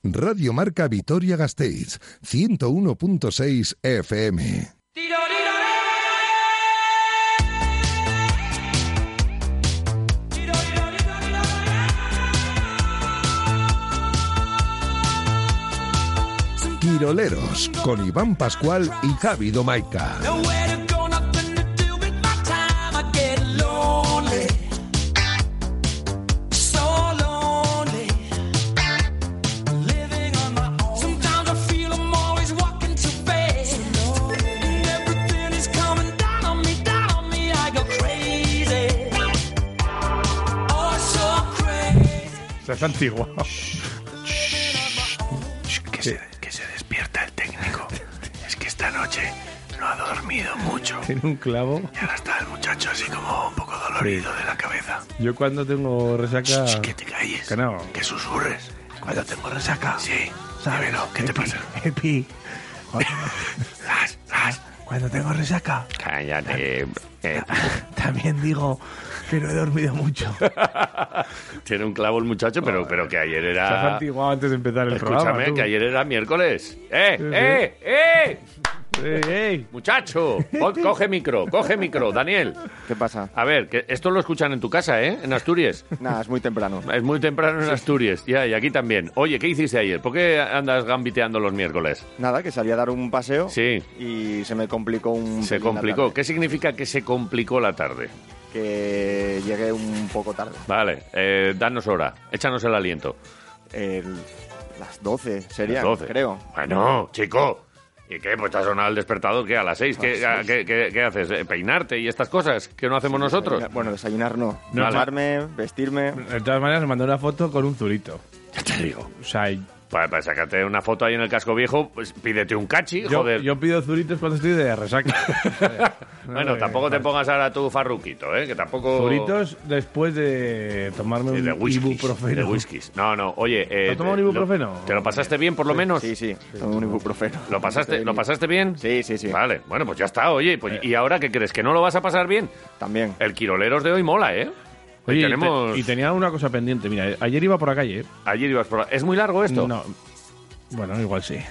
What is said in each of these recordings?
Radio Marca Vitoria-Gasteiz, 101.6 FM. Quiroleros, con Iván Pascual y Javi Domaica. Es antigua. Que se despierta el técnico. Es que esta noche no ha dormido mucho. Tiene un clavo. Y ahora está el muchacho así como un poco dolorido de la cabeza. Yo cuando tengo resaca... Que te calles. Que no. Que susurres. Cuando tengo resaca. Sí. Dímelo. ¿Qué te pasa? Epi. Cuando tengo resaca. Cállate. También digo que no he dormido mucho. Tiene un clavo el muchacho, pero que ayer Se has era... antiguado antes de empezar el Escúchame, programa. Tú. que ayer era miércoles. ¡Ey! Muchacho, coge micro, Daniel. ¿Qué pasa? A ver, que esto lo escuchan en tu casa, ¿eh? En Asturias. Nada, es muy temprano. Es muy temprano en Asturias, ya, y aquí también. Oye, ¿qué hiciste ayer? ¿Por qué andas gambiteando los miércoles? Nada, que salí a dar un paseo Sí. y se me complicó un Se pelín la complicó. tarde. ¿Qué significa que se complicó la tarde? Que llegué un poco tarde. Vale, danos hora, échanos el aliento. Las 12 sería, Las 12. creo. Bueno, chico. ¿Y qué? Pues te ha sonado el despertador, ¿qué? ¿A las 6? ¿Qué haces? ¿Peinarte y estas cosas que no hacemos nosotros? Bueno, desayunar no. No, Ducharme, vestirme. De todas maneras, me mandó una foto con un zurito. Ya te digo. O sea, Para sacarte una foto ahí en el casco viejo, pues pídete un cachi, joder. yo pido zuritos cuando estoy de resaca. Bueno, tampoco te pongas ahora tu farruquito, ¿eh? Que tampoco... Zuritos después de tomarme de un whiskies, ibuprofeno. de whiskies. No, oye... ¿Te has tomado un ibuprofeno? ¿Te lo pasaste bien, por lo menos? Sí, tomé un ibuprofeno. ¿Lo pasaste bien? Sí. Vale, bueno, pues ya está, oye. Pues, ¿y ahora qué crees? ¿Que no lo vas a pasar bien? También. El Quiroleros de hoy mola, ¿eh? Oye, tenemos... y tenía una cosa pendiente. Mira, ayer iba por la calle. Ayer ibas por... ¿Es muy largo esto? No. Bueno, igual sí.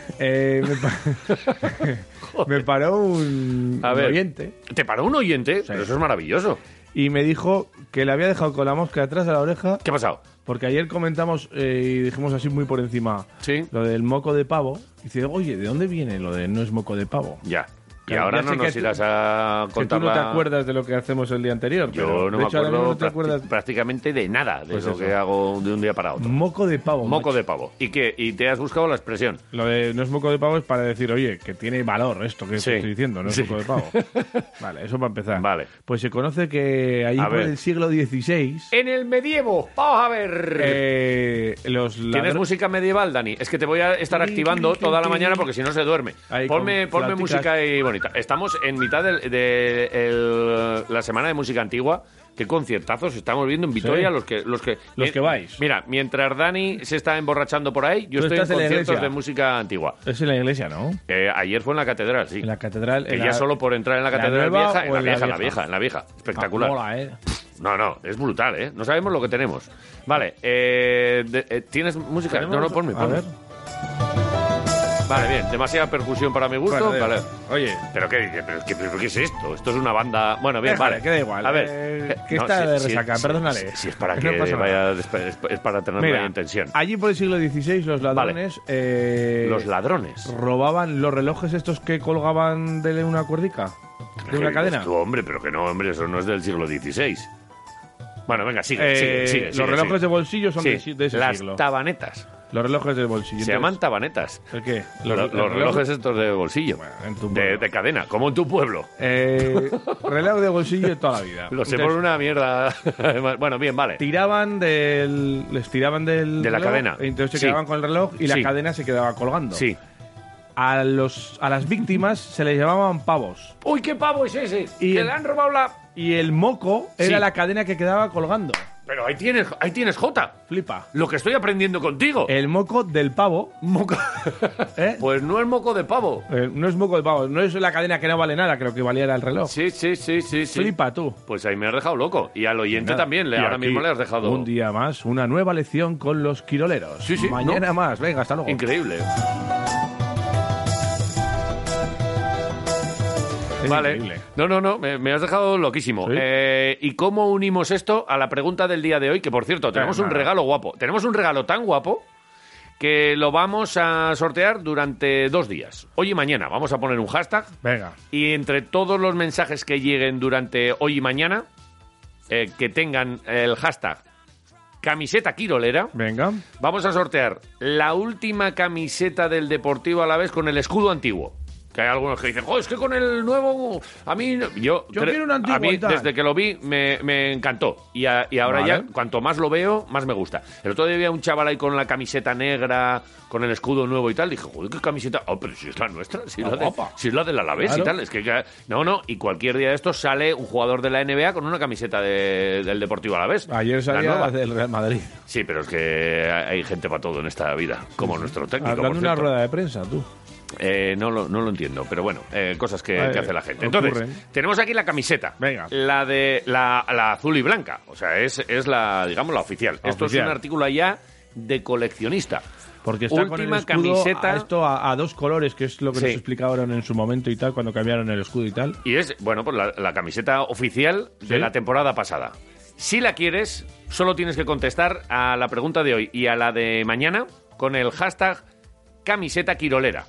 Me paró un oyente. ¿Te paró un oyente? Sí. Pero eso es maravilloso. Y me dijo que le había dejado con la mosca atrás de la oreja. ¿Qué ha pasado? Porque ayer comentamos y dijimos así muy por encima Sí. lo del moco de pavo. Y dice, oye, ¿de dónde viene lo de no es moco de pavo? Ya. Y Claro, ahora ya no sé nos que irás a Que contar tú no te acuerdas de lo que hacemos el día anterior. Yo pero, no de me hecho, ahora mismo acuerdo no te acuerdas. prácticamente de nada de Pues lo eso. que hago de un día para otro. Moco de pavo. Moco macho. de pavo. ¿Y qué? ¿Y te has buscado la expresión? Lo de no es moco de pavo es para decir, oye, que tiene valor esto que Sí. estoy diciendo, no es Sí. moco de pavo. Vale, eso para empezar. Vale. Pues se conoce que allí A por ver. el siglo XVI... En el medievo. Vamos a ver. los ¿Tienes ladrones... música medieval, Dani? Es que te voy a estar activando toda la mañana porque si no se duerme. Ahí Ponme con flauticas. música ahí bonita. Estamos en mitad de la semana de música antigua. Qué conciertazos estamos viendo en Vitoria Sí. los que que vais. Mira, mientras Dani se está emborrachando por ahí, yo Tú estoy en estás en la conciertos iglesia. de música antigua. Es en la iglesia, ¿no? Ayer fue en la catedral, sí. En la catedral... Que en ya la- solo por entrar en la ¿la catedral nueva vieja, o en la en la vieja, vieja? en la vieja. Espectacular. Mola, No, es brutal, ¿eh? No sabemos lo que tenemos. Vale, ¿tienes música? No, ponme. A ver. Vale, bien, demasiada percusión para mi gusto. Bueno, Vale. Oye, ¿Pero qué es esto? Esto es una banda... Bueno, bien, déjale, vale. que da igual. A ver. Que está de resaca, perdónale. Si es para No que pasa nada. vaya... Es para tener mira, mayor intención. allí por el siglo XVI los ladrones... Los ladrones. robaban los relojes estos que colgaban de una cuerdica, de una cadena. Tú, hombre, pero que no, hombre, eso no es del siglo XVI. Bueno, venga, sigue. Los relojes de bolsillo son Sí, de ese las siglo. tabanetas. Los relojes de bolsillo. Se llaman tabanetas. ¿El qué? Los relojes estos de bolsillo. Bueno, en tu pueblo. de cadena, como en tu pueblo. Reloj de bolsillo de toda la vida. Lo sé Entonces, por una mierda. Bueno, bien, vale. les tiraban del De la reloj, cadena. y entonces se Sí. quedaban con el reloj y Sí. la cadena se quedaba colgando. Sí. A las víctimas se les llamaban pavos. ¡Uy, qué pavo es ese! Y ¡Que el- le han robado la... Y el moco Sí. era la cadena que quedaba colgando. Pero ahí tienes Jota. Flipa. Lo que estoy aprendiendo contigo. El moco del pavo. Moco. ¿Eh? Pues no es moco de pavo. No es moco del pavo, no es la cadena que no vale nada, que lo que valía era el reloj. Sí. Flipa tú. Pues ahí me has dejado loco. Y al oyente Nada. también. Y Ahora aquí, mismo le has dejado... Un día más, una nueva lección con los quiroleros. Sí, Mañana más. Venga, hasta luego. Increíble. Es Vale. increíble. No, me has dejado loquísimo. ¿Sí? ¿Y cómo unimos esto a la pregunta del día de hoy? Que, por cierto, tenemos un nada. regalo guapo. Tenemos un regalo tan guapo que lo vamos a sortear durante 2 días. Hoy y mañana. Vamos a poner un hashtag. Venga. Y entre todos los mensajes que lleguen durante hoy y mañana, que tengan el hashtag camiseta quirolera, Venga. vamos a sortear la última camiseta del Deportivo Alavés con el escudo antiguo. Que hay algunos que dicen, es que con el nuevo... A mí... Yo quiero un antiguo A mí, y tal. desde que lo vi, me encantó. Y ahora Vale. ya, cuanto más lo veo, más me gusta. El otro día había un chaval ahí con la camiseta negra, con el escudo nuevo y tal. Dije, joder, ¿qué camiseta? Pero si es la nuestra, si es la del Alavés Claro. y tal. Es que... No. Y cualquier día de estos sale un jugador de la NBA con una camiseta del Deportivo Alavés. Ayer La salía nueva. del Real Madrid. Sí, pero es que hay gente para todo en esta vida, como nuestro técnico, Hablando por de una cierto. rueda de prensa, tú. No lo entiendo, pero bueno, cosas que hace la gente. ocurren. Entonces, tenemos aquí la camiseta. Venga. La de la azul y blanca. O sea, es la, digamos, la oficial. Esto es Oficial. un artículo ya de coleccionista. Porque está con el Última escudo camiseta. a 2 colores, que es lo que Sí. nos explicaron en su momento y tal, cuando cambiaron el escudo y tal. Y es, bueno, pues la camiseta oficial de Sí. la temporada pasada. Si la quieres, solo tienes que contestar a la pregunta de hoy y a la de mañana con el hashtag camiseta quirolera.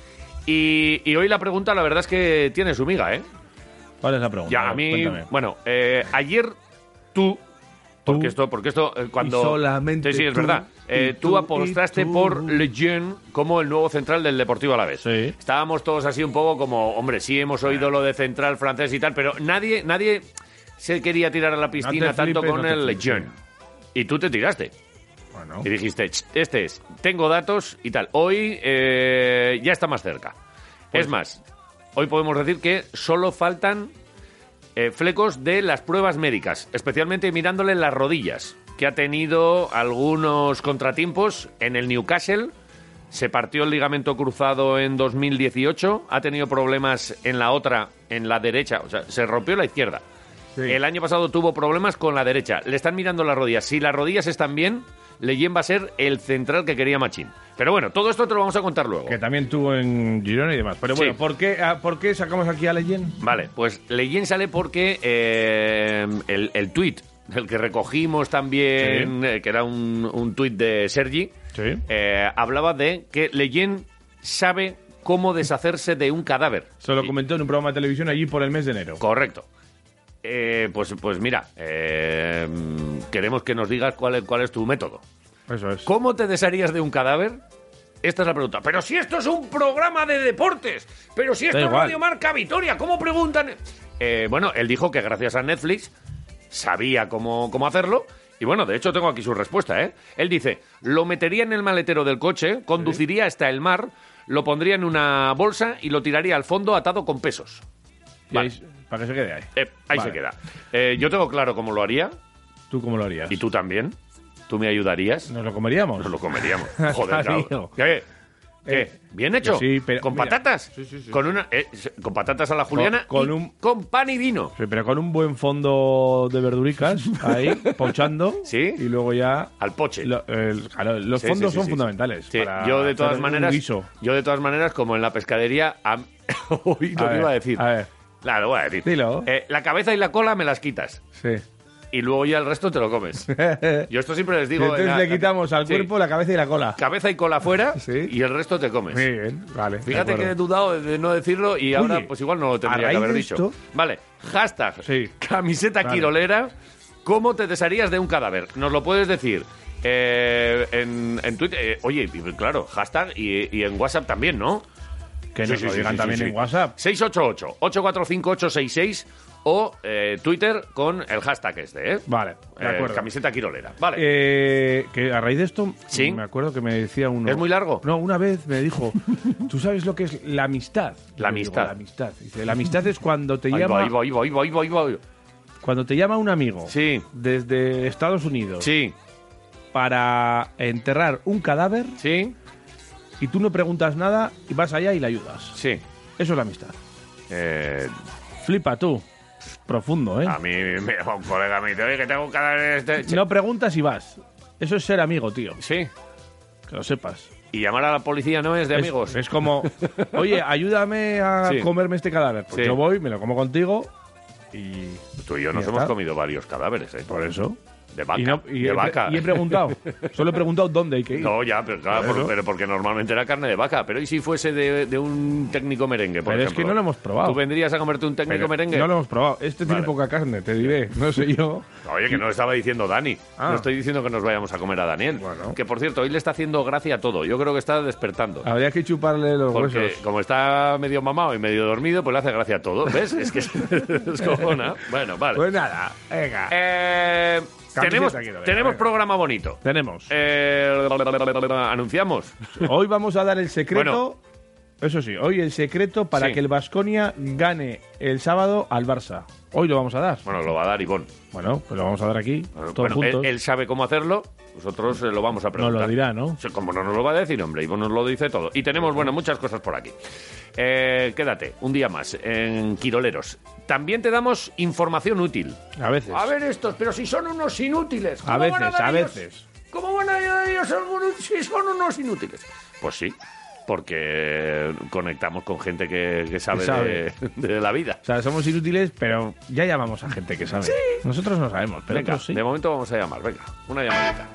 Y hoy la pregunta, la verdad es que tiene su miga, ¿eh? ¿Cuál es la pregunta? Ya, a mí... Cuéntame. Bueno, ayer tú... Porque esto cuando... Y solamente Sí, es tú, verdad. y Tú tú, apostaste y tú. por Lejeune como el nuevo central del Deportivo Alavés. Sí. Estábamos todos así un poco como... Hombre, sí hemos oído lo de central francés y tal, pero nadie se quería tirar a la piscina No te tanto flipes, con no te el flipes. Lejeune. Y tú te tiraste. Bueno. Y dijiste, tengo datos y tal. Hoy ya está más cerca. Pues Es más, hoy podemos decir que solo faltan flecos de las pruebas médicas, especialmente mirándole las rodillas, que ha tenido algunos contratiempos en el Newcastle. Se partió el ligamento cruzado en 2018, ha tenido problemas en la derecha, o sea, se rompió la izquierda. Sí. El año pasado tuvo problemas con la derecha. Le están mirando las rodillas. Si las rodillas están bien, Leyen va a ser el central que quería Machín. Pero bueno, todo esto te lo vamos a contar luego. Que también tuvo en Girona y demás. Pero bueno, Sí. ¿por qué sacamos aquí a Leyen? Vale, pues Leyen sale porque el tuit del que recogimos también, que era un tuit de Sergi, Sí. hablaba de que Leyen sabe cómo deshacerse de un cadáver. Se lo Y- comentó en un programa de televisión allí por el mes de enero. Correcto. Pues mira, queremos que nos digas cuál es tu método. Eso es. ¿Cómo te desharías de un cadáver? Esta es la pregunta. Pero si esto es un programa de deportes, pero si esto Da es igual. Radio Marca Vitoria, ¿cómo preguntan? Bueno, él dijo que gracias a Netflix sabía cómo hacerlo. Y bueno, de hecho tengo aquí su respuesta, ¿eh? Él dice, lo metería en el maletero del coche, conduciría hasta el mar, lo pondría en una bolsa y lo tiraría al fondo atado con pesos. Y Vale. ahí- para que se quede ahí. Ahí Vale. se queda. Yo tengo claro cómo lo haría. ¿Tú cómo lo harías? ¿Y tú también? ¿Tú me ayudarías? ¿Nos lo comeríamos? Nos lo comeríamos. Joder, Amigo. claro. ¿Qué? ¿Bien hecho? que sí, pero ¿Con mira, patatas? sí. Con patatas a la juliana Con y un- con pan y vino. Sí, pero con un buen fondo de verduricas ahí, pochando. Sí. Y luego ya... Al poche. Claro, los Sí, fondos sí, son sí. fundamentales. Sí, para yo de hacer todas un maneras, guiso. como en la pescadería, hoy lo que iba a decir. A ver, Claro, lo voy a decir. Dilo. La cabeza y la cola me las quitas. sí. Y luego ya el resto te lo comes. Yo esto siempre les digo. Entonces le quitamos al Sí. cuerpo la cabeza y la cola. Cabeza y cola fuera Sí. y el resto te comes. Muy bien, vale. de Fíjate que he acuerdo. dudado de no decirlo y ahora Oye, pues igual no lo a tendría que raíz haber de dicho. esto- Vale, hashtag Sí. camiseta Vale. quirolera. ¿Cómo te desharías de un cadáver? Nos lo puedes decir en Twitter. Oye, y claro, hashtag y en WhatsApp también, ¿no? Que nos lo digan también en WhatsApp. 688-845-866 o Twitter con el hashtag este, ¿eh? Vale, de acuerdo. Camiseta quirolera. Vale. Que a raíz de esto, Sí. me acuerdo que me decía uno... ¿Es muy largo? No, una vez me dijo, ¿tú sabes lo que es la amistad? La Y le digo, amistad. la amistad. Dice, la amistad es cuando te Ahí llama... va. Cuando te llama un amigo Sí. desde Estados Unidos Sí, para enterrar un cadáver sí, y tú no preguntas nada y vas allá y le ayudas. sí. Eso es la amistad. Eh, Flipa tú. Profundo, ¿eh? a mí me llama un colega mío, oye, que tengo un cadáver No preguntas y vas. Eso es ser amigo, tío. Sí. Que lo sepas. Y llamar a la policía no es de amigos. Es como, oye, ayúdame a Sí. comerme este cadáver. Pues Sí. yo voy, me lo como contigo y... Tú y yo nos Ya hemos está. comido varios cadáveres, ¿eh? Por eso. De vaca. Y, de vaca. y he preguntado. Solo he preguntado dónde hay que ir. No, ya, pero claro, Claro. pero porque normalmente era carne de vaca. Pero ¿y si fuese de un técnico merengue, por Pero es ejemplo? que no lo hemos probado. ¿Tú vendrías a comerte un técnico Pero merengue? no lo hemos probado. Este tiene Vale. poca carne, te diré. No sé yo. Oye, que no lo estaba diciendo Dani. Ah. No estoy diciendo que nos vayamos a comer a Daniel. Bueno. Que, por cierto, hoy le está haendo gracia a todo. Yo creo que está despertando. Habría que chuparle los Porque huesos. como está medio mamado y medio dormido, pues le hace gracia a todo. ¿Ves? Es que es cojona. Bueno, vale. Pues nada, venga. Tenemos quiero ver, tenemos venga. programa bonito. Tenemos. Anunciamos. Hoy vamos a dar el secreto. Bueno. Eso sí, hoy el secreto para Sí. que el Baskonia gane el sábado al Barça. Hoy lo vamos a dar. Bueno, lo va a dar Ivón. Bueno, pues lo vamos a dar aquí, todos Bueno, juntos. él sabe cómo hacerlo, nosotros lo vamos a Nos preguntar. lo dirá, ¿no? Sí, como no nos lo va a decir, hombre, Ivón nos lo dice todo. Y tenemos, bueno, muchas cosas por aquí. Quédate un día más en Quiroleros. También te damos información útil. A veces. A ver estos, pero si son unos inútiles. ¿cómo A van veces, dar a ellos- veces. ¿Cómo van a dar ellos si son unos inútiles? Pues sí, porque conectamos con gente que sabe, sabe. de la vida. O sea, somos inútiles, pero ya llamamos a gente que sabe. Nosotros no sabemos, pero Venga, otros sí. de momento vamos a llamar. Venga, una llamadita.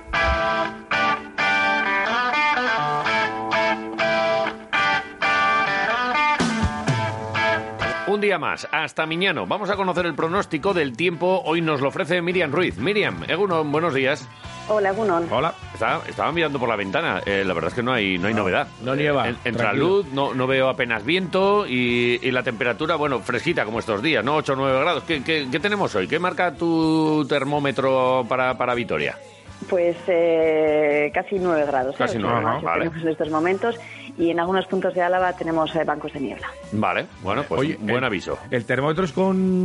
Un día más, hasta mañana. Vamos a conocer el pronóstico del tiempo. Hoy nos lo ofrece Miriam Ruiz. Miriam, Egunon, buenos días. Hola, Gunón. Hola. Estaba mirando por la ventana. La verdad es que no hay novedad. no nieva, Entra tranquilo. luz, no veo apenas viento y la temperatura, bueno, fresquita como estos días, ¿no? 8 o 9 grados. ¿Qué tenemos hoy? ¿Qué marca tu termómetro para Vitoria? Pues casi 9 grados. Casi 9, Es lo que vale. tenemos en estos momentos y en algunos puntos de Álava tenemos bancos de niebla. Vale, bueno, pues Oye, buen aviso. El termómetro es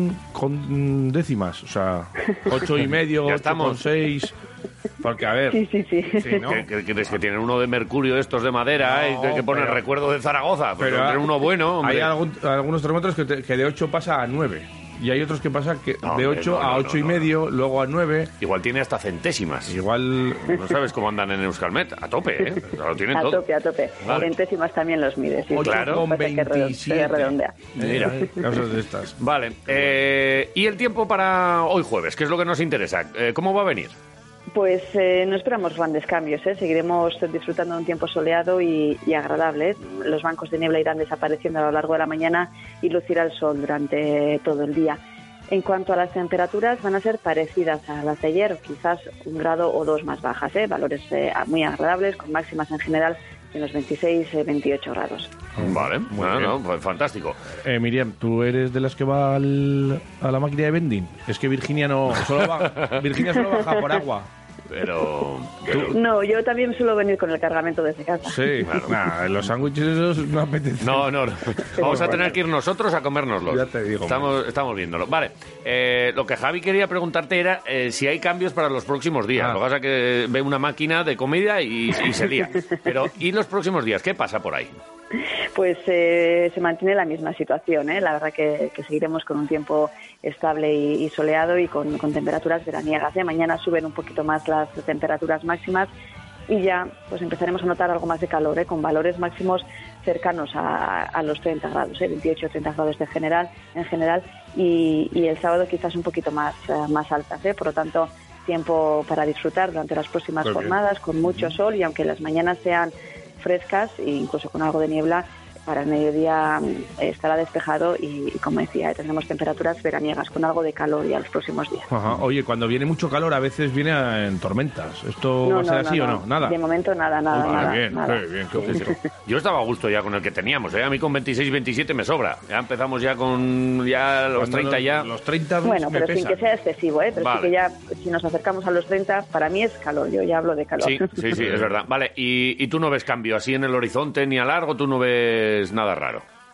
con décimas, o sea, 8,5, Ya estamos. 8,6. Porque, a ver. Sí. Sí, ¿no? ¿Qué crees que tienen uno de mercurio de estos de madera No, que pone pero- recuerdo de Zaragoza? Pero Pero tienen uno bueno, hombre. Hay algunos termómetros que de 8 pasa a 9. Y hay otros que pasa que No, de hombre, 8 no, a no, 8,5, luego a 9. Igual tiene hasta centésimas. Igual. No sabes cómo andan en Euskalmet. A tope, ¿eh? Lo tienen A todo. tope, a tope. Vale. Centésimas también los mides. Sí, Claro. sí, pasa que 8,27. se redondea. Mira. Cosas de estas. Vale. ¿Y el tiempo para hoy jueves? ¿Qué es lo que nos interesa? ¿Cómo va a venir? Pues no esperamos grandes cambios. Seguiremos disfrutando de un tiempo soleado y agradable. Los bancos de niebla irán desapareciendo a lo largo de la mañana y lucirá el sol durante todo el día. En cuanto a las temperaturas, van a ser parecidas a las de ayer, o quizás 1 grado o 2 más bajas. Valores muy agradables, con máximas en general en los 26-28 grados. Vale. Muy Bueno, bien. no, pues fantástico. Miriam, ¿tú eres de las que va a la máquina de vending? Es que Virginia solo baja por agua. Pero... No, yo también suelo venir con el cargamento desde casa. Sí, nah, los sándwiches esos no apetecen. No. Vamos a tener que ir nosotros a comérnoslos. Ya te digo. Estamos viéndolo. Vale. Lo que Javi quería preguntarte era si hay cambios para los próximos días. Ah. Lo que pasa es que ve una máquina de comida y se lía. Pero, ¿y los próximos días? ¿Qué pasa por ahí? Pues se mantiene la misma situación. La verdad que seguiremos con un tiempo estable y soleado y con temperaturas veraniegas. Mañana suben un poquito más las temperaturas máximas y ya pues empezaremos a notar algo más de calor, con valores máximos cercanos a los 30 grados, 28 o 30 grados en general y el sábado quizás un poquito más altas. Por lo tanto, tiempo para disfrutar durante las próximas Muy bien. jornadas con mucho sol y aunque las mañanas sean frescas e incluso con algo de niebla, para el mediodía estará despejado y como decía, tendremos temperaturas veraniegas con algo de calor ya los próximos días. Ajá. Oye, cuando viene mucho calor a veces viene en tormentas. ¿Esto va a ser así o no? Nada. De momento nada. Bien, nada. qué bien, qué gusto. Yo estaba a gusto ya con el que teníamos. A mí con 26, 27 me sobra. Ya empezamos ya con los 30 ya. Los 30 Bueno, me pero sin pesan. que sea excesivo, pero Vale. sí que ya, si nos acercamos a los 30, para mí es calor, yo ya hablo de calor. Sí, es verdad. Vale, y tú no ves cambio así en el horizonte ni a largo, tú no ves nada raro.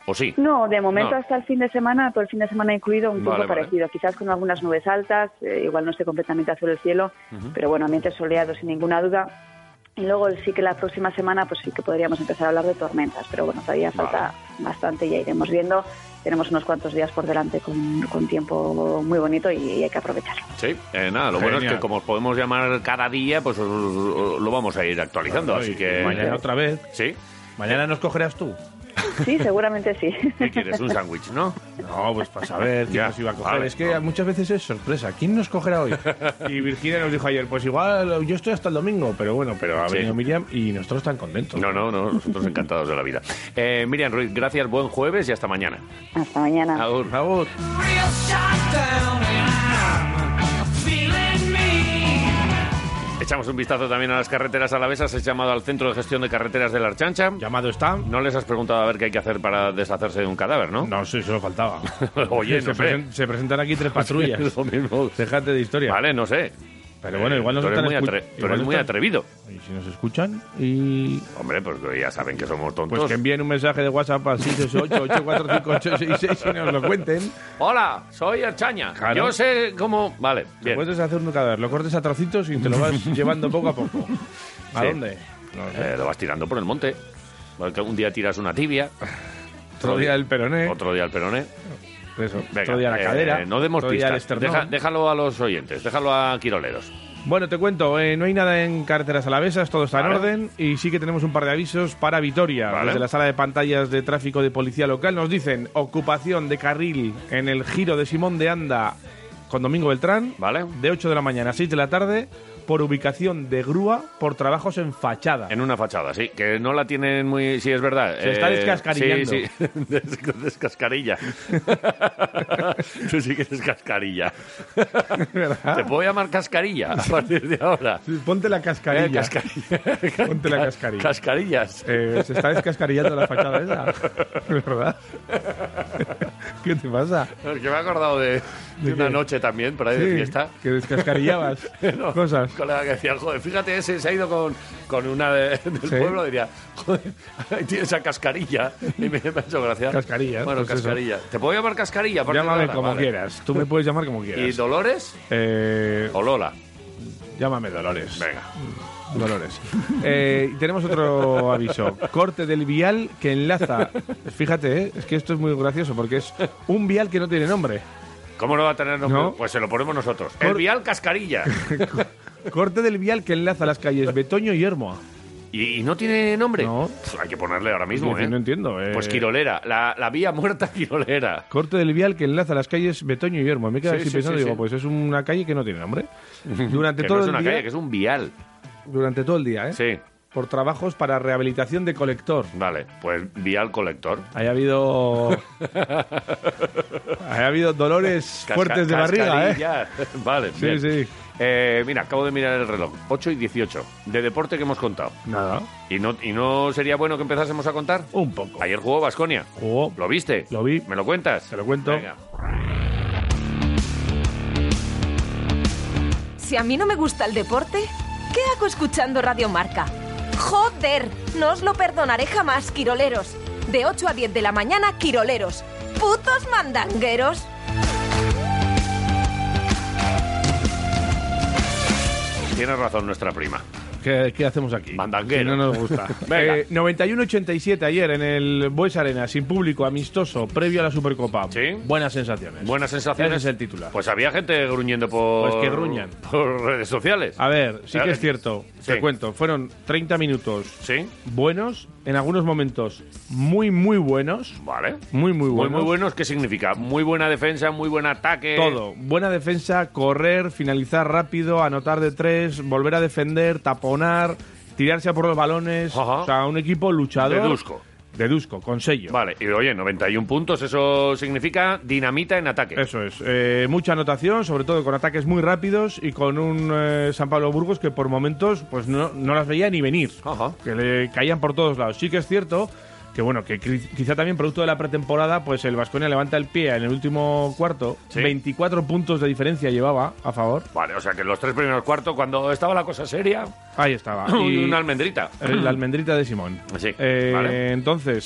¿O sí? No, de momento No. hasta el fin de semana, todo el fin de semana incluido, un tiempo Vale, vale. parecido. Quizás con algunas nubes altas, igual no esté completamente azul el cielo, pero bueno, ambiente soleado sin ninguna duda. Y luego sí que la próxima semana pues sí que podríamos empezar a hablar de tormentas, pero bueno, todavía falta bastante, ya iremos viendo. Tenemos unos cuantos días por delante con tiempo muy bonito y hay que aprovecharlo. Sí, nada, lo bueno es que como os podemos llamar cada día, pues lo vamos a ir actualizando, así que... Mañana otra vez. Sí. Mañana nos cogerás tú. Sí, seguramente sí. ¿Qué quieres? Un sándwich, ¿no? No, pues para saber quién Ya, nos iba a coger. vale, Es que muchas veces es sorpresa. ¿Quién nos cogerá hoy? Y Virginia nos dijo ayer, pues igual yo estoy hasta el domingo, pero bueno, ha Sí. venido Miriam y nosotros tan contentos. No, nosotros encantados de la vida. Miriam Ruiz, gracias, buen jueves y hasta mañana. Hasta mañana. Agur. Por favor. Echamos un vistazo también a las carreteras alavesas. Has llamado al Centro de Gestión de Carreteras de la Archancha. Llamado está. No les has preguntado a ver qué hay que hacer para deshacerse de un cadáver, ¿no? No, sí, solo faltaba. Oye, no sé. Se presentan aquí 3 patrullas. Es lo mismo. Déjate de historia. Vale, no sé. Pero bueno, igual nos tú eres están muy, escu- tú igual eres nos muy están- atrevido. Y si nos escuchan y... Hombre, pues ya saben que somos tontos. Pues que envíen un mensaje de WhatsApp al 668-845-866 y nos lo cuenten. Hola, soy Archaña. Claro. Yo sé cómo... Vale, Te bien. puedes hacer un cadáver, lo cortes a trocitos y te lo vas llevando poco a poco. ¿A Sí. dónde? No sé. Lo vas tirando por el monte. Porque un día tiras una tibia, Otro día el peroné. otro día el peroné. Eso. Venga, Otro día la cadera. no demos otro día el pistas. esternón. Déjalo a los oyentes, déjalo a Quiroleros. Bueno, te cuento, no hay nada en carreteras alavesas, todo está Vale. en orden y sí que tenemos un par de avisos para Vitoria. Vale. Desde la sala de pantallas de tráfico de policía local nos dicen ocupación de carril en el giro de Simón de Anda con Domingo Beltrán, Vale. de 8 de la mañana a 6 de la tarde, por ubicación de grúa por trabajos en fachada. En una fachada, sí, que no la tienen muy... Sí, es verdad. Se está descascarillando. Sí, sí, descascarilla. Tú sí que eres cascarilla. ¿Verdad? Te puedo llamar cascarilla a partir de ahora. Ponte la cascarilla. Cascarilla. Ponte la cascarilla. Cascarillas. Se está descascarillando la fachada esa. ¿Verdad? ¿Qué te pasa? Es que me he acordado de una qué? noche también, por ahí de fiesta. que descascarillabas No, cosas. Un colega que decía, joder, fíjate, ese se ha ido con una del Sí. pueblo, diría, joder, ahí tiene esa cascarilla. Y me ha hecho gracia. Cascarilla, Bueno, pues eso. cascarilla. ¿Te puedo llamar cascarilla? a partir de Llámame ahora? como Vale. quieras. Tú me puedes llamar como quieras. ¿Y Dolores o Lola? Llámame Dolores. Venga. Dolores. Tenemos otro aviso. Corte del vial que enlaza. Fíjate, es que esto es muy gracioso porque es un vial que no tiene nombre. ¿Cómo no va a tener nombre? No. Pues se lo ponemos nosotros. El vial cascarilla. Corte del vial que enlaza las calles Betoño y Hermoa. ¿Y no tiene nombre? No. Pff, hay que ponerle ahora mismo, No entiendo. Pues Quirolera. La vía muerta Quirolera. Corte del vial que enlaza las calles Betoño y Hermoa. Me he quedado Sí, así sí, pensando sí, y digo, sí. pues es una calle que no tiene nombre. Durante Que todo no es el una día. calle, que es un vial. Durante todo el día, ¿eh? Sí, Por trabajos para rehabilitación de colector. vale. Pues vial colector. Haya habido. Haya habido dolores fuertes de barriga, ¿eh? Cascarilla. Vale, Sí, bien. sí. Mira, acabo de mirar el reloj. 8:18. De deporte que hemos contado. Nada. ¿Y no sería bueno que empezásemos a contar? Un poco. Ayer jugó Baskonia. Jugó. ¿Lo viste? Lo vi. ¿Me lo cuentas? Te lo cuento. Venga. Si a mí no me gusta el deporte, ¿qué hago escuchando Radio Marca? ¡Joder! No os lo perdonaré jamás, Quiroleros. De 8 a 10 de la mañana, Quiroleros. ¡Putos mandangueros! Tienes razón nuestra prima. ¿Qué hacemos aquí? Mandanguero. Si no nos gusta. Venga. 91-87 ayer en el Bues Arena, sin público, amistoso, previo a la Supercopa. Sí. Buenas sensaciones. Buenas sensaciones. Ese es el titular. Pues había gente gruñendo por... Pues que gruñan. Por redes sociales. A ver, sí que es cierto. Sí. Te cuento. Fueron 30 minutos ¿Sí? buenos, en algunos momentos muy, muy buenos. Vale. Muy, muy Muy, buenos. muy buenos, ¿qué significa? Muy buena defensa, muy buen ataque. Todo. Buena defensa, correr, finalizar rápido, anotar de 3, volver a defender, taponar, tirarse a por los balones. Ajá. O sea, un equipo luchador. Deduzco. Deduzco, con sello. Vale, y oye, 91 puntos, eso significa dinamita en ataque. Eso es. Mucha anotación, sobre todo con ataques muy rápidos y con un San Pablo Burgos que por momentos pues no las veía ni venir. Ajá. Que le caían por todos lados. Sí que es cierto que bueno, que quizá también producto de la pretemporada, pues el Baskonia levanta el pie en el último cuarto. Sí. 24 puntos de diferencia llevaba a favor. Vale, o sea que en los 3 primeros cuartos, cuando estaba la cosa seria, Ahí estaba. una almendrita. La almendrita de Simón. Sí, vale. Entonces,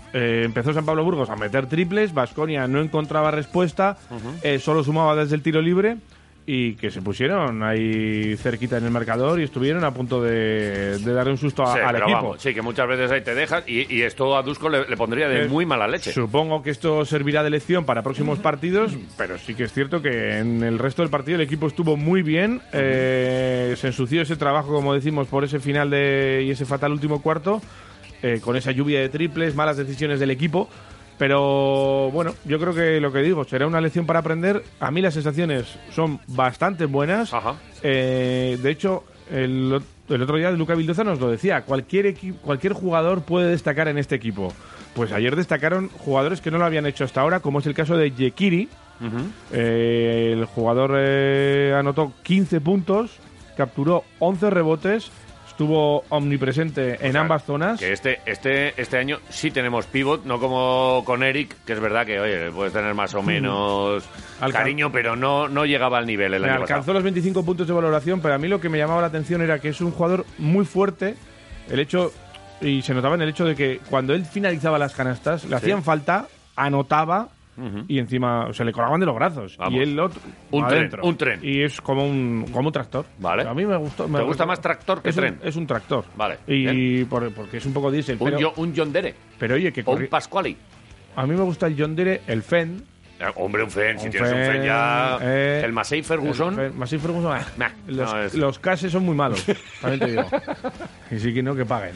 empezó San Pablo Burgos a meter triples, Baskonia no encontraba respuesta, solo sumaba desde el tiro libre y que se pusieron ahí cerquita en el marcador y estuvieron a punto de darle un susto al pero equipo. Vamos, sí, que muchas veces ahí te dejas y esto a Dusko le pondría de muy mala leche. Supongo que esto servirá de lección para próximos partidos, pero sí que es cierto que en el resto del partido el equipo estuvo muy bien, se ensució ese trabajo, como decimos, por ese final y ese fatal último cuarto, con esa lluvia de triples, malas decisiones del equipo. Pero bueno, yo creo que lo que digo será una lección para aprender. A mí las sensaciones son bastante buenas. Ajá. De hecho, el otro día Luca Vildoza nos lo decía. Cualquier jugador puede destacar en este equipo. Pues ayer destacaron jugadores que no lo habían hecho hasta ahora, como es el caso de Yekiri. El jugador anotó 15 puntos, capturó 11 rebotes. Estuvo omnipresente en ambas zonas. Que este año sí tenemos pivot, no como con Eric, que es verdad que, oye, puedes tener más o menos cariño, pero no llegaba al nivel el año pasado. Alcanzó los 25 puntos de valoración, pero a mí lo que me llamaba la atención era que es un jugador muy fuerte. Y se notaba en el hecho de que cuando él finalizaba las canastas, le hacían falta, anotaba. Y encima se le colgaban de los brazos. Vamos. Y el otro Un tren. Y es como un tractor. Vale. A mí me gustó. ¿Te gusta más tractor que tren? Es un tractor. Vale. Y porque es un poco diésel. Un John Dere. Pero oye, que O un Pasquali. a mí me gusta el John Deere, el Fenn. Hombre, un Fen. Si Un tienes un Fen, Fen ya... el Massey Ferguson. Massey Ferguson. Nah, no es- Los cases son muy malos. También te digo. Y sí que no, que paguen.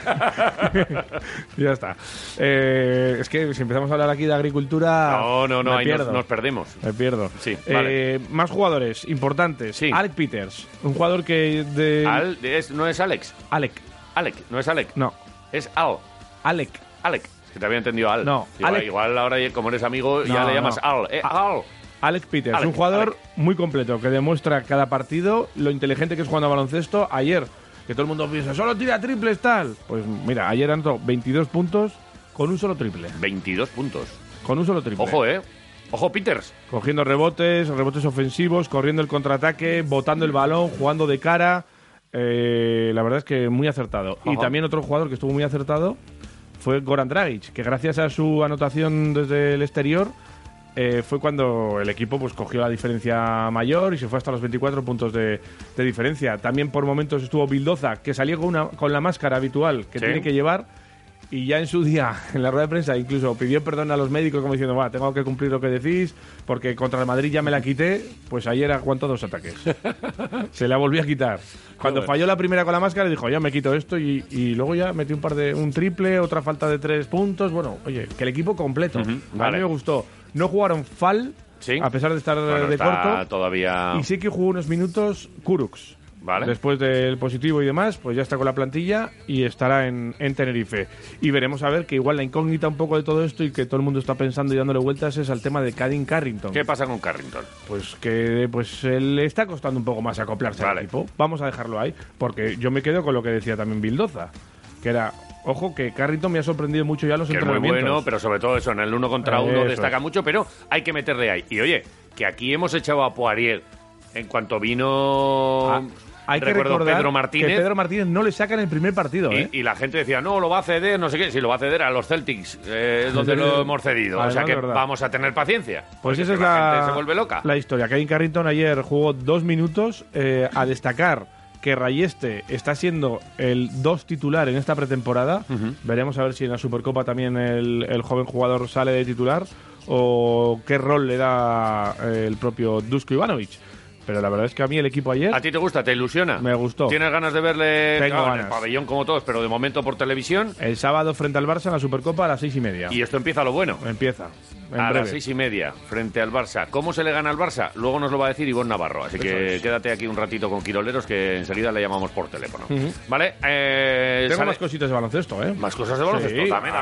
Ya está. Es que si empezamos a hablar aquí de agricultura. No, ahí pierdo. nos perdemos. Me pierdo. Sí, vale. Más jugadores importantes. Sí. Alec Peters, un jugador que ¿No es Alex? Alec. No es Alec. No. Es Al. Alec. Que te había entendido Al. No, Igual ahora, como eres amigo, ya No, le llamas no. Al. Al. Alec Peters, Alec, un jugador Alec. muy completo que demuestra cada partido lo inteligente que es jugando a baloncesto. Ayer, que todo el mundo piensa, solo tira triples tal. Pues mira, ayer anotó 22 puntos con un solo triple. 22 puntos. Con un solo triple. Ojo, Ojo, Peters. Cogiendo rebotes ofensivos, corriendo el contraataque, botando el balón, jugando de cara. La verdad es que muy acertado. Ajá. Y también otro jugador que estuvo muy acertado fue Goran Dragic, que gracias a su anotación desde el exterior fue cuando el equipo pues cogió la diferencia mayor y se fue hasta los 24 puntos de diferencia. También por momentos estuvo Vildoza, que salió con la máscara habitual que Sí. tiene que llevar. Y ya en su día, en la rueda de prensa, incluso pidió perdón a los médicos como diciendo, tengo que cumplir lo que decís, porque contra el Madrid ya me la quité, pues ayer aguantó 2 ataques. Se la volvió a quitar. Cuando falló la primera con la máscara, dijo, ya me quito esto, y luego ya metió un triple, otra falta de 3 puntos. Bueno, oye, que el equipo completo. A vale. mí me gustó. No jugaron Fall, Sí. a pesar de estar Bueno, de está corto. todavía... Y sí que jugó unos minutos Kurucs. Vale. Después del positivo y demás, pues ya está con la plantilla y estará en Tenerife. Y veremos a ver que igual la incógnita un poco de todo esto y que todo el mundo está pensando y dándole vueltas es al tema de Caden Carrington. ¿Qué pasa con Carrington? Pues que le está costando un poco más acoplarse al equipo. Vamos a dejarlo ahí, porque yo me quedo con lo que decía también Vildoza, que era, ojo, que Carrington me ha sorprendido mucho ya los Que es muy entrenamientos. bueno, pero sobre todo eso, en el 1 contra 1 Eso destaca es. mucho, pero hay que meterle ahí. Y oye, que aquí hemos echado a Poirier en cuanto vino... Hay que recuerdo recordar Pedro Martínez. que Pedro Martínez no le saca en el primer partido. Y la gente decía, no, lo va a ceder, no sé qué. Si lo va a ceder a los Celtics, es donde lo hemos cedido. Además, o sea que de verdad. vamos a tener paciencia. Pues porque esa si es la gente se vuelve loca. la historia. Caden Carrington ayer jugó 2 minutos. A destacar que Rayeste está siendo el 2 titular en esta pretemporada. Veremos a ver si en la Supercopa también el joven jugador sale de titular o qué rol le da el propio Dusko Ivanovic. Pero la verdad es que a mí el equipo ayer... ¿A ti te gusta? ¿Te ilusiona? Me gustó. ¿Tienes ganas de verle Tengo en el ganas. pabellón como todos, pero de momento por televisión? El sábado frente al Barça en la Supercopa a las 6:30. Y esto empieza lo bueno. Empieza. En A breve. las 6:30, frente al Barça. ¿Cómo se le gana al Barça? Luego nos lo va a decir Ivonne Navarro. Así que quédate aquí un ratito con Quiroleros, que enseguida le llamamos por teléfono. ¿Vale? Tengo sale- más cositas de baloncesto, ¿eh? Más cosas de baloncesto. Sí. Dame.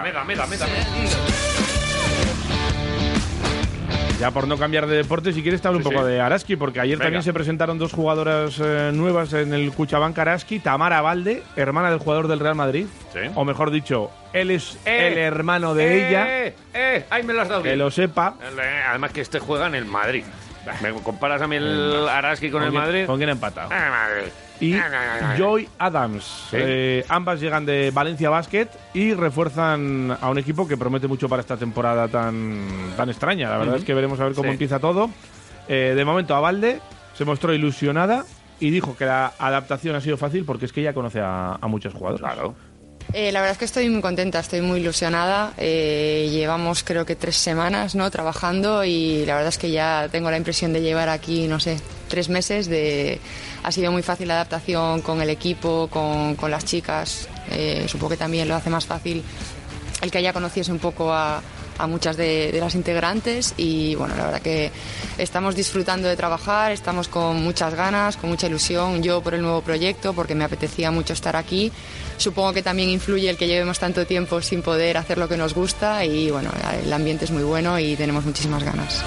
Ya por no cambiar de deporte, si quieres te hablo un Sí, poco sí. de Araski, porque ayer Venga. también se presentaron 2 jugadoras nuevas en el Cuchabank Araski. Tamara Valde, hermana del jugador del Real Madrid. Sí. O mejor dicho, él es el hermano de ella. Ahí me lo has dado Que bien. lo sepa. Además que este juega en el Madrid. ¿Me comparas a mí el Araski con el quién- Madrid? ¿Con quién ha empatado? Madrid. y Joy Adams. Sí. Ambas llegan de Valencia Basket y refuerzan a un equipo que promete mucho para esta temporada tan extraña. La verdad es que veremos a ver cómo empieza todo. De momento, Abalde se mostró ilusionada y dijo que la adaptación ha sido fácil porque es que ella conoce a muchos jugadores. Claro. La verdad es que estoy muy contenta, estoy muy ilusionada. Llevamos creo que 3 semanas, ¿no?, trabajando, y la verdad es que ya tengo la impresión de llevar aquí, no sé, 3 meses. Ha sido muy fácil la adaptación con el equipo, con las chicas. Supongo que también lo hace más fácil el que ella conociese un poco a muchas de las integrantes, y bueno, la verdad que estamos disfrutando de trabajar, estamos con muchas ganas, con mucha ilusión, yo por el nuevo proyecto, porque me apetecía mucho estar aquí. Supongo que también influye el que llevemos tanto tiempo sin poder hacer lo que nos gusta, y bueno, el ambiente es muy bueno y tenemos muchísimas ganas.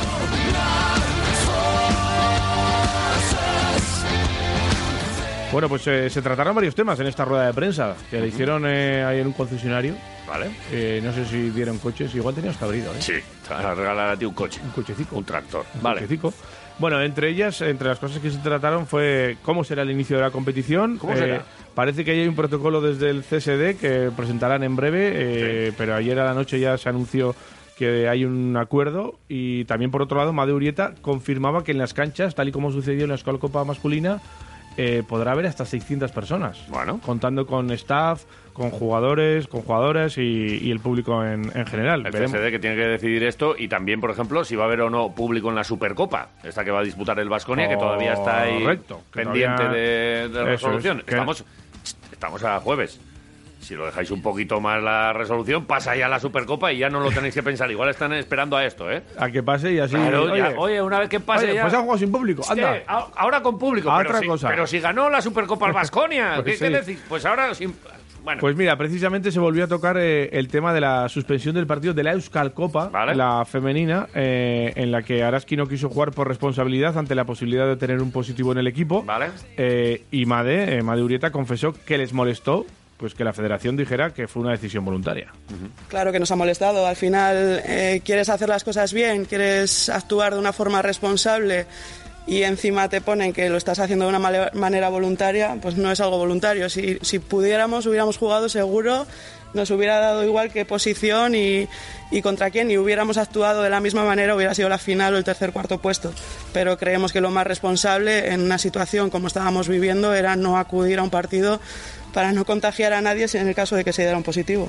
Bueno, pues se trataron varios temas en esta rueda de prensa que le hicieron ahí en un concesionario. Vale. No sé si dieron coches, igual tenías cabrido, ¿eh? Sí, te van a regalar a ti un coche. Un cochecico. Un tractor. Un Vale. cochecico. Bueno, entre las cosas que se trataron fue cómo será el inicio de la competición. ¿Cómo será? Parece que hay un protocolo desde el CSD que presentarán en breve, pero ayer a la noche ya se anunció que hay un acuerdo, y también por otro lado Made Urieta confirmaba que en las canchas, tal y como sucedió en la Escola Copa masculina, podrá haber hasta 600 personas, Bueno. contando con staff, con jugadores, con jugadoras y el público en general. El Veremos. CSD que tiene que decidir esto, y también, por ejemplo, si va a haber o no público en la Supercopa, esta que va a disputar el Baskonia, que todavía está ahí Correcto, que pendiente todavía- de Eso resolución. es, que- Estamos a jueves. Si lo dejáis un poquito más la resolución, pasa ya la Supercopa y ya no lo tenéis que pensar. Igual están esperando a esto, ¿eh? A que pase y así. Claro, oye, una vez que pase oye, ya... pues ha jugado sin público, anda. Ahora con público, A pero, otra si, cosa. pero si ganó la Supercopa al Baskonia, Pues ¿qué sí. decís? Pues ahora sin... Bueno, Pues mira, precisamente se volvió a tocar el tema de la suspensión del partido de la Euskal Copa, Vale. la femenina, en la que Araski no quiso jugar por responsabilidad ante la posibilidad de tener un positivo en el equipo. Vale. Y Made Urieta confesó que les molestó pues que la federación dijera que fue una decisión voluntaria. Claro que nos ha molestado. Al final quieres hacer las cosas bien, quieres actuar de una forma responsable, y encima te ponen que lo estás haciendo de una manera voluntaria, pues no es algo voluntario. Si pudiéramos, hubiéramos jugado seguro, nos hubiera dado igual qué posición y contra quién, y hubiéramos actuado de la misma manera, hubiera sido la final o el tercer, cuarto puesto. Pero creemos que lo más responsable en una situación como estábamos viviendo era no acudir a un partido para no contagiar a nadie en el caso de que se diera un positivo.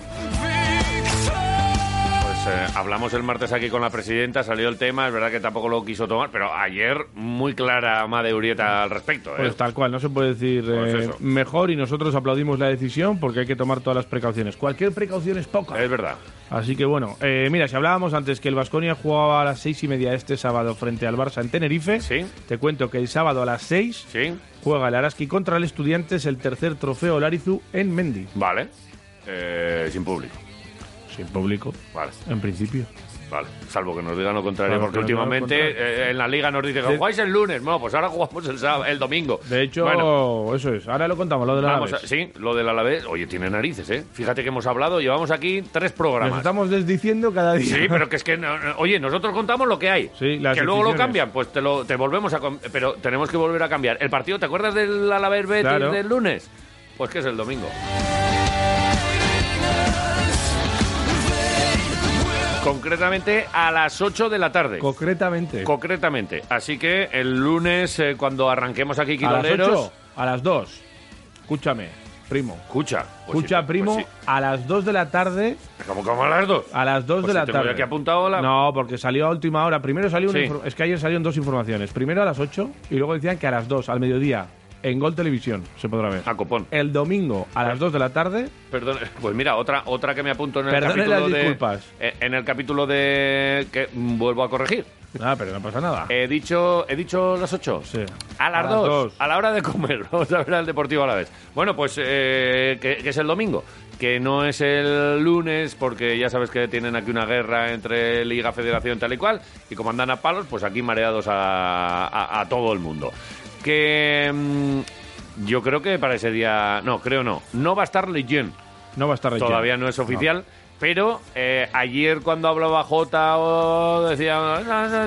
Hablamos el martes aquí con la presidenta, salió el tema, es verdad que tampoco lo quiso tomar, pero ayer muy clara Made Urieta al respecto. Pues tal cual, no se puede decir Pues eso. mejor, y nosotros aplaudimos la decisión porque hay que tomar todas las precauciones. Cualquier precaución es poca. Es verdad. Así que bueno, mira, si hablábamos antes que el Baskonia jugaba a las 6:30 este sábado frente al Barça en Tenerife, Sí. te cuento que el sábado a las 6 Sí, juega el Araski contra el Estudiantes, el tercer trofeo Olarizu en Mendi. vale. Sin público. Sin público, Vale. en principio. Vale, salvo que nos digan lo contrario, Claro, porque que nos digan lo últimamente en la liga nos dicen que jugáis el lunes. Bueno, pues ahora jugamos el domingo. De hecho, Bueno, eso es. Ahora lo contamos, lo del vamos Alavés. sí, lo del Alavés. Oye, tiene narices, ¿eh? Fíjate que hemos hablado, llevamos aquí 3 Nos programas. estamos desdiciendo cada día. Sí, pero que es que, oye, nosotros contamos lo que hay. Sí, las que luego lo decisiones. cambian, pues te volvemos a... Pero tenemos que volver a cambiar. El partido, ¿te acuerdas del Alavés Betis Claro. del lunes? Pues que es el domingo. Concretamente a las 8 de la tarde. Concretamente. Concretamente. Así que el lunes, cuando arranquemos aquí ¿A las Quiroleros... 8? A las 2. Escúchame, primo. Escucha. Pues Escucha, sí, primo, pues a las 2 de la tarde. sí. ¿Cómo a las 2? A las 2 Pues de si la tengo tarde. yo aquí apuntado la... No, porque salió a última hora. Primero salió Sí. es que ayer salieron 2 informaciones. Primero a las 8 y luego decían que a las 2, al mediodía, en Gol Televisión, se podrá ver. A copón. El domingo a las 2 de la tarde. Perdón, pues mira, otra que me apunto en el Perdone capítulo las de... disculpas. En el capítulo de... que vuelvo a corregir. Ah, pero no pasa nada. He dicho las 8. Sí. A las 2, a la hora de comer. Vamos a ver al Deportivo a la vez. Bueno, pues que es el domingo, que no es el lunes, porque ya sabes que tienen aquí una guerra entre Liga, Federación, tal y cual, y como andan a palos, pues aquí mareados a todo el mundo. Que yo creo que para ese día... No va a estar Leyen. No va a estar relleno. Todavía no es oficial. Pero ayer cuando hablaba Jota decía,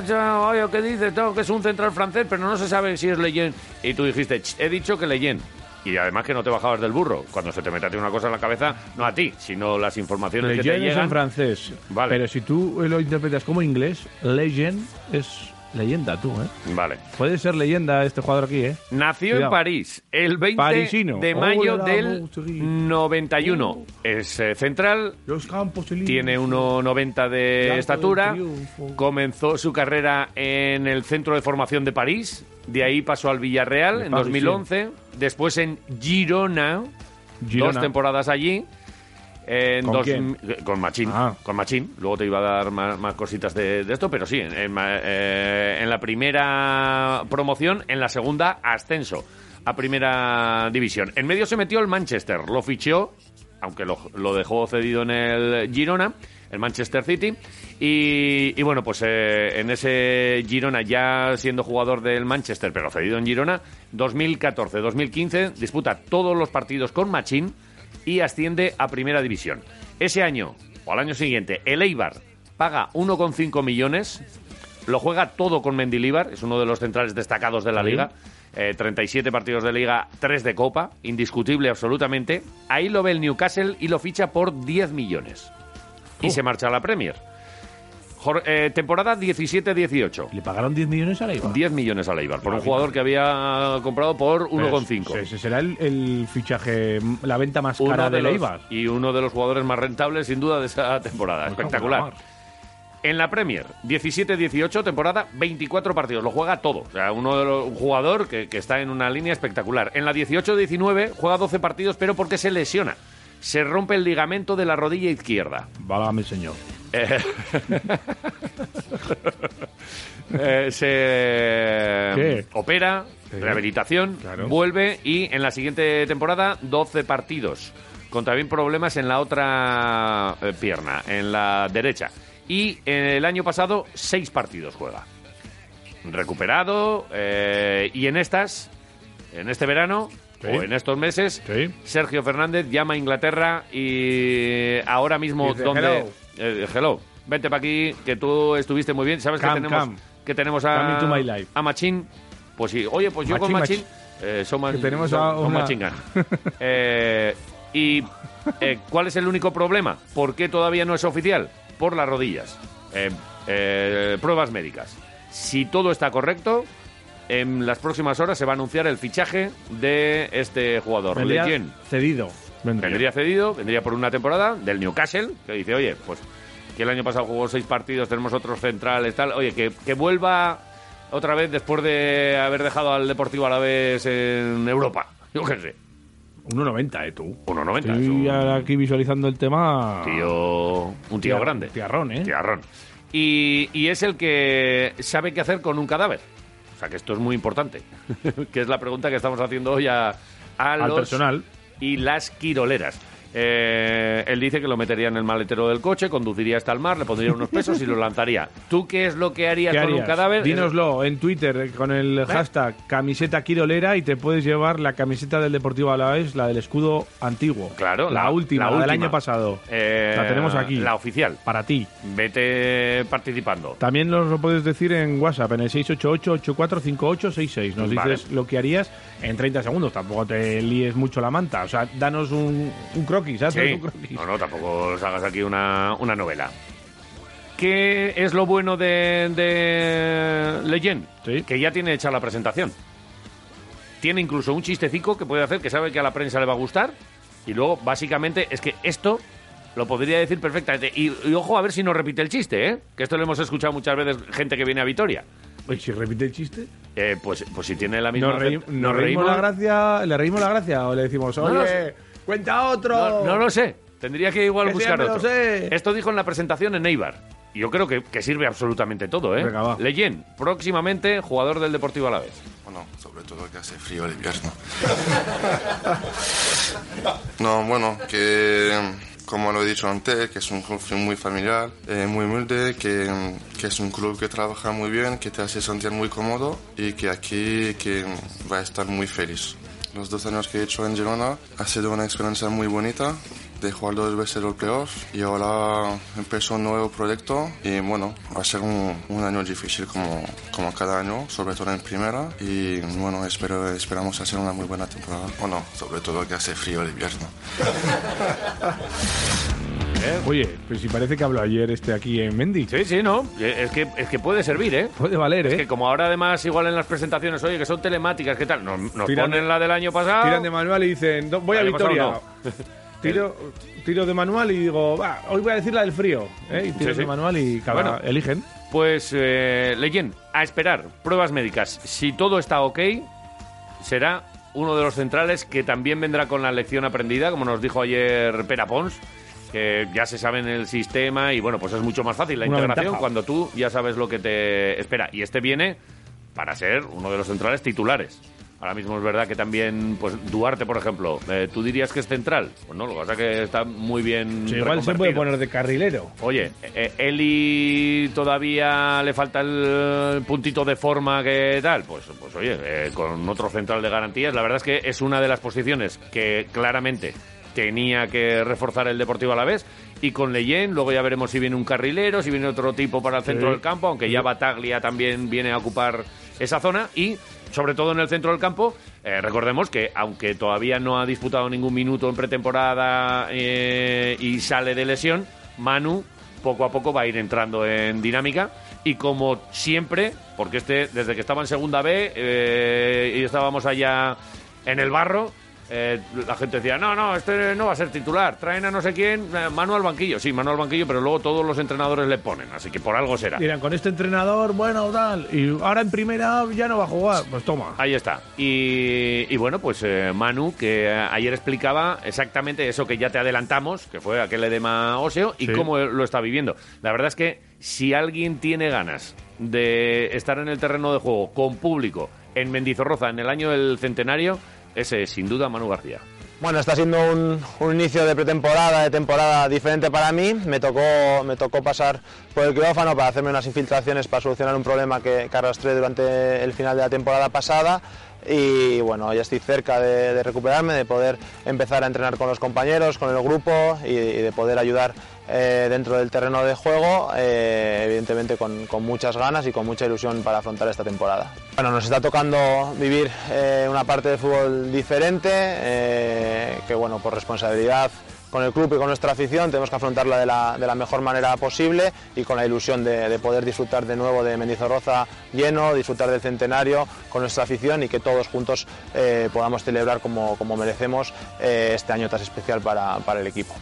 oye, ¿qué dices? Que es un central francés, pero no se sabe si es Leyen. Y tú dijiste, he dicho que Leyen. Y además que no te bajabas del burro. Cuando se te mete a ti una cosa en la cabeza, no a ti, sino las informaciones que te Legend es llegan. en francés. Vale. Pero si tú lo interpretas como inglés, legend es leyenda, tú, ¿eh? Vale. Puede ser leyenda este jugador aquí, ¿eh? Nació Cuidado. en París el 20 Parisino. de mayo Oh, la del Monterie. 91. Es central, Los campos elíseos. tiene 1,90 de Arco estatura. del Triunfo. Comenzó su carrera en el Centro de Formación de París. De ahí pasó al Villarreal De en París, 2011. Después en Girona. Girona. 2 temporadas allí. ¿Con quién? Con Machín. Ah. Con Machín. Luego te iba a dar más cositas de esto, pero sí, en la primera promoción, en la segunda ascenso a primera división. En medio se metió el Manchester, lo fichó, aunque lo dejó cedido en el Girona, el Manchester City. Y bueno, pues en ese Girona, ya siendo jugador del Manchester, pero cedido en Girona, 2014-2015 disputa todos los partidos con Machín y asciende a primera división. Ese año, o al año siguiente, el Eibar paga 1,5 millones, lo juega todo con Mendilibar, es uno de los centrales destacados de la liga, 37 partidos de liga, 3 de copa, indiscutible absolutamente. Ahí lo ve el Newcastle y lo ficha por 10 millones. Y se marcha a la Premier. Temporada 17-18. Le pagaron 10 millones a Eibar. 10 millones al Eibar por un jugador que había comprado por 1,5. Ese será el fichaje, la venta más Uno cara de del los- Eibar. Y uno de los jugadores más rentables, sin duda, de esa temporada. Espectacular. En la Premier, 17-18, temporada, 24 partidos. Lo juega todo. O sea, un jugador que está en una línea espectacular. En la 18-19 juega 12 partidos, pero porque se lesiona. Se rompe el ligamento de la rodilla izquierda. Válgame, señor. Se ¿Qué? opera, Sí. rehabilitación, Claro. vuelve y en la siguiente temporada 12 partidos, con también problemas en la otra pierna, en la derecha. Y el año pasado 6 partidos juega. Recuperado y en este verano Sí. o en estos meses, Sí. Sergio Fernández llama a Inglaterra y ahora mismo Dice, donde... hello. Hello, vente para aquí, que tú estuviste muy bien. ¿Sabes Come, que tenemos Come into my life. a Machín? Pues sí, oye, pues yo con Machín, Machín... somos Que tenemos a una- Machín Gun. Y ¿cuál es el único problema? ¿Por qué todavía no es oficial? Por las rodillas. Pruebas médicas. Si todo está correcto, en las próximas horas se va a anunciar el fichaje de este jugador. Vendría Leyen. cedido. Vendría cedido, vendría por una temporada del Newcastle, que dice, oye, pues que el año pasado jugó 6 partidos, tenemos otros centrales, tal, oye, que vuelva otra vez después de haber dejado al Deportivo Alavés en Europa. Yo qué sé. 1,90, tú. 1,90. es Estoy un ahora aquí visualizando el tema. un tío grande. Tiarrón, ¿eh? Tiarrón. Y es el que sabe qué hacer con un cadáver. O sea, que esto es muy importante. Que es la pregunta que estamos haciendo hoy al Al personal. y las quiroleras. Él dice que lo metería en el maletero del coche, conduciría hasta el mar, le pondría unos pesos y lo lanzaría. ¿Tú qué es lo que harías ¿Qué con un harías? cadáver? Dínoslo en Twitter con el hashtag camiseta quirolera y te puedes llevar la camiseta del Deportivo Alavés, la del escudo antiguo. Claro, la última, la del año pasado. La tenemos aquí. La oficial. Para ti. Vete participando. También nos lo puedes decir en WhatsApp, en el 688-845866. Nos Vale. dices lo que harías en 30 segundos. Tampoco te líes mucho la manta. O sea, danos un croquis, ¿sabes? Sí. Un croquis. No, tampoco os hagas aquí una novela. ¿Qué es lo bueno de Leyen? Sí. Que ya tiene hecha la presentación. Tiene incluso un chistecico que puede hacer, que sabe que a la prensa le va a gustar. Y luego, básicamente, es que esto lo podría decir perfectamente. Y ojo, a ver si no repite el chiste, ¿eh? Que esto lo hemos escuchado muchas veces gente que viene a Vitoria. Oye, si repite el chiste, Pues si tiene la misma... nos reímos la gracia, ¿le reímos la gracia o le decimos, No oye, lo sé. cuenta otro? No lo sé. Tendría que igual Que buscar siempre lo otro. sé. Esto dijo en la presentación en Eibar. Y yo creo que sirve absolutamente todo, ¿eh? Venga, va. Leyen, próximamente jugador del Deportivo Alavés. Bueno, sobre todo que hace frío el invierno. No, bueno, que como lo he dicho antes, que es un club muy familiar, muy humilde, que es un club que trabaja muy bien, que te hace sentir muy cómodo y que aquí que va a estar muy feliz. Los 2 años que he hecho en Girona ha sido una experiencia muy bonita, de jugar 2 veces los playoffs y ahora empezó un nuevo proyecto y bueno, va a ser un año difícil como cada año, sobre todo en primera y bueno, esperamos hacer una muy buena temporada. Bueno, sobre todo que hace frío el invierno. Oye, pues si parece que habló ayer aquí en Mendy. Sí, no. Es que puede servir, ¿eh? Puede valer, ¿eh? Es que como ahora además igual en las presentaciones, oye, que son telemáticas, ¿qué tal? Nos ponen la del año pasado. Tiran de manual y dicen, voy a Vitoria. Tiro de manual y digo, hoy voy a decir la del frío. Y tiro de manual y eligen. Pues, Leyen, a esperar. Pruebas médicas. Si todo está ok, será uno de los centrales que también vendrá con la lección aprendida, como nos dijo ayer Pere Pons, que ya se sabe en el sistema y bueno, pues es mucho más fácil la integración cuando tú ya sabes lo que te espera. Y viene para ser uno de los centrales titulares. Ahora mismo es verdad que también, pues Duarte, por ejemplo, ¿tú dirías que es central? Pues no, lo que pasa es que está muy bien igual se puede poner de carrilero. Oye, Eli todavía le falta el puntito de forma que tal. Pues oye, con otro central de garantías, la verdad es que es una de las posiciones que claramente tenía que reforzar el Deportivo Alavés, y con Leyen luego ya veremos si viene un carrilero, si viene otro tipo para el centro del campo, aunque ya Bataglia también viene a ocupar esa zona, y sobre todo en el centro del campo, recordemos que aunque todavía no ha disputado ningún minuto en pretemporada y sale de lesión, Manu poco a poco va a ir entrando en dinámica, y como siempre, porque desde que estaba en segunda B y estábamos allá en el barro, la gente decía, no va a ser titular, traen a no sé quién, Manu al banquillo. Sí, Manu al banquillo, pero luego todos los entrenadores le ponen, así que por algo será. Dirán, con este entrenador, bueno, tal, y ahora en primera ya no va a jugar, pues toma. Ahí está. Y bueno, pues Manu, que ayer explicaba exactamente eso que ya te adelantamos, que fue aquel edema óseo, y cómo lo está viviendo. La verdad es que si alguien tiene ganas de estar en el terreno de juego con público en Mendizorroza en el año del centenario, ese es sin duda Manu García. Bueno, está siendo un inicio de temporada diferente para mí. Me tocó pasar por el quirófano para hacerme unas infiltraciones para solucionar un problema que arrastré durante el final de la temporada pasada. Y bueno, ya estoy cerca de recuperarme, de poder empezar a entrenar con los compañeros, con el grupo y de poder ayudar dentro del terreno de juego, evidentemente con muchas ganas y con mucha ilusión para afrontar esta temporada. Bueno, nos está tocando vivir una parte de fútbol diferente, que bueno, por responsabilidad con el club y con nuestra afición tenemos que afrontarla de la mejor manera posible, y con la ilusión de poder disfrutar de nuevo de Mendizorroza lleno, disfrutar del centenario con nuestra afición, y que todos juntos podamos celebrar como merecemos este año tan especial para el equipo.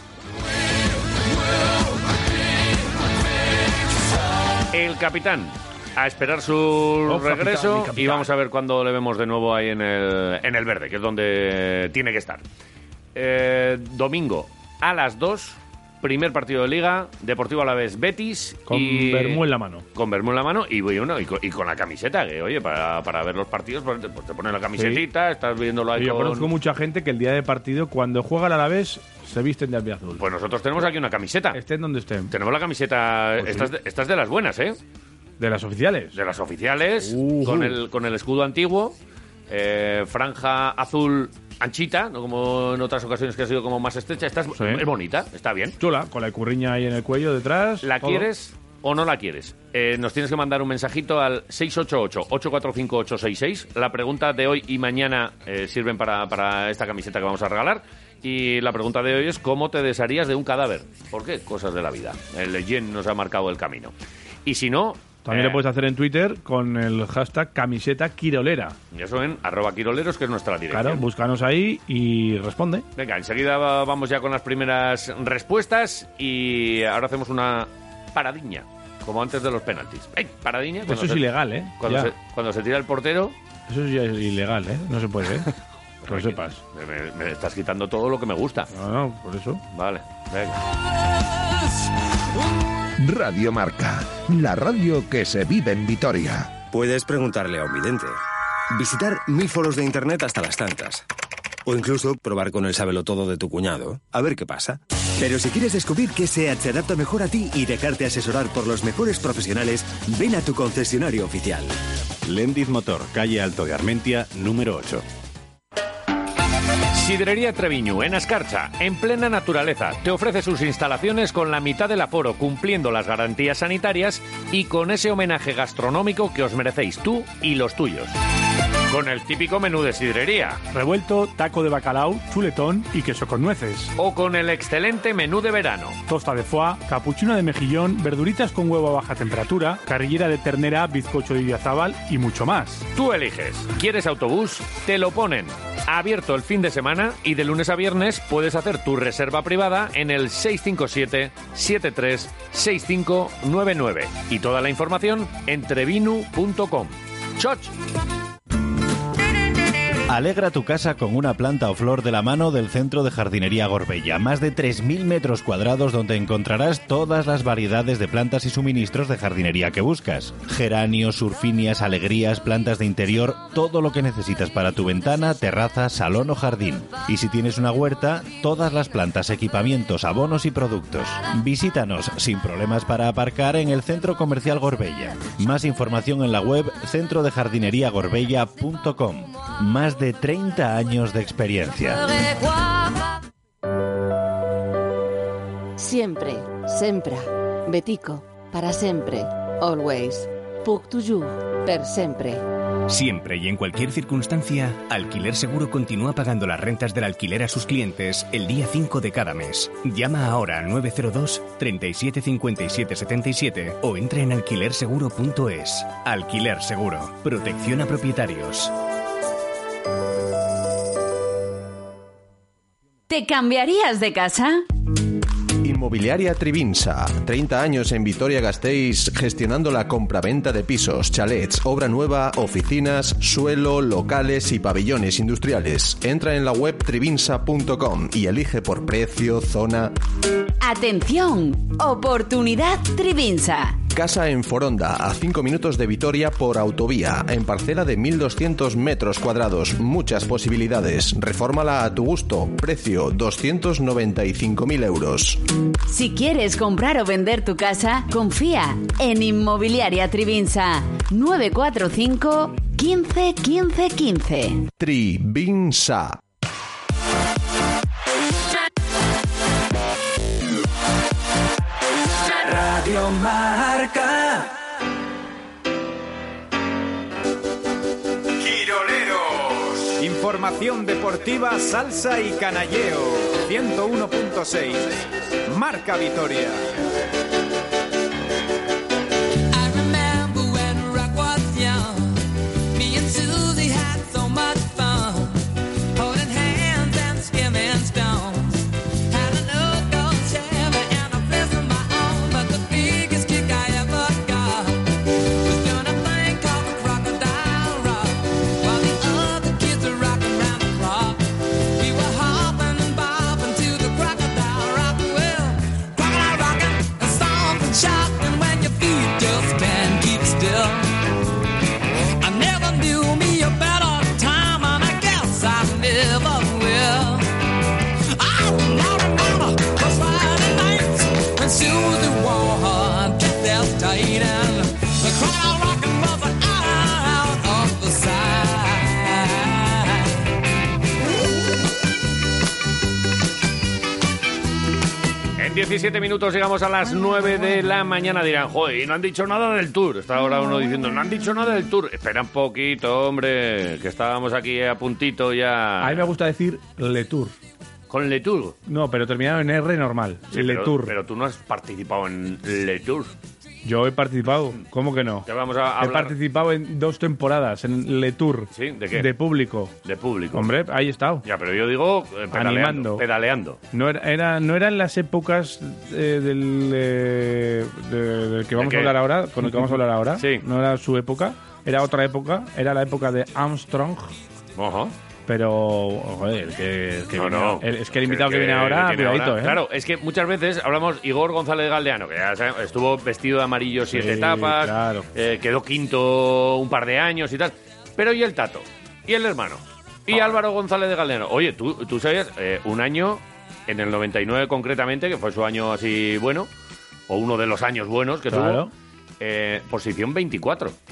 El capitán a esperar su regreso, capitán. Y vamos a ver cuándo le vemos de nuevo ahí en el verde, que es donde tiene que estar. Domingo a las 2, primer partido de Liga, Deportivo Alavés Betis. Con Bermú en la mano. Con Bermú en la mano y con la camiseta, que oye, para ver los partidos, pues te pones la camisetita, estás viéndolo ahí. Yo conozco mucha gente que el día de partido, cuando juega el Alavés, se visten de albiazul. Pues nosotros tenemos aquí una camiseta. Estén donde estén. Tenemos la camiseta, pues estas de las buenas, ¿eh? ¿De las oficiales? De las oficiales, con el escudo antiguo, franja azul anchita, no como en otras ocasiones que ha sido como más estrecha. Esta es bonita, está bien. Chula, con la curriña ahí en el cuello detrás. ¿La quieres o no la quieres? Nos tienes que mandar un mensajito al 688-845-866. La pregunta de hoy y mañana sirven para esta camiseta que vamos a regalar. Y la pregunta de hoy es: ¿cómo te desharías de un cadáver? ¿Por qué? Cosas de la vida. El Leyen nos ha marcado el camino. Y si no... También lo puedes hacer en Twitter con el hashtag camiseta quirolera. Y eso en @quiroleros, que es nuestra dirección. Claro, búscanos ahí y responde. Venga, enseguida vamos ya con las primeras respuestas y ahora hacemos una paradiña, como antes de los penaltis. ¡Ey, paradiña! Eso es ilegal, ¿eh? Cuando se tira el portero... Eso ya es ilegal, ¿eh? No se puede, ¿eh? Que lo sepas. Me estás quitando todo lo que me gusta. No, por eso. Vale, venga. Radio Marca, la radio que se vive en Vitoria. Puedes preguntarle a un vidente, visitar 1000 foros de internet hasta las tantas, o incluso probar con el sabelotodo de tu cuñado, a ver qué pasa. Pero si quieres descubrir qué SEAT se adapta mejor a ti y dejarte asesorar por los mejores profesionales, ven a tu concesionario oficial. Lendiz Motor, calle Alto de Armentia, número 8. Sidrería Treviñu, en Ascarcha, en plena naturaleza. Te ofrece sus instalaciones con la mitad del aforo, cumpliendo las garantías sanitarias y con ese homenaje gastronómico que os merecéis tú y los tuyos. Con el típico menú de sidrería. Revuelto, taco de bacalao, chuletón y queso con nueces. O con el excelente menú de verano. Tosta de foie, capuchino de mejillón, verduritas con huevo a baja temperatura, carrillera de ternera, bizcocho de idiazábal y mucho más. Tú eliges. ¿Quieres autobús? Te lo ponen. Abierto el fin de semana y de lunes a viernes puedes hacer tu reserva privada en el 657-736599. Y toda la información en trevinu.com. ¡Choch! Alegra tu casa con una planta o flor de la mano del Centro de Jardinería Gorbella. Más de 3.000 metros cuadrados donde encontrarás todas las variedades de plantas y suministros de jardinería que buscas. Geranios, surfinias, alegrías, plantas de interior, todo lo que necesitas para tu ventana, terraza, salón o jardín. Y si tienes una huerta, todas las plantas, equipamientos, abonos y productos. Visítanos sin problemas para aparcar en el Centro Comercial Gorbella. Más información en la web centrodejardineriagorbella.com. Más de 30 años de experiencia. Siempre, sempre, Betico, para sempre, always, puc toujours, per sempre. Siempre y en cualquier circunstancia, Alquiler Seguro continúa pagando las rentas del alquiler a sus clientes el día 5 de cada mes. Llama ahora al 902 37 57 77 o entra en alquilerseguro.es. Alquiler Seguro. Protección a propietarios. ¿Te cambiarías de casa? Inmobiliaria Trivinsa. 30 años en Vitoria-Gasteiz gestionando la compraventa de pisos, chalets, obra nueva, oficinas, suelo, locales y pabellones industriales. Entra en la web trivinsa.com y elige por precio, zona. ¡Atención! Oportunidad Trivinsa. Casa en Foronda, a 5 minutos de Vitoria por autovía, en parcela de 1.200 metros cuadrados. Muchas posibilidades. Refórmala a tu gusto. Precio 295.000 euros. Si quieres comprar o vender tu casa, confía en Inmobiliaria Trivinsa. 945 15 15 15. Trivinsa. Radio Marca. Quiroleros. Información deportiva, salsa y canalleo. 101.6. Marca Vitoria. En 17 minutos llegamos a las 9 de la mañana. Dirán, joder, y no han dicho nada del Tour. Está ahora uno diciendo, no han dicho nada del Tour. Espera un poquito, hombre, que estábamos aquí a puntito ya. A mí me gusta decir Le Tour. ¿Con Le Tour? No, pero terminado en R normal. Sí, Le Tour. Pero tú no has participado en Le Tour. Yo he participado. ¿Cómo que no? Te vamos a hablar. He participado en 2 temporadas en Le Tour. ¿Sí? ¿De qué? De público. De público. Hombre, ahí he estado. Ya, pero yo digo animando. Pedaleando. No eran las épocas del que vamos a hablar ahora, con el que vamos a hablar ahora. Sí. No era su época, era otra época. Era la época de Armstrong. Ajá. Pero, joder, es que el invitado que viene ahora, cuidadito, ahora. Claro, es que muchas veces hablamos Igor González Galdeano, que ya sabemos, estuvo vestido de amarillo 7 etapas, claro. Quedó quinto un par de años y tal. Pero ¿y el Tato? ¿Y el hermano? ¿Y Álvaro González de Galdeano? Oye, ¿tú sabías? Un año, en el 99 concretamente, que fue su año así bueno, o uno de los años buenos que tuvo, posición 24.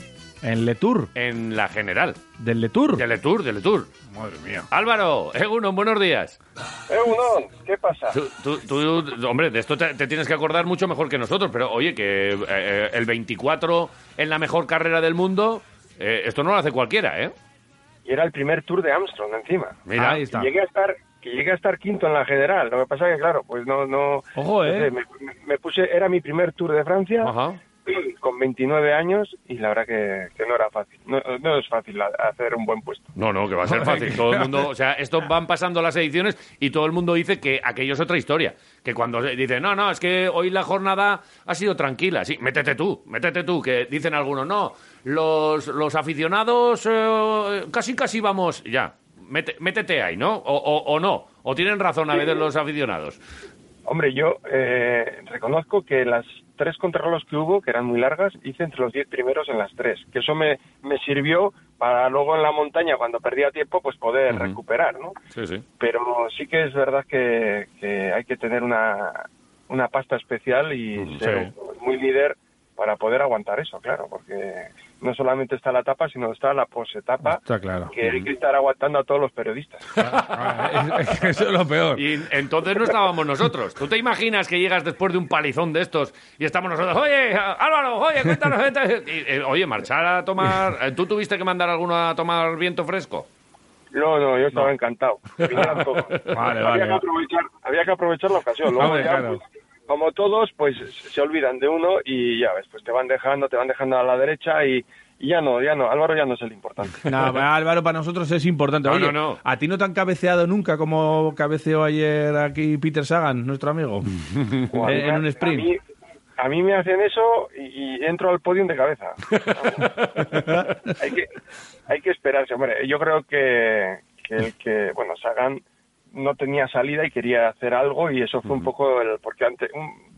¿En Le Tour? En la general. ¿Del Le Tour? Del Le Tour, del Le Tour. Madre mía. Álvaro, Egunon, buenos días. Egunon, ¿qué pasa? Tú, hombre, de esto te tienes que acordar mucho mejor que nosotros, pero oye, que el 24 en la mejor carrera del mundo, esto no lo hace cualquiera, ¿eh? Y era el primer Tour de Armstrong encima. Mira, ahí está. Que llegué a estar quinto en la general. Lo que pasa que, claro, pues no... Ojo, ¿eh? Me puse... Era mi primer Tour de Francia, con 29 años, y la verdad que no era fácil. No es fácil hacer un buen puesto. No, que va a ser fácil. Todo el mundo... O sea, esto van pasando las ediciones y todo el mundo dice que aquello es otra historia. Que cuando dice, no, es que hoy la jornada ha sido tranquila. Sí, métete tú. Que dicen algunos, no, los aficionados casi vamos... Ya. Métete ahí, ¿no? O no. O tienen razón a veces los aficionados. Hombre, yo reconozco que las 3 contrarreloj que hubo, que eran muy largas, hice entre los 10 primeros en las 3. Que eso me sirvió para luego en la montaña, cuando perdía tiempo, pues poder recuperar, ¿no? Sí. Pero sí que es verdad que hay que tener una pasta especial y ser muy líder para poder aguantar eso, claro, porque no solamente está la etapa, sino está la posetapa, está claro. Que hay que estar aguantando a todos los periodistas. Eso es lo peor. Y entonces no estábamos nosotros. ¿Tú te imaginas que llegas después de un palizón de estos y estamos nosotros, oye, Álvaro, cuéntanos, oye, marchar a tomar... ¿Tú tuviste que mandar a alguno a tomar viento fresco? No, yo estaba encantado. Vinieron todos. Había que aprovechar la ocasión. Luego claro. Pues, como todos, pues se olvidan de uno y ya ves, pues te van dejando a la derecha y ya no, Álvaro ya no es el importante. No, Álvaro para nosotros es importante. Oye, no. ¿A ti no te han cabeceado nunca como cabeceó ayer aquí Peter Sagan, nuestro amigo, en un sprint? A mí me hacen eso y entro al podium de cabeza. Hay que esperarse, hombre. Yo creo que Sagan no tenía salida y quería hacer algo y eso fue un poco porque antes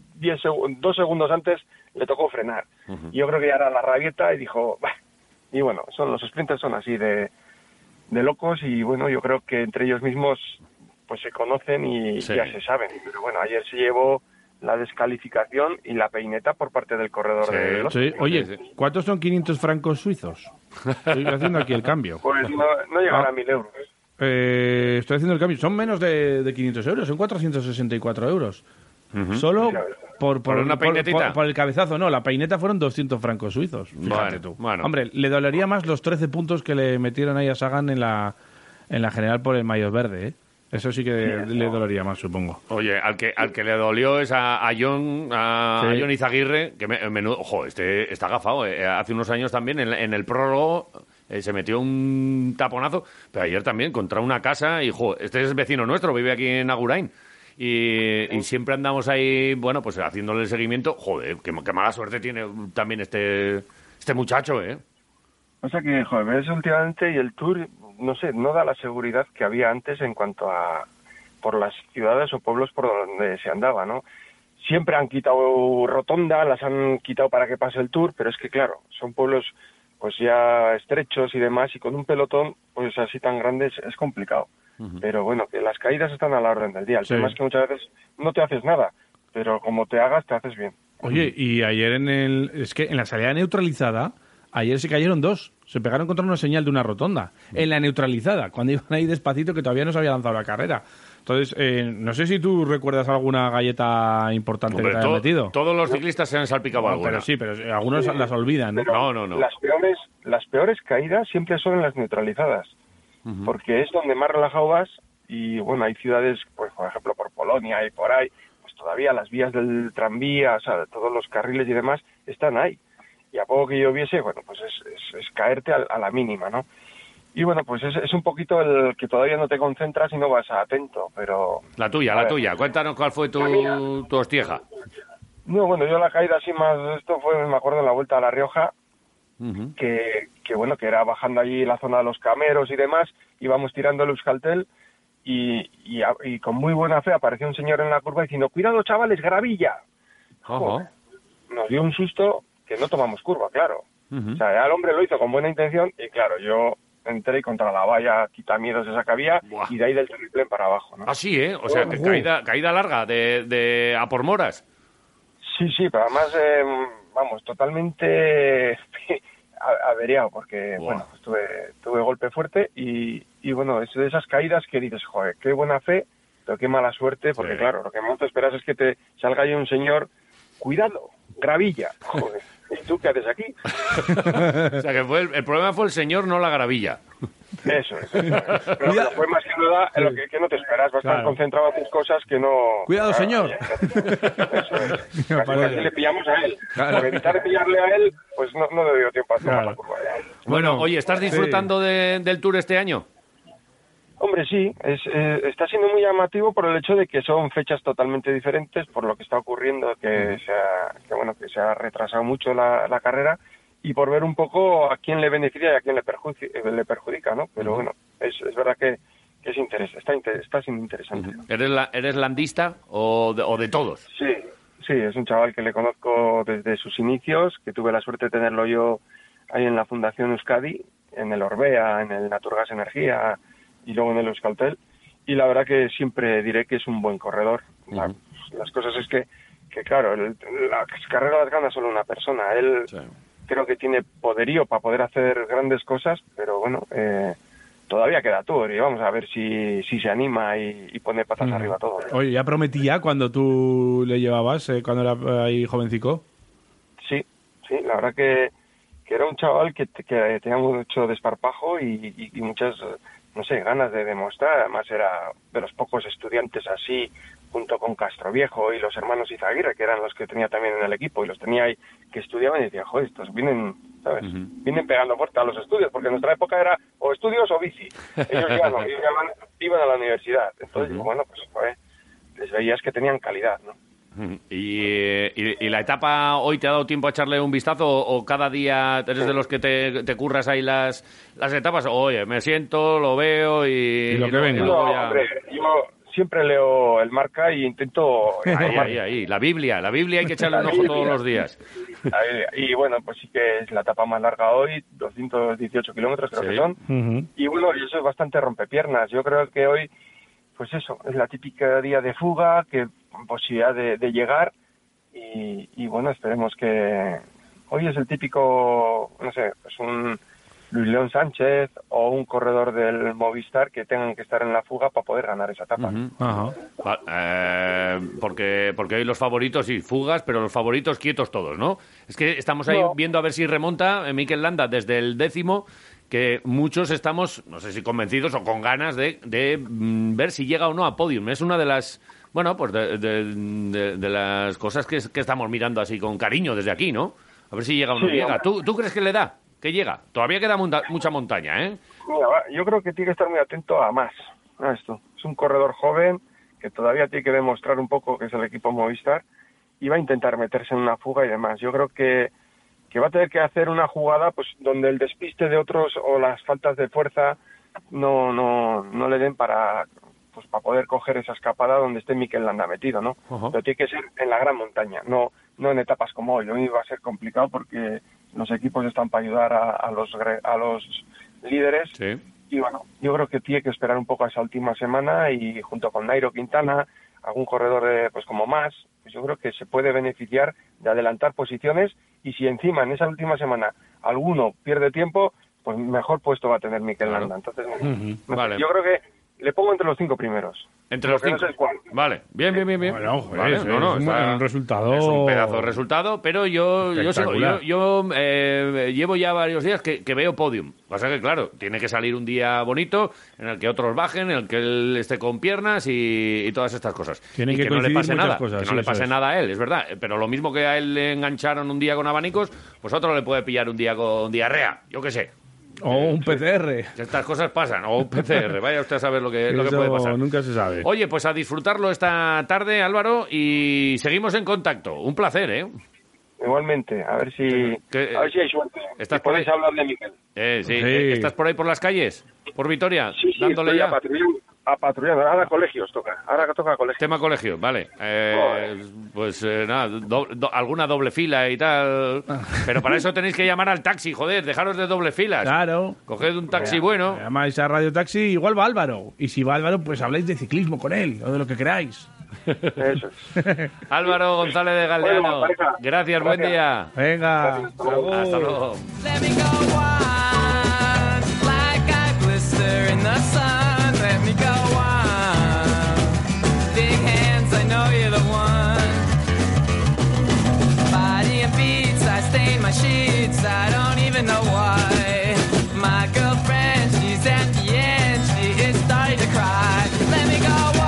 2 segundos antes le tocó frenar. Y yo creo que ya era la rabieta y dijo, bah. Y bueno, los sprinters son así de locos y bueno, yo creo que entre ellos mismos pues se conocen y ya se saben. Pero bueno, ayer se llevó la descalificación y la peineta por parte del corredor de los... Sí. Oye, ¿cuántos son 500 francos suizos? Estoy haciendo aquí el cambio. Pues no llegará a 1.000 euros. Estoy haciendo el cambio. Son menos de 500 euros, son 464 euros. Solo por una peinetita. Por el cabezazo, no. La peineta fueron 200 francos suizos. Fíjate tú. Bueno. Hombre, le dolería más los 13 puntos que le metieron ahí a Sagan en la general por el maillot verde, ¿eh? Eso sí que le dolería más, supongo. Oye, al que le dolió es a Jon Izaguirre, que menudo, ojo, está agafado. Hace unos años también en el prólogo se metió un taponazo, pero ayer también contra una casa y, este es vecino nuestro, vive aquí en Agurain. Y siempre andamos ahí, bueno, pues haciéndole el seguimiento. Joder, qué mala suerte tiene también este muchacho, ¿eh? O sea que, ves últimamente y el Tour, no sé, no da la seguridad que había antes en cuanto a por las ciudades o pueblos por donde se andaba, ¿no? Siempre han quitado rotonda, las han quitado para que pase el Tour, pero es que, claro, son pueblos pues ya estrechos y demás, y con un pelotón pues así tan grande es complicado. Pero bueno, que las caídas están a la orden del día. El tema es que muchas veces no te haces nada, pero como te hagas, te haces bien. Oye, y ayer es que en la salida neutralizada, ayer se cayeron 2. Se pegaron contra una señal de una rotonda. En la neutralizada, cuando iban ahí despacito, que todavía no se había lanzado la carrera. Entonces, no sé si tú recuerdas alguna galleta importante que te hayan metido. Todos los ciclistas se han salpicado alguna. Pero sí, pero algunos las olvidan. Pero no. Las peores caídas siempre son en las neutralizadas. Porque es donde más relajado vas y, bueno, hay ciudades, pues por ejemplo, por Polonia y por ahí, pues todavía las vías del tranvía, o sea, todos los carriles y demás están ahí. Y a poco que lloviese, bueno, pues es caerte a la mínima, ¿no? Y bueno, pues es un poquito el que todavía no te concentras y no vas atento, pero... La tuya. Cuéntanos cuál fue tu hostieja. No, bueno, yo la caída así más... Esto fue, me acuerdo, en la Vuelta a La Rioja, que bueno, que era bajando allí la zona de los Cameros y demás, íbamos tirando el Euskaltel y con muy buena fe apareció un señor en la curva diciendo, cuidado chavales, gravilla. Joder, nos dio un susto que no tomamos curva, claro. O sea, el hombre lo hizo con buena intención y claro, yo entré contra la valla quitamiedos esa que había y de ahí del terraplén para abajo, ¿no? Ah, sí, ¿eh? O sea, caída larga de a por moras. Sí, pero además, vamos, totalmente averiado, porque bueno, pues tuve golpe fuerte y bueno, es de esas caídas que dices, joder, qué buena fe, pero qué mala suerte, porque claro, lo que más te esperas es que te salga ahí un señor, cuidado, gravilla, joder, ¿y tú qué haces aquí? O sea, que el problema fue el señor, no la gravilla. Eso es. Pero bueno, fue más que nada en lo que no te esperas, vas tan concentrado en tus cosas que no... Cuidado, señor. Eso es. Casi le pillamos a él. Por evitar pillarle a él, pues no le dio tiempo a hacer la curva. Bueno, oye, ¿estás disfrutando del Tour este año? Hombre, sí, está siendo muy llamativo por el hecho de que son fechas totalmente diferentes, por lo que está ocurriendo, que se ha retrasado mucho la carrera, y por ver un poco a quién le beneficia y a quién le perjudica, ¿no? Pero bueno, es verdad que es está siendo interesante. ¿Eres landista o de todos? Sí, es un chaval que le conozco desde sus inicios, que tuve la suerte de tenerlo yo ahí en la Fundación Euskadi, en el Orbea, en el Naturgas Energía y luego en el Euskaltel, y la verdad que siempre diré que es un buen corredor. Las cosas es que claro, la carrera las gana solo una persona. Él creo que tiene poderío para poder hacer grandes cosas, pero bueno, todavía queda Tour y vamos a ver si se anima y pone patas arriba todo. Oye, ¿ya prometía cuando tú le llevabas, cuando era ahí jovencico? Sí, la verdad que era un chaval que tenía mucho desparpajo y muchas, no sé, ganas de demostrar. Además era de los pocos estudiantes así, junto con Castroviejo y los hermanos Izaguirre, que eran los que tenía también en el equipo, y los tenía ahí que estudiaban y decía, joder, estos vienen, ¿sabes? Vienen pegando fuerte a los estudios, porque en nuestra época era o estudios o bici. Ellos ya no, iban a la universidad. Entonces, bueno, pues joder, les veías que tenían calidad, ¿no? ¿Y la etapa hoy te ha dado tiempo a echarle un vistazo o cada día eres de los que te curras ahí las etapas? Oye, me siento, lo veo y lo que venga. No, hombre, yo siempre leo el Marca y intento... Ahí, la Biblia hay que echarle un ojo todos los días. Y bueno, pues sí que es la etapa más larga hoy, 218 kilómetros creo que son. Y bueno, y eso es bastante rompepiernas. Yo creo que hoy, pues eso, es la típica día de fuga, que con posibilidad de llegar. Y bueno, esperemos que... Hoy es el típico, no sé, pues un Luis León Sánchez o un corredor del Movistar que tengan que estar en la fuga para poder ganar esa etapa. Porque hoy los favoritos, sí, fugas, pero los favoritos quietos todos, ¿no? Es que estamos ahí viendo a ver si remonta Mikel Landa desde el 10º, que muchos estamos, no sé si convencidos o con ganas de ver si llega o no a podium. Es una de las, bueno, pues de las cosas que estamos mirando así con cariño desde aquí, ¿no? A ver si llega o no llega. ¿Tú crees que le da? ¿Que llega? Todavía queda mucha montaña, ¿eh? Mira, yo creo que tiene que estar muy atento a esto. Es un corredor joven que todavía tiene que demostrar un poco que es el equipo Movistar y va a intentar meterse en una fuga y demás. Yo creo que va a tener que hacer una jugada pues donde el despiste de otros o las faltas de fuerza no le den para poder coger esa escapada donde esté Mikel Landa metido, ¿no? Pero tiene que ser en la gran montaña, no en etapas como hoy. Hoy va a ser complicado porque los equipos están para ayudar a los líderes. Sí. Y bueno, yo creo que tiene que esperar un poco a esa última semana y junto con Nairo Quintana, algún corredor pues como más, pues yo creo que se puede beneficiar de adelantar posiciones y si encima en esa última semana alguno pierde tiempo, pues mejor puesto va a tener Mikel Landa. Entonces, vale. Yo creo que le pongo entre los 5 primeros. Entre los 5. Vale, bien. Bueno, joder, es un resultado. Es un pedazo de resultado, pero yo llevo ya varios días que veo podium. Pasa que, claro, tiene que salir un día bonito en el que otros bajen, en el que él esté con piernas y todas estas cosas. Tiene y que no le pase nada. Cosas, que no le pase nada a él, es verdad. Pero lo mismo que a él le engancharon un día con abanicos, pues a otro le puede pillar un día con diarrea. Yo qué sé. O un PCR. Estas cosas pasan, o un PCR. Vaya usted a saber lo que puede pasar. Nunca se sabe. Oye, pues a disfrutarlo esta tarde, Álvaro, y seguimos en contacto. Un placer, ¿eh? Igualmente, a ver si hay suerte. ¿Estás por ahí? Hablar de Mikel. Sí. ¿Estás por ahí por las calles? ¿Por Vitoria? Sí, dándole ya. A patrullando. Ahora colegios toca. Ahora toca colegios. Tema colegio, vale. Pues nada, alguna doble fila y tal. Pero para eso tenéis que llamar al taxi, joder. Dejaros de doble filas. Claro. Coged un taxi bueno. Llamáis a Radio Taxi, igual va Álvaro. Y si va Álvaro, pues habláis de ciclismo con él o de lo que queráis. Eso es. Álvaro González de Galdeano. Bueno, pareja. Gracias, buen día. Venga. Hasta luego. Let me go on, like I glister in the sun. Let me go on. Big hands, I know you're the one. Body and beats, I stain my sheets. I don't even know why. My girlfriend, she's at the end. She is starting to cry. Let me go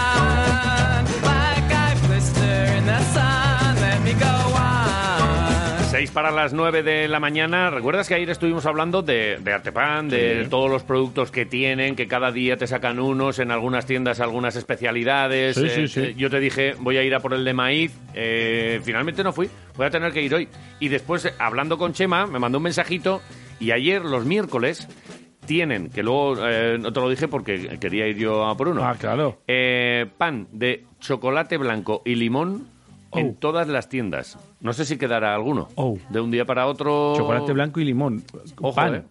on, like I glister in the sun. Let me go on. 6 para las 9 de la mañana. ¿Recuerdas que ayer estuvimos hablando de Artepan, de todos los productos que tienen, que cada día te sacan unos, en algunas tiendas algunas especialidades? Sí. Yo te dije, voy a ir a por el de maíz. Finalmente no fui, voy a tener que ir hoy. Y después, hablando con Chema, me mandó un mensajito y ayer, los miércoles, tienen, que luego no te lo dije porque quería ir yo a por uno. Ah, claro. Pan de chocolate blanco y limón en todas las tiendas. No sé si quedará alguno. De un día para otro. Chocolate blanco y limón. Ojo, Pan.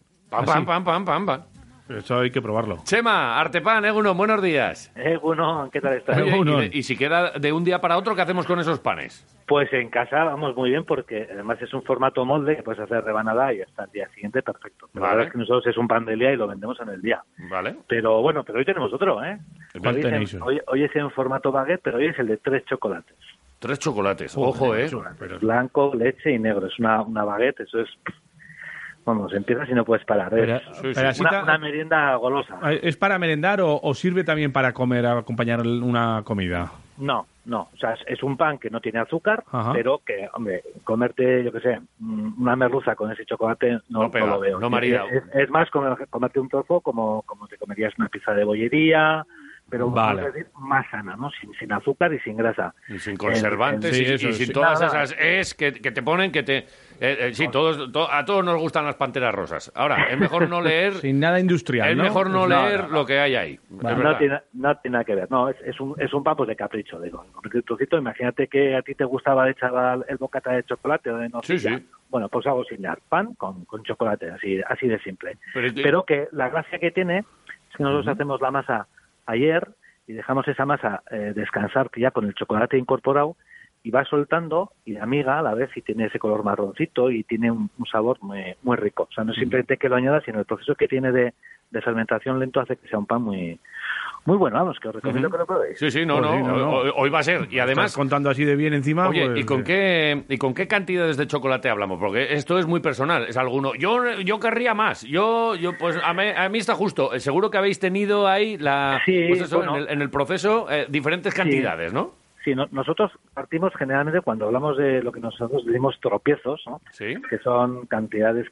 Pan. Eso hay que probarlo. Chema, Artepan, Egunon, buenos días. Egunon, ¿qué tal estás? Oye, y si queda de un día para otro, ¿qué hacemos con esos panes? Pues en casa vamos muy bien porque además es un formato molde que puedes hacer rebanada y hasta el día siguiente perfecto. Pero la verdad es que nosotros es un pan del día y lo vendemos en el día. Vale. Pero bueno, hoy tenemos otro, ¿eh? ¿Cuál tenéis? Hoy es en formato baguette, pero hoy es el de 3 chocolates. 3 chocolates, ojo, Blanco, leche y negro. Es una baguette, eso es... Vamos, empiezas y no puedes parar. Pero Es una merienda golosa. ¿Es para merendar o sirve también para comer, acompañar una comida? No. O sea, es un pan que no tiene azúcar, Ajá. pero que, hombre, comerte, yo qué sé, una merluza con ese chocolate no lo veo. No marida. Es más comerte un trozo como te comerías una pizza de bollería, pero Vale. vamos a decir, más sana, ¿no? Sin azúcar y sin grasa. Y sin conservantes y sin todas esas que te ponen que te... sí, a todos nos gustan las panteras rosas. Ahora, es mejor no leer... Sin nada industrial, Es ¿no? mejor no leer lo que hay ahí. Vale. No tiene nada que ver. No, es un pan pues de capricho, digo. Un trocito, imagínate que a ti te gustaba de echar el bocata de chocolate o de nocilla. Sí. Bueno, pues hago similar. Pan con chocolate, así de simple. Pero que la gracia que tiene es que nosotros hacemos la masa ayer y dejamos esa masa descansar ya con el chocolate incorporado y va soltando y la miga a la vez y tiene ese color marroncito y tiene un sabor muy, muy rico. O sea, no es simplemente que lo añadas, sino el proceso que tiene de fermentación lento hace que sea un pan muy bueno. Vamos, que os recomiendo que lo probéis. Sí, no. Hoy va a ser. Y además... Estás contando así de bien encima... Oye, pues, ¿y con qué cantidades de chocolate hablamos? Porque esto es muy personal. Es alguno... Yo querría más. Yo pues a mí está justo. Seguro que habéis tenido ahí en el proceso diferentes cantidades, ¿no? Sí, nosotros partimos generalmente cuando hablamos de lo que nosotros decimos tropiezos, ¿no? Sí. Que son cantidades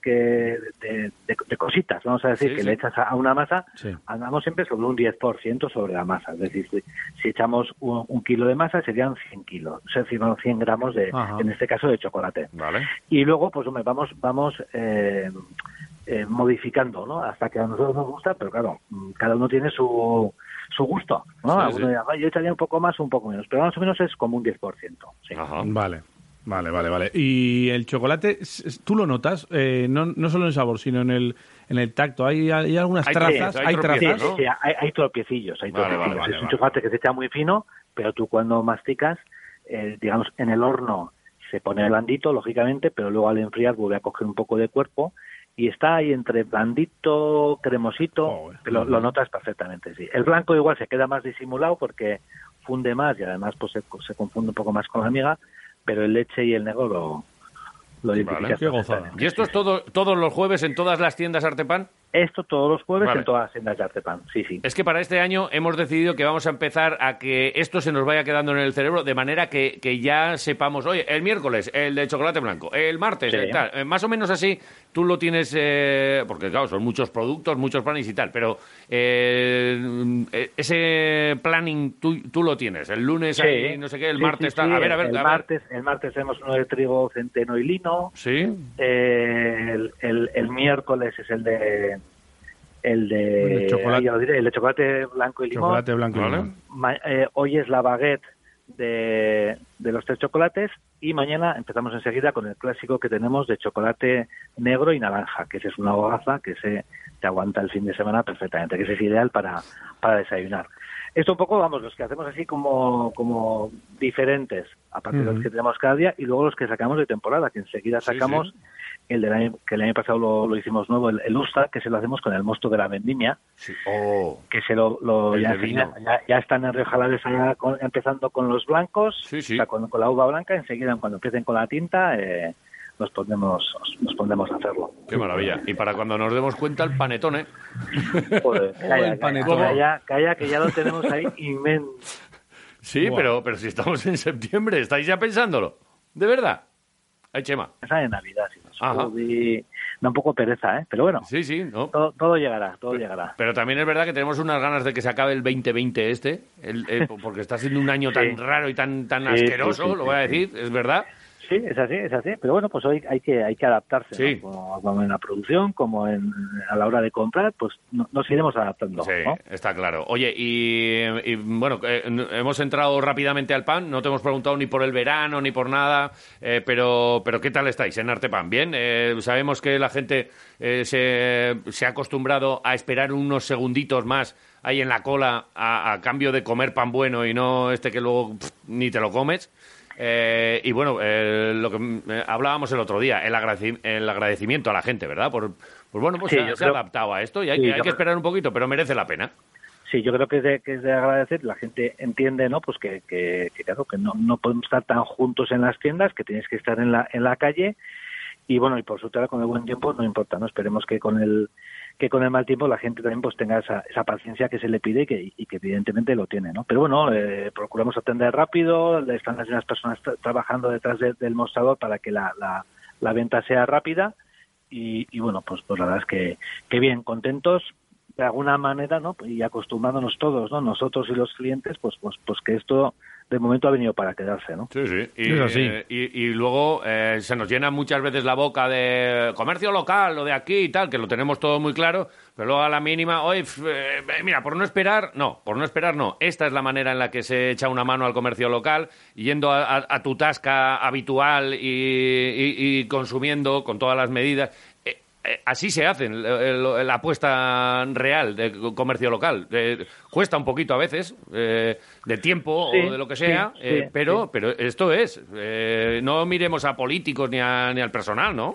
de cositas, vamos a decir, le echas a una masa, andamos siempre sobre un 10% sobre la masa. Es decir, si echamos un kilo de masa serían 100 kilos, es decir, 100 gramos en este caso de chocolate. Vale. Y luego, pues hombre, vamos modificando, ¿no? Hasta que a nosotros nos gusta, pero claro, cada uno tiene su gusto, ¿no? Alguno dirá, yo echaría un poco más o un poco menos, pero más o menos es como un 10%. Sí. Ajá. Vale. Y el chocolate, ¿tú lo notas? No solo en el sabor, sino en el tacto. ¿Hay algunas trazas? Hay trazas, ¿no? Sí, hay tropiecillos. Vale. Es un chocolate que se echa muy fino, pero tú cuando masticas, digamos, en el horno se pone blandito, lógicamente, pero luego al enfriar vuelve a coger un poco de cuerpo y está ahí entre blandito, cremosito, pero lo notas perfectamente, sí. El blanco igual se queda más disimulado porque funde más y además pues se confunde un poco más con la miga, pero el leche y el negro lo identificas. Qué gozada. ¿Y esto es todos los jueves en todas las tiendas Artepan? Esto todos los jueves en todas las tiendas de Artepan, sí. Es que para este año hemos decidido que vamos a empezar a que esto se nos vaya quedando en el cerebro, de manera que ya sepamos, oye, el miércoles, el de chocolate blanco, el martes, tal. Más o menos así, tú lo tienes, porque claro, son muchos productos, muchos planes y tal, pero ese planning tú lo tienes, el lunes ahí, no sé qué, el martes tal. A ver. El martes tenemos uno de trigo, centeno y lino. Sí. El miércoles es el de chocolate. Ya lo diré, el de chocolate blanco y limón. Chocolate blanco y limón. Hoy es la baguette de los 3 chocolates y mañana empezamos enseguida con el clásico que tenemos de chocolate negro y naranja, que ese es una hogaza que te aguanta el fin de semana perfectamente, que ese es ideal para desayunar. Esto un poco, vamos, los que hacemos así como diferentes, aparte de los que tenemos cada día, y luego los que sacamos de temporada, que enseguida sacamos el del año, que el año pasado lo hicimos nuevo, el Usta, que se lo hacemos con el mosto de la vendimia, que se ya están en Rioja Alavesa empezando con los blancos, o sea, con la uva blanca, enseguida cuando empiecen con la tinta nos ponemos a hacerlo. Qué maravilla. Y para cuando nos demos cuenta, el panetón, ¿eh? Joder, calla, que ya lo tenemos ahí inmenso. Sí, pero si estamos en septiembre, ¿estáis ya pensándolo? ¿De verdad? Ay, Chema. Esa de Navidad, si nos da un poco pereza, ¿eh? Pero bueno, ¿no? todo llegará, llegará. Pero también es verdad que tenemos unas ganas de que se acabe el 2020 porque está siendo un año tan raro y tan asqueroso, lo voy a decir, es verdad. Sí, es así. Pero bueno, pues hoy hay que adaptarse, ¿no? Como en la producción, como a la hora de comprar, pues nos iremos adaptando. Sí, ¿no? está claro. Oye, y bueno, hemos entrado rápidamente al pan, no te hemos preguntado ni por el verano ni por nada, pero ¿qué tal estáis en Artepan? ¿Bien? Sabemos que la gente se ha acostumbrado a esperar unos segunditos más ahí en la cola a cambio de comer pan bueno y no que luego ni te lo comes. Y bueno, lo que hablábamos el otro día, el agradecimiento a la gente, ¿verdad? Pues se ha adaptado a esto y hay que esperar un poquito, pero merece la pena. Sí, yo creo que es de agradecer. La gente entiende, ¿no? Pues que claro, que no podemos estar tan juntos en las tiendas, que tienes que estar en la calle. Y bueno, y por suerte con el buen tiempo no importa, ¿no? Esperemos que con el mal tiempo la gente también pues tenga esa paciencia que se le pide y que evidentemente lo tiene, ¿no? Pero bueno, procuramos atender rápido, están las mismas personas trabajando detrás del mostrador para que la venta sea rápida y bueno, pues la verdad es que bien, contentos de alguna manera, ¿no? Y acostumbrándonos todos, ¿no? Nosotros y los clientes, pues que esto de momento ha venido para quedarse, ¿no? Sí. Y luego se nos llena muchas veces la boca de comercio local, lo de aquí y tal, que lo tenemos todo muy claro, pero luego a la mínima, oye, mira, por no esperar, no. Esta es la manera en la que se echa una mano al comercio local, yendo a tu tasca habitual y consumiendo con todas las medidas. Así se hace la apuesta real de comercio local. Cuesta un poquito a veces, de tiempo o de lo que sea, pero esto es. No miremos a políticos ni al personal, ¿no?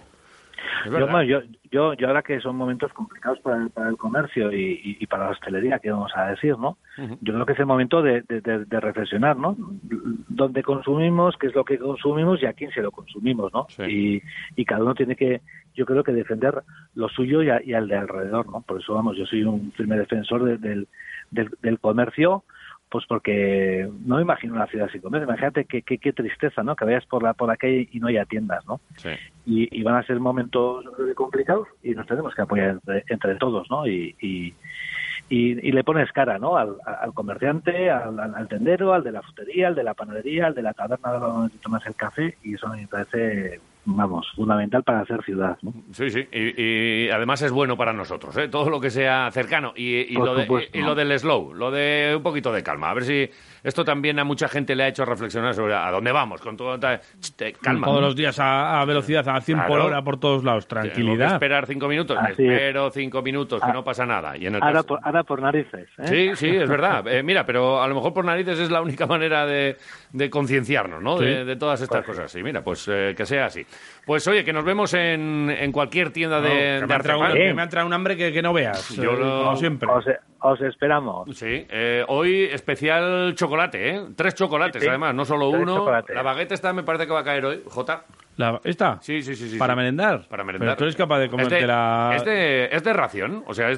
Yo ahora que son momentos complicados para el comercio y para la hostelería, que vamos a decir, ¿no? Yo creo que es el momento de reflexionar, ¿no? Dónde consumimos, qué es lo que consumimos y a quién se lo consumimos, ¿no? Sí. Y cada uno tiene que, yo creo que defender lo suyo y al de alrededor, ¿no? Por eso, vamos, yo soy un firme defensor del comercio, pues porque no me imagino una ciudad sin comer. Imagínate qué tristeza, ¿no? Que vayas por la calle y no haya tiendas, ¿no? Sí. Y van a ser momentos complicados y nos tenemos que apoyar entre todos, ¿no? Y le pones cara, ¿no? Al comerciante, al tendero, al de la frutería, al de la panadería, al de la taberna donde tomas el café, y eso me parece, vamos, fundamental para hacer ciudad, ¿no? Sí, y además es bueno para nosotros, ¿eh? Todo lo que sea cercano y lo del slow, lo de un poquito de calma, a ver si esto también a mucha gente le ha hecho reflexionar sobre a dónde vamos, con todo calma. Todos los días a velocidad, a 100 por hora por todos lados, tranquilidad. Tengo que esperar 5 minutos, espero 5 minutos, que no pasa nada. Y en el ahora por narices, ¿eh? Sí, es verdad. Mira, pero a lo mejor por narices es la única manera de concienciarnos, ¿no? Sí. De todas estas cosas. Sí, mira, pues que sea así. Pues oye, que nos vemos en cualquier tienda de Artepan. Me ha entrado un hambre que no veas, como siempre. Os esperamos. Sí, hoy especial chocolate, ¿eh? 3 chocolates, además, no solo 1. Chocolates. La baguette esta me parece que va a caer hoy, Jota. ¿Esta? Sí. ¿Para merendar? Para merendar. Pero tú eres capaz de comértela... Es de ración, o sea, es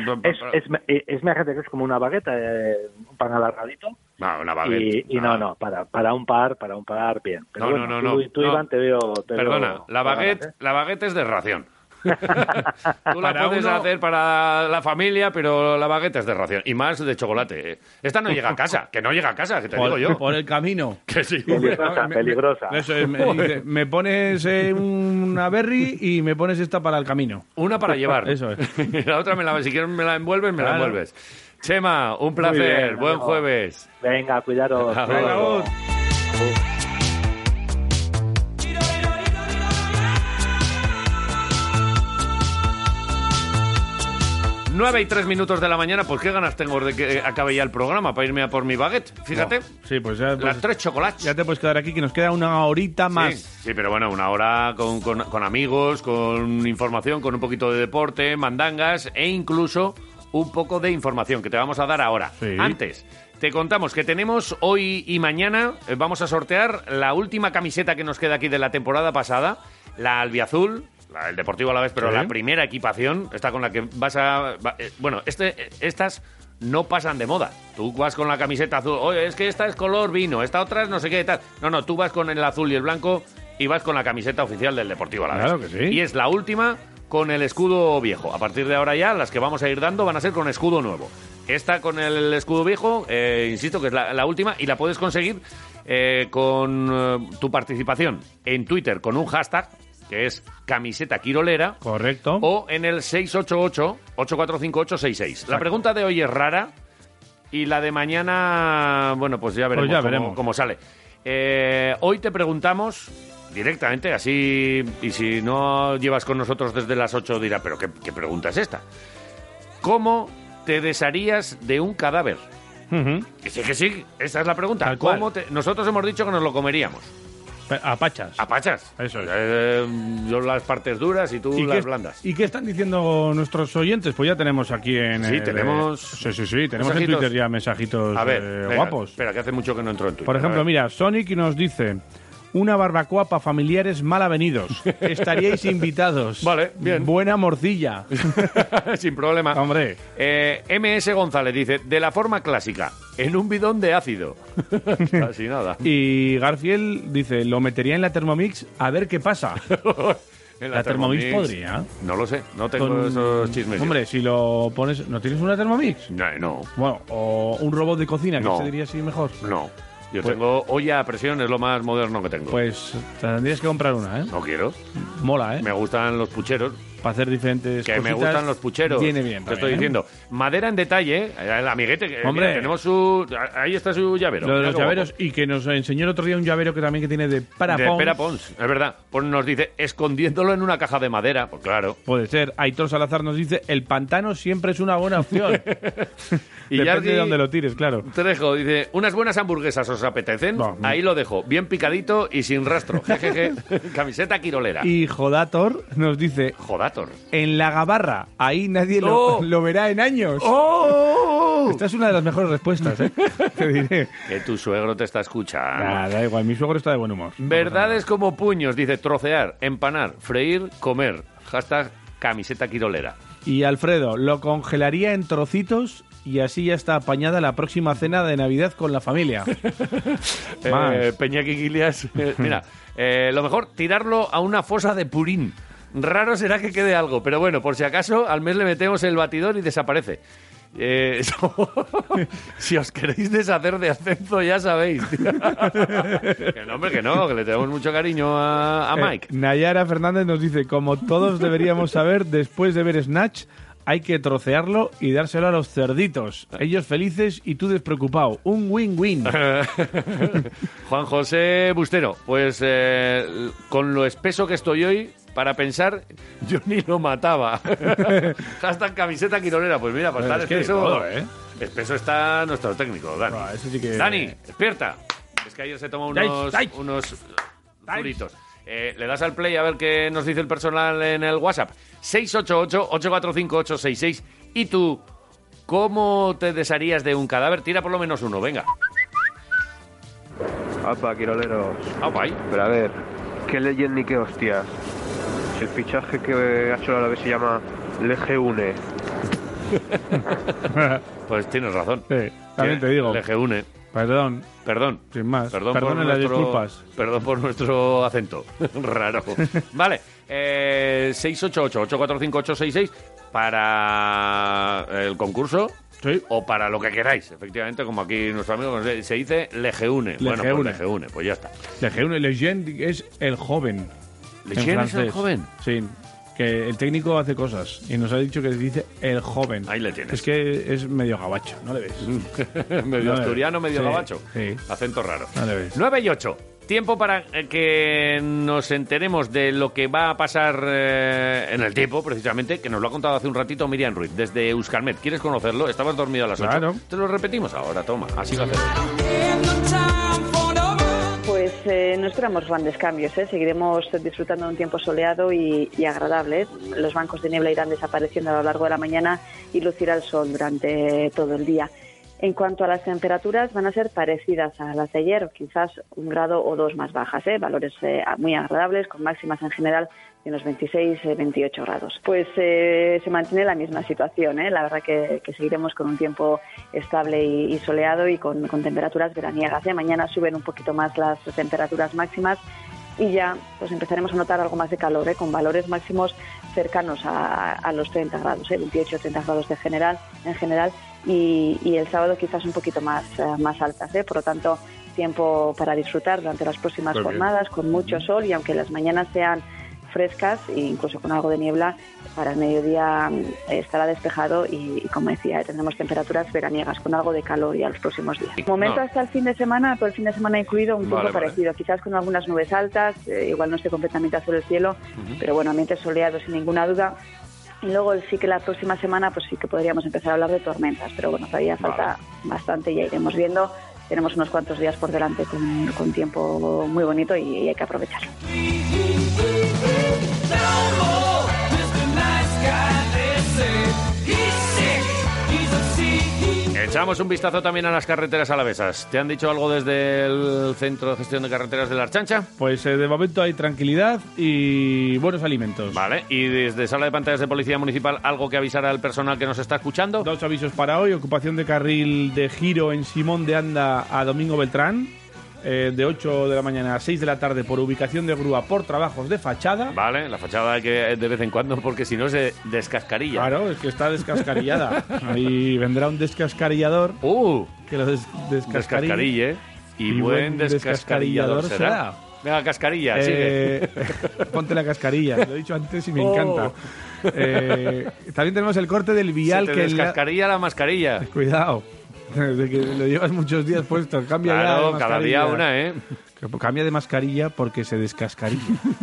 como una baguette, un pan alargadito. No, una baguette. Y no, para un par bien. Pero no. Tú, Iván, te veo... Perdona, la baguette es de ración. Tú la puedes hacer para la familia, pero la baguette es de ración. Y más de chocolate. Esta no llega a casa, que te digo yo. Por el camino. Que sí. Peligrosa. Eso es, me pones una berry y me pones esta para el camino. Una para llevar. Eso es. La otra, si quieres me la envuelves, la envuelves. Chema, un placer. Bien, buen jueves. Venga, cuidaros. Venga, 9:03 de la mañana, pues qué ganas tengo de que acabe ya el programa para irme a por mi baguette, fíjate. Sí, pues ya... Las 3 chocolates. Ya te puedes quedar aquí, que nos queda una horita más. Sí, pero bueno, una hora con amigos, con información, con un poquito de deporte, mandangas e incluso un poco de información que te vamos a dar ahora. Sí. Antes, te contamos que tenemos hoy y mañana, vamos a sortear la última camiseta que nos queda aquí de la temporada pasada, la albiazul, el Deportivo Alavés, pero la primera equipación, esta con la que vas a... bueno, estas no pasan de moda. Tú vas con la camiseta azul, oye, es que esta es color vino, esta otra es no sé qué tal. No, tú vas con el azul y el blanco y vas con la camiseta oficial del Deportivo Alavés. Claro que sí. Y es la última con el escudo viejo. A partir de ahora ya, las que vamos a ir dando van a ser con escudo nuevo. Esta con el escudo viejo, insisto que es la última y la puedes conseguir con tu participación en Twitter con un hashtag que es camiseta quirolera. Correcto. O en el 688-845-866. La pregunta de hoy es rara y la de mañana, bueno, pues ya veremos, cómo sale. Hoy te preguntamos directamente, así, y si no llevas con nosotros desde las 8 dirá, pero ¿qué pregunta es esta? ¿Cómo te desharías de un cadáver? Que sí, esa es la pregunta. Nosotros hemos dicho que nos lo comeríamos. A pachas. A pachas. Eso es. Yo las partes duras y tú las blandas. ¿Y qué están diciendo nuestros oyentes? Pues ya tenemos aquí en... Sí, tenemos... Sí, tenemos en Twitter ya mensajitos guapos. Espera, que hace mucho que no entro en Twitter. Por ejemplo, mira, Sonic nos dice... Una barbacoa para familiares mal avenidos. Estaríais invitados. Vale, bien. Buena morcilla. Sin problema. Hombre. MS González dice, de la forma clásica, en un bidón de ácido. Casi nada. Y Garfield dice, lo metería en la Thermomix a ver qué pasa. ¿En la Thermomix podría? No lo sé, no tengo esos chismes. Hombre, si lo pones... ¿No tienes una Thermomix? No. Bueno, o un robot de cocina, que se diría así mejor. No. Yo tengo olla a presión, es lo más moderno que tengo. Pues tendrías que comprar una, ¿eh? No quiero. Mola, ¿eh? Me gustan los pucheros. Para hacer diferentes que cositas, me gustan los pucheros. Viene bien. Te estoy diciendo. Madera en detalle, el amiguete. Hombre. Mira, tenemos su... Ahí está su llavero. Lo de los llaveros, y que nos enseñó el otro día un llavero que también que tiene de Pera Pons. De Pera Pons, es verdad. Pues nos dice, escondiéndolo en una caja de madera. Pues claro. Puede ser. Aitor Salazar nos dice, el pantano siempre es una buena opción. Y depende de dónde lo tires, claro. Trejo dice, unas buenas hamburguesas os apetecen. No. Ahí lo dejo, bien picadito y sin rastro. Jejeje. Camiseta quirolera. Y Jodator nos dice, Jodator. En la Gabarra, ahí nadie lo verá en años. Esta es una de las mejores respuestas, ¿eh? Te diré. Que tu suegro te está escuchando. Nada, da igual, mi suegro está de buen humor. Verdades como puños, dice, trocear, empanar, freír, comer. Hashtag camiseta quirolera. Y Alfredo, lo congelaría en trocitos y así ya está apañada la próxima cena de Navidad con la familia. Peña Quiquilias. Mira, lo mejor, tirarlo a una fosa de purín. Raro será que quede algo, pero bueno, por si acaso, al mes le metemos el batidor y desaparece. Si os queréis deshacer de Ascenso, ya sabéis. Que no, hombre, que le tenemos mucho cariño a Mike. Nayara Fernández nos dice, como todos deberíamos saber, después de ver Snatch, hay que trocearlo y dárselo a los cerditos. Ellos felices y tú despreocupado. Un win-win. Juan José Bustero, pues con lo espeso que estoy hoy, para pensar, yo ni lo mataba. Hashtag camiseta quirolera. Pues mira, para estar espeso... Todo, espeso está nuestro técnico, Dani. Eso sí que... Dani, despierta. Es que ayer se tomó unos zuritos. Le das al play a ver qué nos dice el personal en el WhatsApp. 688-845-866. ¿Y tú, cómo te desharías de un cadáver? Tira por lo menos uno, venga. Apa, quiroleros. Apa, ahí. Pero a ver, qué leyenda ni qué hostias. Si el fichaje que ha hecho la Alavés se llama Lejeune. Pues tienes razón. Sí, también te digo. Lejeune. Perdón. Sin más. Perdón las disculpas. Perdón por nuestro acento. Raro. Vale. 688-845-866 para el concurso. Sí. O para lo que queráis. Efectivamente, como aquí nuestro amigo se dice Lejeune. Bueno, pues Lejeune. Pues ya está. Lejeune. Legend es el joven. ¿Legend es el joven? Sí. Que el técnico hace cosas y nos ha dicho que dice el joven. Ahí le tienes. Es que es medio gabacho, ¿no le ves? Medio asturiano, medio gabacho. Sí. Acento raro. No le ves. 9 y 8. tiempo para que nos enteremos de lo que va a pasar en el tiempo, precisamente, que nos lo ha contado hace un ratito Miriam Ruiz, desde Euskalmet. ¿Quieres conocerlo? Estabas dormido a las 8. Claro. Te lo repetimos ahora, toma, así va a hacer. Pues no esperamos grandes cambios, seguiremos disfrutando de un tiempo soleado y agradable. Los bancos de niebla irán desapareciendo a lo largo de la mañana y lucirá el sol durante todo el día. En cuanto a las temperaturas, van a ser parecidas a las de ayer, o quizás 1 grado o 2 más bajas, valores muy agradables, con máximas en general de unos 26-28 grados. Pues se mantiene la misma situación, la verdad que seguiremos con un tiempo estable y soleado y con temperaturas veraniegas. Mañana suben un poquito más las temperaturas máximas y ya pues empezaremos a notar algo más de calor, con valores máximos cercanos a los 30 grados, 28-30 grados en general, y el sábado quizás un poquito más altas, por lo tanto tiempo para disfrutar durante las próximas jornadas, con mucho sol, y aunque las mañanas sean frescas e incluso con algo de niebla, para el mediodía estará despejado y como decía, tendremos temperaturas veraniegas con algo de calor ya los próximos días. De momento hasta el fin de semana, todo el fin de semana incluido, un tiempo parecido, quizás con algunas nubes altas, igual no esté completamente azul el cielo, pero bueno, ambiente soleado sin ninguna duda. Y luego sí que la próxima semana pues sí que podríamos empezar a hablar de tormentas, pero bueno, todavía falta bastante, ya iremos viendo. Tenemos unos cuantos días por delante con tiempo muy bonito y hay que aprovecharlo. Echamos un vistazo también a las carreteras alavesas. ¿Te han dicho algo desde el Centro de Gestión de Carreteras de la Archancha? Pues de momento hay tranquilidad y buenos alimentos. Vale, y desde Sala de Pantallas de Policía Municipal, ¿algo que avisar al personal que nos está escuchando? 2 avisos para hoy: ocupación de carril de giro en Simón de Anda a Domingo Beltrán, de 8 de la mañana a 6 de la tarde por ubicación de grúa por trabajos de fachada. Vale, la fachada hay que de vez en cuando, porque si no se descascarilla. Claro, es que está descascarillada. Ahí vendrá un descascarillador que lo descascarille. Y buen descascarillador será. Venga, cascarilla, sigue. Ponte la cascarilla, lo he dicho antes y me encanta. También tenemos el corte del vial. Se te descascarilla la mascarilla. Cuidado. Desde que lo llevas muchos días puesto, cambia ya de mascarilla. Cada día una, Cambia de mascarilla porque se descascarilla.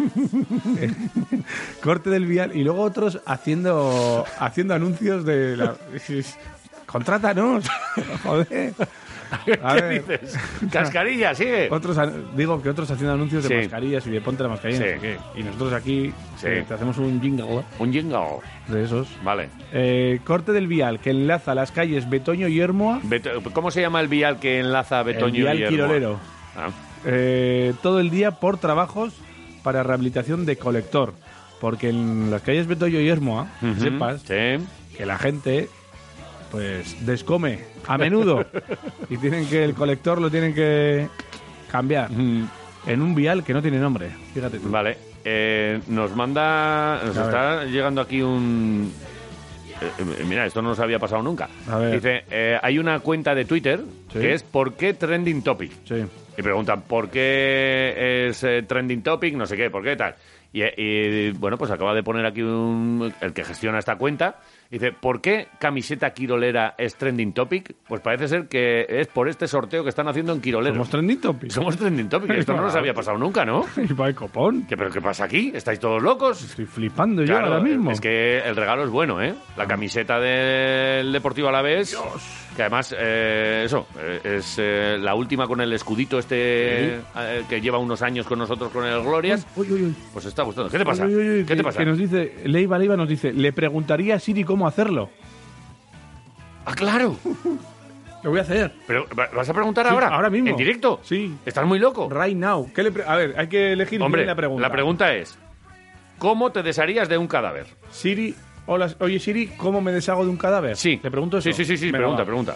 Corte del vial y luego otros haciendo anuncios de la... ¡Contrátanos! ¡Joder! ¿Qué dices? Cascarilla, sigue. Digo que otros haciendo anuncios de mascarillas y de ponte la mascarilla. Sí. No sé qué. Y nosotros aquí te hacemos un jingle. Un jingle. De esos. Vale. Corte del vial que enlaza las calles Betoño y Hermoa. ¿Cómo se llama el vial que enlaza Betoño y Hermoa? El vial Quirolero. Todo el día por trabajos para rehabilitación de colector. Porque en las calles Betoño y Hermoa, sepas que la gente pues descome a menudo y el colector lo tienen que cambiar en un vial que no tiene nombre, fíjate tú. Vale, nos está llegando aquí un... mira, esto no nos había pasado nunca. Dice, hay una cuenta de Twitter que es ¿por qué Trending Topic? Y preguntan, ¿por qué es Trending Topic? No sé qué, ¿por qué tal? Y bueno, pues acaba de poner aquí el que gestiona esta cuenta. Dice, ¿por qué camiseta quirolera es Trending Topic? Pues parece ser que es por este sorteo que están haciendo en Quirolero. ¿Somos Trending Topic? Somos Trending Topic. Esto no nos había pasado nunca, ¿no? Y va el copón. ¿Pero qué pasa aquí? ¿Estáis todos locos? Estoy flipando yo ahora mismo. Es que el regalo es bueno, ¿eh? La camiseta del Deportivo Alavés, Dios. Que además, es la última con el escudito que lleva unos años con nosotros con el Glorias. Pues está gustando. ¿Qué te pasa? ¿Qué te pasa? Que nos dice, Leiva nos dice, le preguntaría a Siri cómo hacerlo. ¡Ah, claro! Lo voy a hacer. ¿Pero vas a preguntar ahora? Ahora mismo. ¿En directo? Sí. ¿Estás muy loco? Right now. A ver, hay que elegir bien la pregunta. La pregunta es, ¿cómo te desharías de un cadáver? Siri, oye Siri, ¿cómo me deshago de un cadáver? Sí. ¿Te pregunto eso? Sí, pregunta.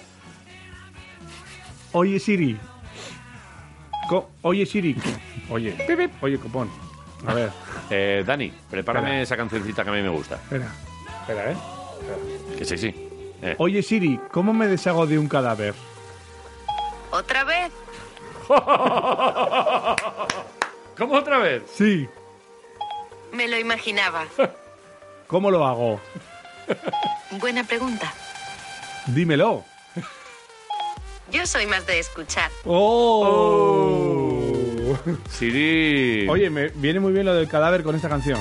Oye Siri. Oye Siri. Oye copón. A ver. Dani, prepárame esa cancioncita que a mí me gusta. Espera, Que sí. Oye Siri, ¿cómo me deshago de un cadáver? ¿Otra vez? ¿Cómo otra vez? Sí. Me lo imaginaba. ¿Cómo lo hago? Buena pregunta. Dímelo. Yo soy más de escuchar. ¡Oh! Siri... Oye, me viene muy bien lo del cadáver con esta canción.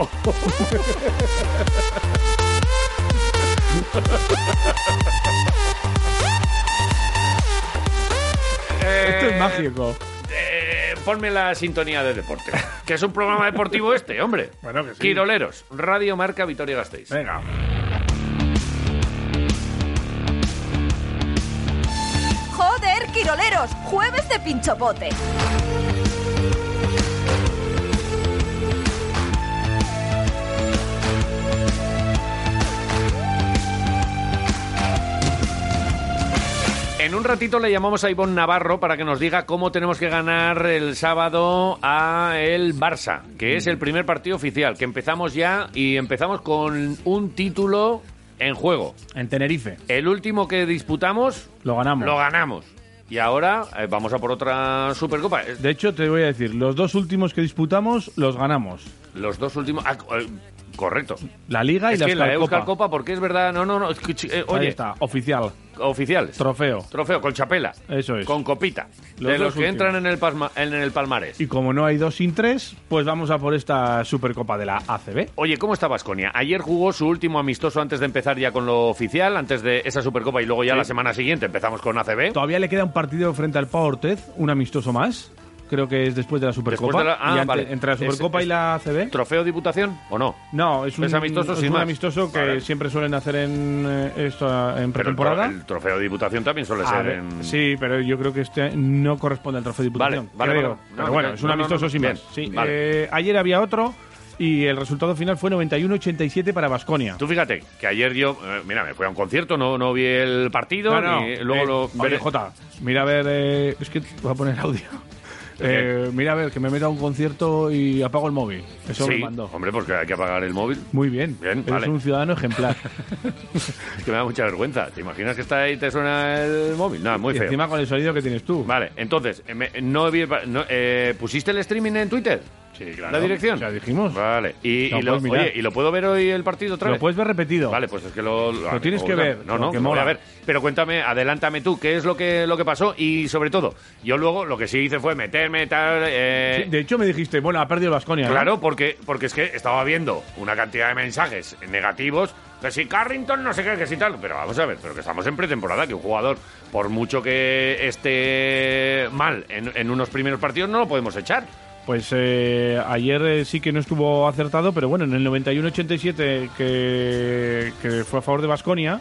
Esto es mágico. Ponme la sintonía de deporte. Que es un programa deportivo este, hombre. Bueno, que sí. Quiroleros, Radio Marca Vitoria-Gasteiz. Venga. ¡Joder, Quiroleros! ¡Jueves de pinchopote! En un ratito le llamamos a Ivonne Navarro para que nos diga cómo tenemos que ganar el sábado a el Barça, que es el primer partido oficial, que empezamos ya y empezamos con un título en juego. En Tenerife. El último que disputamos... Lo ganamos. Lo ganamos. Y ahora vamos a por otra Supercopa. De hecho, te voy a decir, los dos últimos que disputamos los ganamos. Los dos últimos... correcto. La Liga y la Euskal Euskal Copa, porque es verdad... No. Oye, ahí está, oficial. Oficiales. Trofeo, con chapela. Eso es. Con copita. Los de dos los que últimos. entran en el palmarés. Y como no hay 2 sin 3, pues vamos a por esta Supercopa de la ACB. Oye, ¿cómo está Baskonia? Ayer jugó su último amistoso antes de empezar ya con lo oficial, antes de esa Supercopa, y luego ya la semana siguiente empezamos con ACB. Todavía le queda un partido frente al Pau Ortez, un amistoso más. Creo que es después de la Supercopa. Vale. Entre la Supercopa y la ACB. ¿Trofeo Diputación o no? No, es un amistoso es sin un más. amistoso que Vale. siempre suelen hacer en pretemporada. El trofeo de Diputación también suele ser en... Sí, pero yo creo que este no corresponde al trofeo de Diputación. Vale. Creo. Pero bueno, es un amistoso sin más. Sí. Vale. Ayer había otro y el resultado final fue 91-87 para Baskonia. Tú fíjate que ayer yo, mira, me fui a un concierto, no vi el partido, ni luego lo veré. Jota, mira a ver, es que voy a poner audio. Mira a ver, que me meto a un concierto y apago el móvil. Eso me mandó. Hombre, porque hay que apagar el móvil. Muy bien. Eres vale. un ciudadano ejemplar. Es que me da mucha vergüenza. ¿Te imaginas que está ahí y te suena el móvil? No, muy y feo. encima con el sonido que tienes tú. Vale, entonces, ¿pusiste el streaming en Twitter? Sí, claro. ¿La dirección? Ya dijimos. Vale. ¿Y lo puedo ver hoy el partido otra vez? Lo puedes ver repetido. Vale, pues es que lo tienes que ver. No, que mola. A ver. Pero cuéntame, adelántame tú, ¿qué es lo que pasó? Y sobre todo, yo luego lo que sí hice fue meterme tal... Sí, de hecho me dijiste, bueno, ha perdido el Baskonia. Claro, ¿no? porque es que estaba viendo una cantidad de mensajes negativos, que si Carrington no sé qué, que si tal, pero vamos a ver, pero que estamos en pretemporada, que un jugador, por mucho que esté mal en unos primeros partidos, no lo podemos echar. Pues ayer sí que no estuvo acertado, pero bueno, en el 91-87 que fue a favor de Baskonia,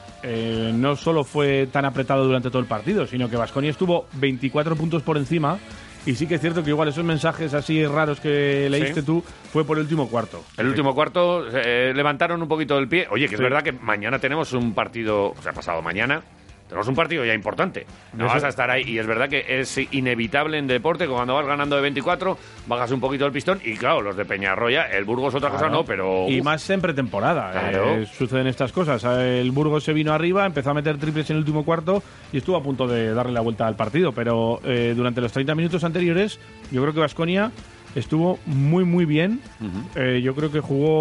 no solo fue tan apretado durante todo el partido, sino que Baskonia estuvo 24 puntos por encima. Y sí que es cierto que igual esos mensajes así raros que leíste tú fue por el último cuarto. El último cuarto levantaron un poquito el pie. Oye, que es verdad que mañana tenemos un partido, o sea, pasado mañana, tenemos un partido ya importante. No vas a estar ahí. Y es verdad que es inevitable en deporte que cuando vas ganando de 24, bajas un poquito el pistón. Y claro, los de Peñarroya, el Burgos otra cosa no, pero... Y más en pretemporada. Claro. Suceden estas cosas. El Burgos se vino arriba, empezó a meter triples en el último cuarto y estuvo a punto de darle la vuelta al partido. Pero durante los 30 minutos anteriores, yo creo que Baskonia estuvo muy bien. Yo creo que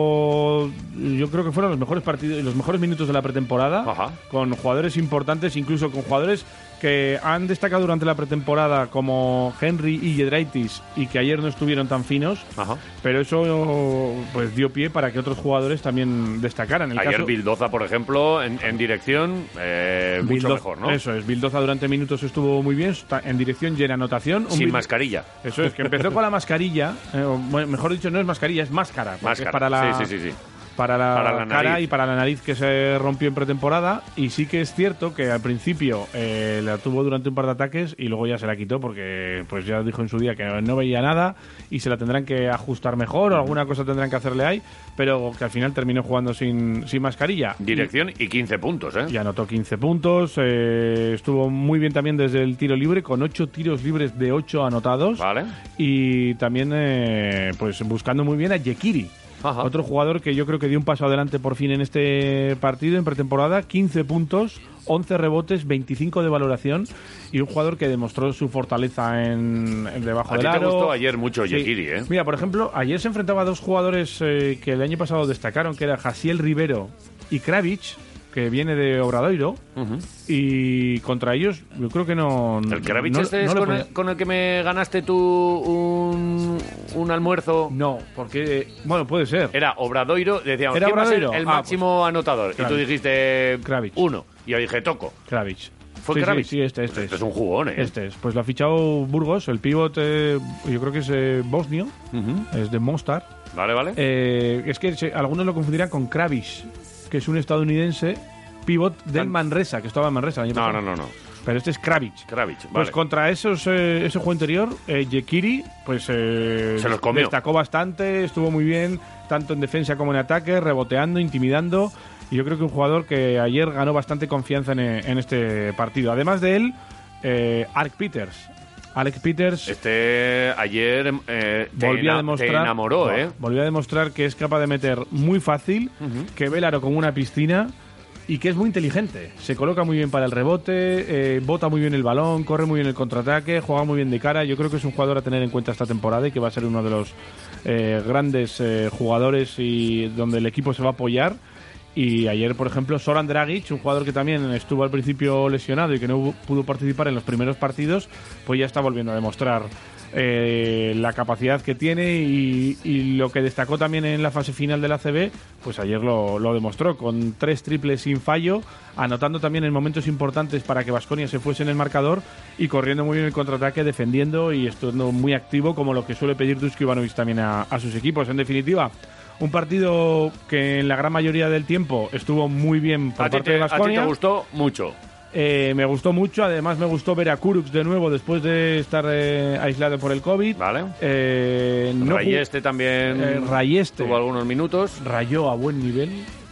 fueron los mejores partidos, los mejores minutos de la pretemporada. Ajá. Con jugadores importantes, incluso con jugadores que han destacado durante la pretemporada como Henry y Giedraitis y que ayer no estuvieron tan finos. Ajá. Pero eso pues dio pie para que otros jugadores también destacaran. Ayer Bildoza, por ejemplo, en dirección, mucho mejor, ¿no? Eso es, Bildoza durante minutos estuvo muy bien, en dirección y en anotación. Sin mascarilla. Eso es, que empezó con la mascarilla, mejor dicho, no es mascarilla, es máscara. Máscara, es para la, sí. Para la cara nariz. y para la nariz, que se rompió en pretemporada. Y sí que es cierto que al principio la tuvo durante un par de ataques y luego ya se la quitó porque pues ya dijo en su día que no veía nada y se la tendrán que ajustar mejor o alguna cosa tendrán que hacerle ahí, pero que al final terminó jugando sin mascarilla. Dirección y 15 puntos, ¿eh? Y anotó 15 puntos. Estuvo muy bien también desde el tiro libre, con 8 tiros libres de 8 anotados. Vale. Y también pues buscando muy bien a Yekiri. Ajá. Otro jugador que yo creo que dio un paso adelante por fin en este partido, en pretemporada, 15 puntos, 11 rebotes, 25 de valoración y un jugador que demostró su fortaleza en debajo del aro. A ti te gustó ayer mucho Yekiri, ¿eh? Mira, por ejemplo, ayer se enfrentaba a dos jugadores que el año pasado destacaron, que era Jasiel Rivero y Kravich. que viene de Obradoiro, y contra ellos yo creo que no... ¿El Kravitz no, este no es le con, ponía- con el que me ganaste tú un almuerzo? No, porque... Bueno, puede ser. Era Obradoiro, decíamos, ¿Era ¿quién va a ser Obradoiro? el Ah, máximo anotador? Y tú Kravitz. dijiste Kravitz. 1. Y yo dije, toco. Kravitz. ¿Fue Sí, Kravitz? Sí, este Este es un jugón, ¿eh? Este es. Pues lo ha fichado Burgos, el pívot, yo creo que es bosnio, es de Mostar. Vale, vale. Es que algunos lo confundirán con Kravitz, que es un estadounidense pívot del Manresa, que estaba en Manresa el año pasado. No. Pero este es Kravitz. Kravitz, vale. Pues contra ese juego interior, Yekiri, pues Se los comió. destacó bastante, estuvo muy bien, tanto en defensa como en ataque, reboteando, intimidando. Y yo creo que un jugador que ayer ganó bastante confianza en este partido. Además de él, Alex Peters. Alex Peters ayer volvió a demostrar, te enamoró, ¿eh? Volvió a demostrar que es capaz de meter muy fácil, que ve el aro como una piscina y que es muy inteligente. Se coloca muy bien para el rebote, bota muy bien el balón, corre muy bien el contraataque, juega muy bien de cara. Yo creo que es un jugador a tener en cuenta esta temporada y que va a ser uno de los grandes jugadores y donde el equipo se va a apoyar. Y ayer, por ejemplo, Zoran Dragic, un jugador que también estuvo al principio lesionado y que no pudo participar en los primeros partidos, pues ya está volviendo a demostrar la capacidad que tiene y lo que destacó también en la fase final del ACB, pues ayer lo demostró con 3 triples sin fallo, anotando también en momentos importantes para que Baskonia se fuese en el marcador y corriendo muy bien el contraataque, defendiendo y estando muy activo, como lo que suele pedir Dusko Ivanovic también a sus equipos. En definitiva, un partido que en la gran mayoría del tiempo estuvo muy bien por parte de ¿A ti Baskonia. te gustó mucho? Me gustó mucho, además me gustó ver a Kurucs de nuevo después de estar aislado por el COVID. Vale. No Rayeste también Rayeste tuvo algunos minutos. Rayó a buen nivel.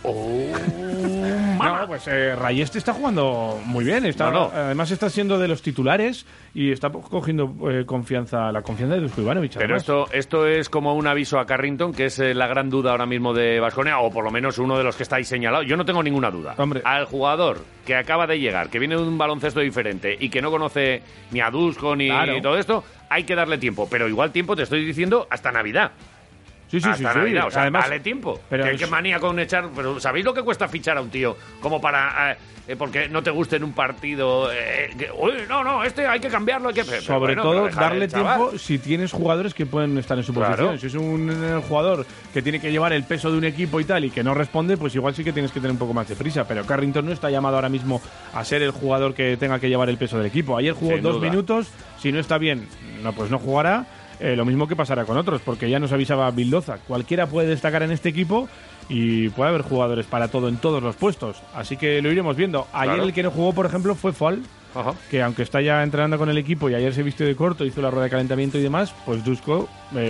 No, pues Rayeste está jugando muy bien. Además está siendo de los titulares y está cogiendo confianza, la confianza de Dusko Ivanovic. Pero esto es como un aviso a Carrington, que es la gran duda ahora mismo de Baskonia, o por lo menos uno de los que está ahí señalado. Yo no tengo ninguna duda. Hombre. Al jugador que acaba de llegar, que viene de un baloncesto diferente y que no conoce ni a Dusko ni todo esto, hay que darle tiempo. Pero igual tiempo te estoy diciendo hasta Navidad. Sí. Navidad. O sea, Además, dale tiempo. pero ¿Qué manía con echar? Pero ¿sabéis lo que cuesta fichar a un tío como para porque no te guste en un partido? Uy, no, este hay que cambiarlo. Sobre todo, darle tiempo si tienes jugadores que pueden estar en su posición. Si es un jugador que tiene que llevar el peso de un equipo y tal y que no responde, pues igual sí que tienes que tener un poco más de prisa. Pero Carrington no está llamado ahora mismo a ser el jugador que tenga que llevar el peso del equipo. Ayer jugó Sin 2 duda. minutos. Si no está bien, pues no jugará. Lo mismo que pasará con otros, porque ya nos avisaba Bildoza. Cualquiera puede destacar en este equipo y puede haber jugadores para todo en todos los puestos. Así que lo iremos viendo. Ayer el que no jugó, por ejemplo, fue Fall, que aunque está ya entrenando con el equipo y ayer se vistió de corto, hizo la rueda de calentamiento y demás, pues Dusko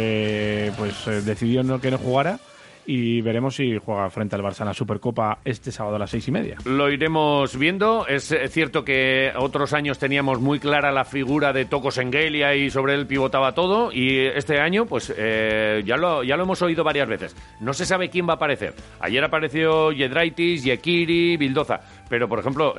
decidió que no jugara. Y veremos si juega frente al Barça en la Supercopa este sábado a las 6:30. Lo iremos viendo. Es cierto que otros años teníamos muy clara la figura de Toko Sengelia y sobre él pivotaba todo. Y este año, pues ya lo hemos oído varias veces. No se sabe quién va a aparecer. Ayer apareció Giedraitis, Yekiri, Bildoza. Pero, por ejemplo,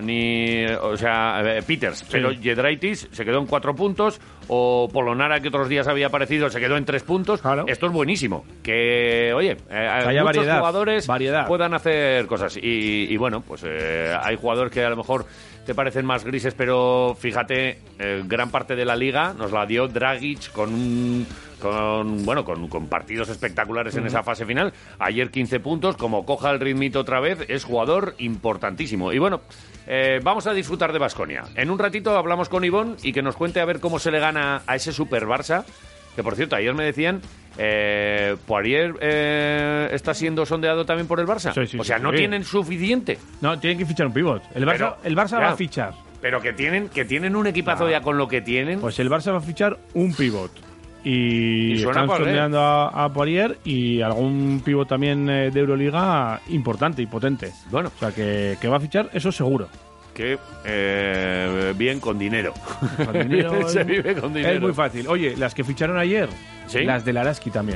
Peters. Sí. Pero Giedraitis se quedó en 4 puntos. O Polonara, que otros días había aparecido, se quedó en 3 puntos. Claro. Esto es buenísimo. Que, oye, muchos jugadores puedan hacer cosas. Y bueno, pues hay jugadores que a lo mejor te parecen más grises, pero fíjate, gran parte de la liga nos la dio Dragic con partidos espectaculares en esa fase final. Ayer 15 puntos, como coja el ritmito otra vez, es jugador importantísimo. Y bueno, vamos a disfrutar de Baskonia. En un ratito hablamos con Ivonne y que nos cuente a ver cómo se le gana a ese Super Barça. Que por cierto, ayer me decían, Poirier está siendo sondeado también por el Barça. O sea, ¿no tienen suficiente? No, tienen que fichar un pivot. El Barça va a fichar. Pero que tienen un equipazo ya con lo que tienen. Pues el Barça va a fichar un pivot. Y están sondeando a Poirier y algún pivot también de Euroliga importante y potente. Bueno. O sea, que va a fichar, eso seguro. Que bien con dinero. Con dinero se vive con dinero. Es muy fácil. Oye, las que ficharon ayer, ¿sí? Las del Araski también.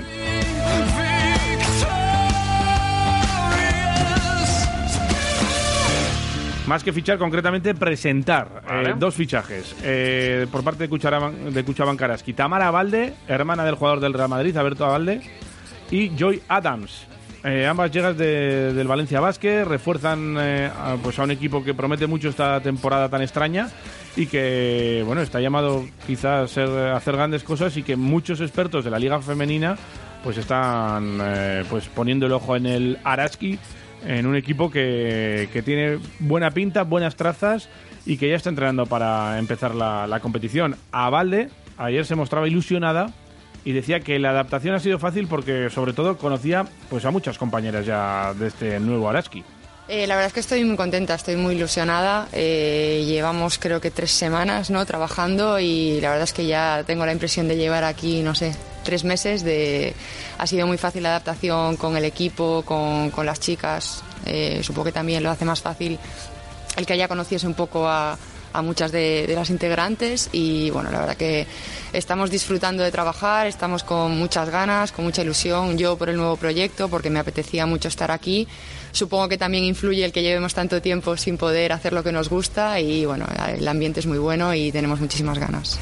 Más que fichar, concretamente presentar dos fichajes por parte de Cuchaban Karaski. Tamara Abalde, hermana del jugador del Real Madrid, Alberto Abalde, y Joy Adams, ambas llegas del Valencia Basket refuerzan a un equipo que promete mucho esta temporada tan extraña y que bueno está llamado quizás a hacer grandes cosas, y que muchos expertos de la Liga Femenina pues están poniendo el ojo en el Araski, en un equipo que tiene buena pinta, buenas trazas y que ya está entrenando para empezar la competición. A Valde ayer se mostraba ilusionada y decía que la adaptación ha sido fácil porque sobre todo conocía pues a muchas compañeras ya de este nuevo Araski. La verdad es que estoy muy contenta, estoy muy ilusionada. Llevamos creo que 3 semanas, ¿no?, trabajando, y la verdad es que ya tengo la impresión de llevar aquí, no sé, 3 meses. Ha sido muy fácil la adaptación con el equipo, con las chicas. Supongo que también lo hace más fácil el que ya conociese un poco a muchas de las integrantes, y bueno, la verdad que estamos disfrutando de trabajar, estamos con muchas ganas, con mucha ilusión, yo por el nuevo proyecto, porque me apetecía mucho estar aquí. Supongo que también influye el que llevemos tanto tiempo sin poder hacer lo que nos gusta, y bueno, el ambiente es muy bueno y tenemos muchísimas ganas.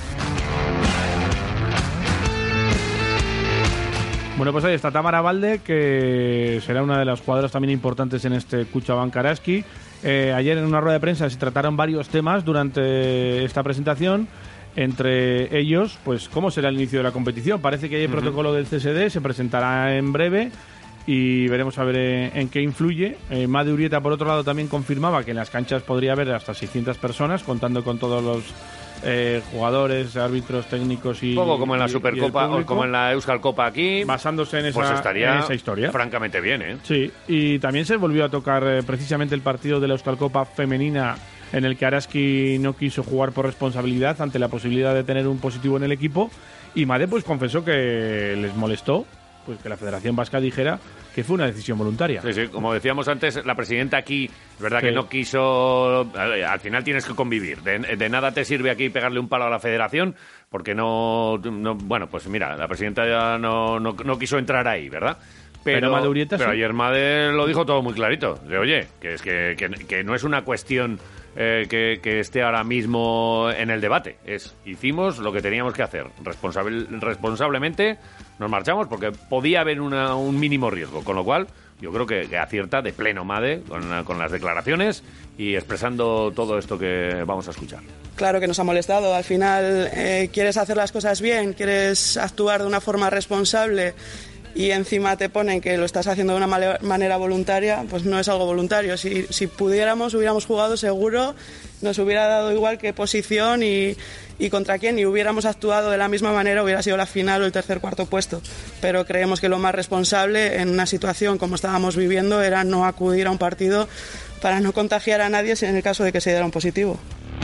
Bueno, pues ahí está Tamara Valde, que será una de las jugadoras también importantes en este Kutxabank Araski. Ayer en una rueda de prensa se trataron varios temas durante esta presentación, entre ellos, pues cómo será el inicio de la competición. Parece que hay protocolo del CSD, se presentará en breve y veremos a ver en qué influye. Made Urieta, por otro lado, también confirmaba que en las canchas podría haber hasta 600 personas, contando con todos los jugadores, árbitros, técnicos y... Un poco como en la Supercopa o como en la Euskal Copa aquí. Basándose en pues estaría en esa historia. Francamente bien, ¿eh? Sí, y también se volvió a tocar precisamente el partido de la Euskal Copa femenina, en el que Araski no quiso jugar por responsabilidad ante la posibilidad de tener un positivo en el equipo, y Made pues confesó que les molestó pues que la Federación Vasca dijera que fue una decisión voluntaria. Sí, sí, como decíamos antes, la presidenta aquí, es verdad que no quiso... Al final tienes que convivir. De nada te sirve aquí pegarle un palo a la Federación, porque no bueno, pues mira, la presidenta ya no quiso entrar ahí, ¿verdad? Pero Made Urieta, pero sí. Ayer Made lo dijo todo muy clarito. De, oye, que es que no es una cuestión que esté ahora mismo en el debate. Hicimos lo que teníamos que hacer. Responsablemente nos marchamos porque podía haber un mínimo riesgo. Con lo cual, yo creo que acierta de pleno Made con las declaraciones y expresando todo esto que vamos a escuchar. Claro que nos ha molestado. Al final, quieres hacer las cosas bien, quieres actuar de una forma responsable, y encima te ponen que lo estás haciendo de una manera voluntaria, pues no es algo voluntario. Si pudiéramos, hubiéramos jugado seguro, nos hubiera dado igual qué posición y contra quién, y hubiéramos actuado de la misma manera, hubiera sido la final o el tercer, cuarto puesto. Pero creemos que lo más responsable en una situación como estábamos viviendo era no acudir a un partido para no contagiar a nadie en el caso de que se diera un positivo.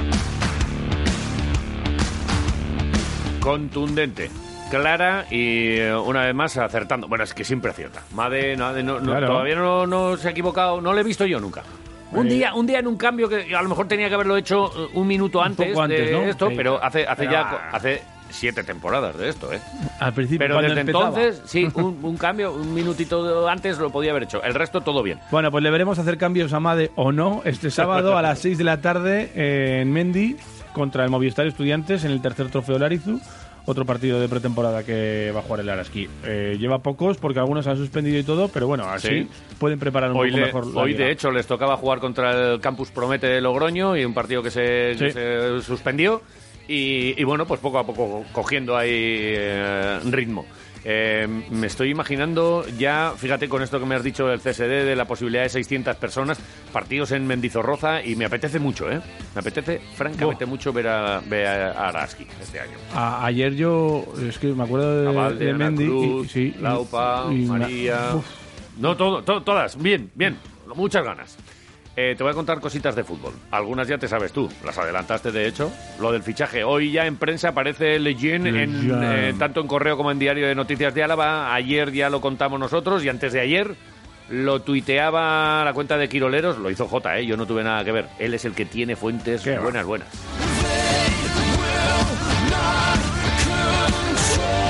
Contundente, clara y una vez más acertando. Bueno, es que siempre acierta. Made claro. Todavía no se ha equivocado, no lo he visto yo nunca. Un día en un cambio que a lo mejor tenía que haberlo hecho un minuto antes, de ¿no? esto, sí. Pero hace 7 temporadas de esto, ¿eh? Al principio, pero desde empezaba. entonces, sí, un cambio, un minutito antes lo podía haber hecho. El resto todo bien. Bueno, pues le veremos hacer cambios a Made o no este sábado a las 6 de la tarde en Mendi contra el Movistar Estudiantes en el tercer trofeo Larizu. Otro partido de pretemporada que va a jugar el Araski. Lleva pocos porque algunos han suspendido y todo, pero bueno, así pueden preparar un poco mejor la Hoy, liga. de hecho, les tocaba jugar contra el Campus Promete de Logroño y un partido que se suspendió. Y bueno, pues poco a poco cogiendo ahí ritmo. Me estoy imaginando ya, fíjate con esto que me has dicho del CSD, de la posibilidad de 600 personas, partidos en Mendizorroza, y me apetece mucho, Me apetece francamente mucho ver a Araski este año. Ayer yo, es que me acuerdo de Mendy. Cruz, Laupa, María... No, todas, bien, muchas ganas. Te voy a contar cositas de fútbol. Algunas ya te sabes tú, las adelantaste de hecho. Lo del fichaje. Hoy ya en prensa aparece Lejeune, tanto en Correo como en Diario de Noticias de Álava. Ayer ya lo contamos nosotros y antes de ayer lo tuiteaba la cuenta de Quiroleros. Lo hizo Jota, yo no tuve nada que ver. Él es el que tiene fuentes buenas.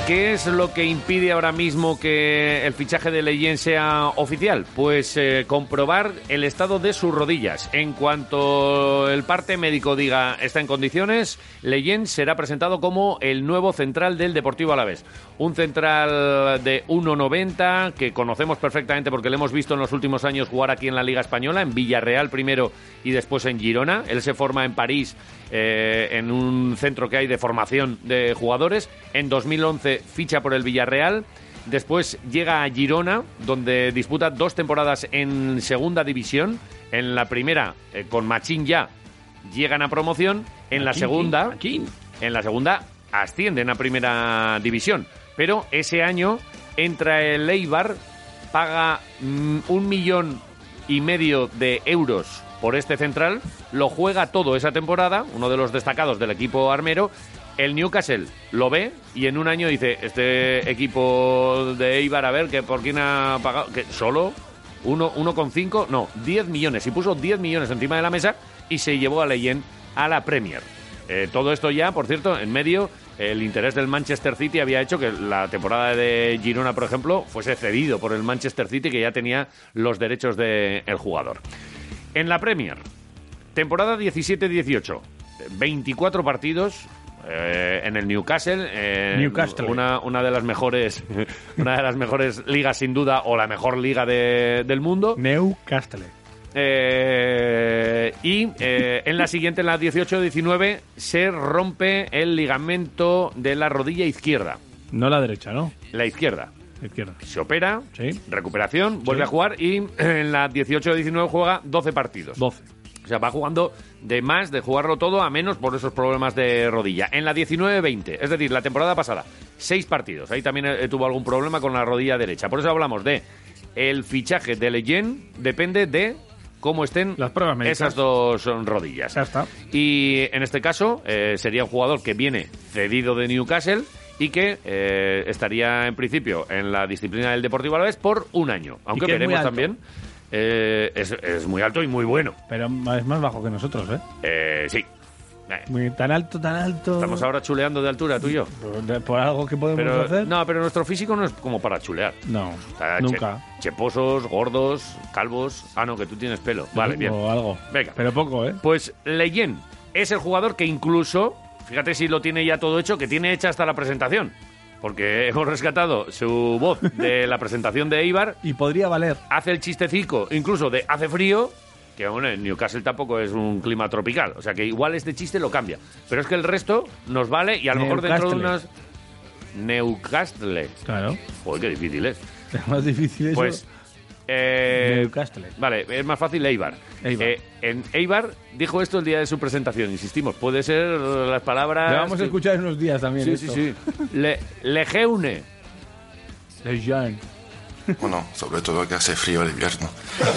¿Qué es lo que impide ahora mismo que el fichaje de Leyen sea oficial? Pues comprobar el estado de sus rodillas. En cuanto el parte médico diga está en condiciones, Leyen será presentado como el nuevo central del Deportivo Alavés. Un central de 1,90 que conocemos perfectamente porque le hemos visto en los últimos años jugar aquí en la Liga Española, en Villarreal primero y después en Girona. Él se forma en París, en un centro que hay de formación de jugadores. En 2011 ficha por el Villarreal, después llega a Girona, donde disputa 2 temporadas en segunda división. En la primera, con Machín ya, llegan a promoción. En la segunda ascienden a primera división. Pero ese año entra el Eibar, paga 1,5 millones de euros por este central, lo juega todo esa temporada, uno de los destacados del equipo armero. El Newcastle lo ve y en un año dice, este equipo de Eibar, a ver, que ¿por quién ha pagado? Que solo 1,5, no, 10 millones. Y puso 10 millones encima de la mesa y se llevó a Leyen a la Premier. Todo esto ya, por cierto, en medio, el interés del Manchester City había hecho que la temporada de Girona, por ejemplo, fuese cedido por el Manchester City, que ya tenía los derechos del jugador. En la Premier, temporada 17-18, 24 partidos... en el Newcastle, una de las mejores ligas sin duda, o la mejor liga del mundo. Newcastle. En la siguiente, en la 18-19, se rompe el ligamento de la rodilla izquierda. No la derecha, ¿no? La izquierda. Izquierda. Se opera, sí. Recuperación, vuelve a jugar y en la 18-19 juega 12 partidos. 12. O sea, va jugando de más, de jugarlo todo a menos por esos problemas de rodilla. En la 19-20, es decir, la temporada pasada, 6 partidos. Ahí también tuvo algún problema con la rodilla derecha. Por eso hablamos de el fichaje de Leyen, depende de cómo estén las pruebas médicas. Esas dos rodillas. Ya está. Y en este caso sería un jugador que viene cedido de Newcastle y que estaría en principio en la disciplina del Deportivo Alavés por un año. Aunque veremos también... es muy alto y muy bueno. Pero es más bajo que nosotros, ¿eh? Sí. Tan alto. Estamos ahora chuleando de altura, tú y yo. ¿Por algo que podemos hacer? No, pero nuestro físico no es como para chulear. No, nunca. Cheposos, gordos, calvos... Ah, no, que tú tienes pelo. Vale, bien. O algo. Venga. Pero poco, ¿eh? Pues Leyen es el jugador que incluso... Fíjate si lo tiene ya todo hecho, que tiene hecha hasta la presentación. Porque hemos rescatado su voz de la presentación de Eibar. Y podría valer. Hace el chistecico, incluso de hace frío, que bueno, en Newcastle tampoco es un clima tropical. O sea que igual este chiste lo cambia. Pero es que el resto nos vale y a lo mejor dentro de unas... Newcastle. Claro. Joder, qué difícil es. Es más difícil eso. Pues... Newcastle. Vale, es más fácil Eibar. En Eibar dijo esto el día de su presentación, insistimos. Puede ser las palabras... Lo vamos a escuchar en unos días también. Sí. Lejeune. Lejeune. Bueno, sobre todo que hace frío el invierno.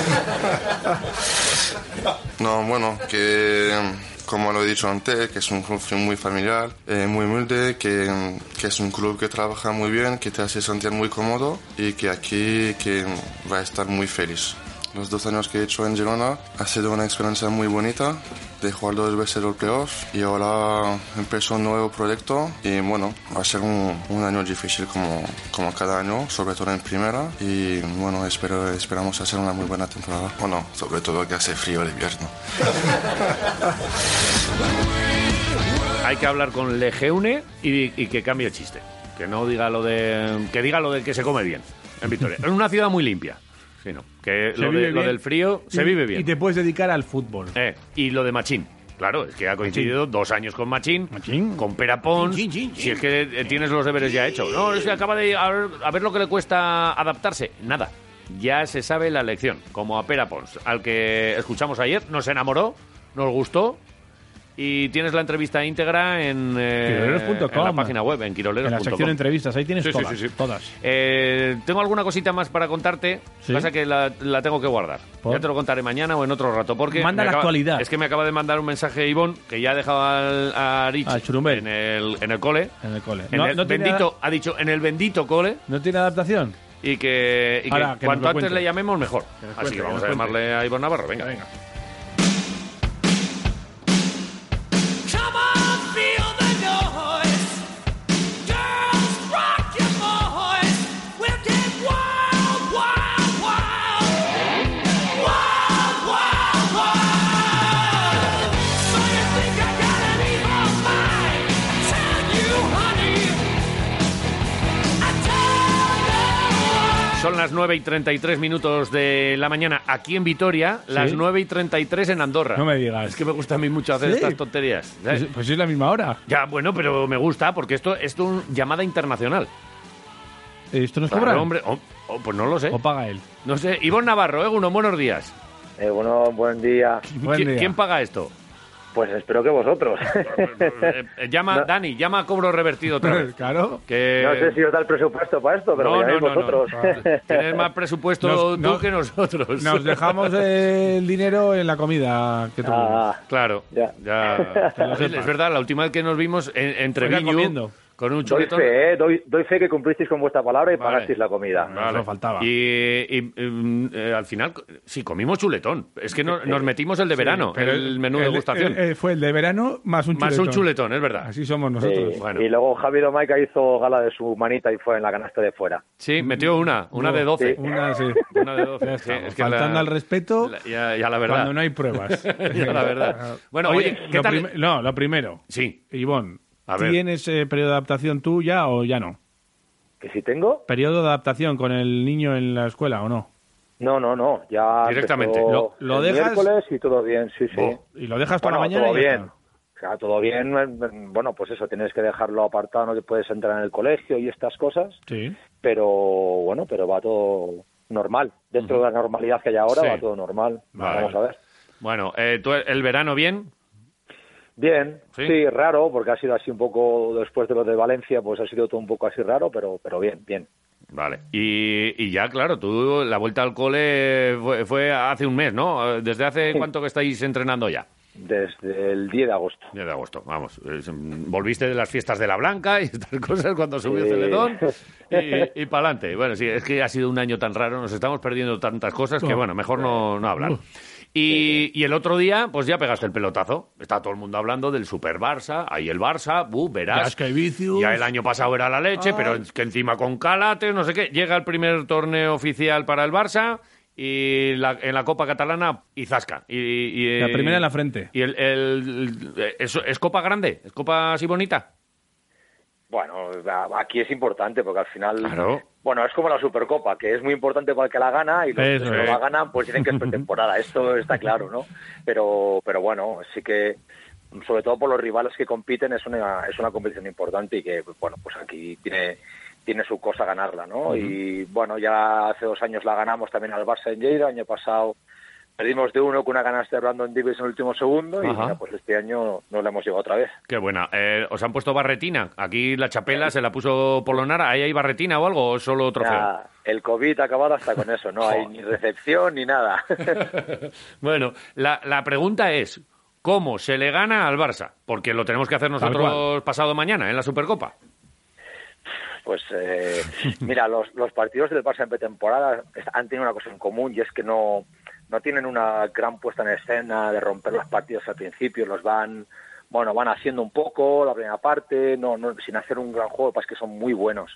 No, bueno, que como lo he dicho antes, que es un club muy familiar, muy humilde, que es un club que trabaja muy bien, que te hace sentir muy cómodo y que aquí que va a estar muy feliz. Los 2 años que he hecho en Girona ha sido una experiencia muy bonita de jugar 2 veces los playoffs y ahora empezó un nuevo proyecto y bueno, va a ser un año difícil como cada año, sobre todo en primera y bueno, esperamos hacer una muy buena temporada. Bueno, sobre todo que hace frío el invierno. Hay que hablar con Lejeune y que cambie el chiste. Que no diga lo de... Que diga lo de que se come bien en Vitoria. Es una ciudad muy limpia. Sí, no. Que lo del frío se vive bien. Y te puedes dedicar al fútbol. Y lo de Machín. Claro, es que ha coincidido 2 años con Machín, con Pere Pons. Si es que tienes los deberes ya hechos. No, es que acaba de... A ver lo que le cuesta adaptarse. Nada. Ya se sabe la lección. Como a Pere Pons, al que escuchamos ayer, nos enamoró, nos gustó. Y tienes la entrevista íntegra en la página web, en quiroleros.com. En la sección de entrevistas, ahí tienes todas. Tengo alguna cosita más para contarte. Pasa que la tengo que guardar. ¿Por? Ya te lo contaré mañana o en otro rato. Porque manda la actualidad. Es que me acaba de mandar un mensaje Ivonne, que ya ha dejado a Rich en el cole. En el cole. Ha dicho, en el bendito cole. ¿No tiene adaptación? Y que cuanto antes le llamemos, mejor. Así que vamos a llamarle a Ivonne Navarro. Venga. Son las 9:33 de la mañana aquí en Vitoria, las 9:33 en Andorra. No me digas. Es que me gusta a mí mucho hacer estas tonterías. Pues es la misma hora. Ya, bueno, pero me gusta porque esto es llamada internacional. ¿Esto nos cobra? Hombre, pues no lo sé. ¿O paga él? No sé. Ivonne Navarro, unos buenos días. Buen día. ¿Quién paga esto? Pues espero que vosotros. Dani, llama a cobro revertido otra vez. Claro. Que... No sé si os da el presupuesto para esto, pero no, vosotros. Tienes más presupuesto tú que nosotros. Nos dejamos el dinero en la comida que tuvimos. Claro. Ya. Es verdad, la última vez que nos vimos entre Viñu, con un chuletón. Doy fe que cumplisteis con vuestra palabra y pagasteis la comida. Eso faltaba. Y al final, sí, comimos chuletón. Es que nos metimos el de verano, pero el menú de degustación. Fue el de verano más un chuletón. Más un chuletón, es verdad. Así somos nosotros. Sí. Bueno. Y luego Javi Domaica hizo gala de su manita y fue en la canasta de fuera. Sí, metió una de 12. Sí. Una de 12. Sí, es que faltando al respeto ya la verdad. cuando no hay pruebas. Ya la verdad. Bueno, oye, ¿qué tal? Lo primero. Sí. Ivonne, ¿tienes periodo de adaptación tú ya o ya no? ¿Que si tengo? ¿Periodo de adaptación con el niño en la escuela o no? No. Ya directamente. ¿Lo dejas? Miércoles y todo bien, sí. ¿Y lo dejas para mañana? Todo bien. O sea, todo bien. Bueno, pues eso, tienes que dejarlo apartado, no te puedes entrar en el colegio y estas cosas. Sí. Pero va todo normal. Dentro de la normalidad que hay ahora, va todo normal. Vale. Vamos a ver. Bueno, ¿tú el verano bien? Bien, sí, raro, porque ha sido así un poco, después de lo de Valencia, pues ha sido todo un poco así raro, pero bien. Vale, y ya, claro, tú la vuelta al cole fue hace un mes, ¿no? ¿Desde hace cuánto que estáis entrenando ya? Desde el 10 de agosto. 10 de agosto, vamos. Volviste de las fiestas de la Blanca y estas cosas cuando subió Celedón y para adelante. Bueno, sí, es que ha sido un año tan raro, nos estamos perdiendo tantas cosas que, bueno, mejor no hablar. Y el otro día, pues ya pegaste el pelotazo. Está todo el mundo hablando del Super Barça. Ahí el Barça, verás. Ya el año pasado era la leche, pero es que encima con Calate, no sé qué. Llega el primer torneo oficial para el Barça y en la Copa Catalana y zasca. Y la primera en la frente. ¿Y es Copa grande? ¿Es Copa así bonita? Bueno, aquí es importante porque al final... Claro. Bueno, es como la Supercopa, que es muy importante para el que la gana y los que no la ganan pues dicen que es pretemporada. Esto está claro, ¿no? Pero bueno, sí que, sobre todo por los rivales que compiten, es una competición importante y que, bueno, pues aquí tiene su cosa ganarla, ¿no? Y bueno, ya hace 2 años la ganamos también al Barça en Lleida, el año pasado perdimos de 1 con una canasta de Brandon Davis en el último segundo y mira, pues este año no la hemos llegado otra vez. Qué buena. ¿Os han puesto barretina? Aquí la Chapela se la puso Polonara. ¿Ahí hay barretina o algo o solo trofeo? Ya, el COVID ha acabado hasta con eso. No hay ni recepción ni nada. Bueno, la pregunta es, ¿cómo se le gana al Barça? Porque lo tenemos que hacer nosotros pasado mañana en la Supercopa. Pues mira, los partidos del Barça en pretemporada han tenido una cosa en común y es que no tienen una gran puesta en escena de romper los partidos al principio, van haciendo un poco la primera parte, sin hacer un gran juego, pues que son muy buenos.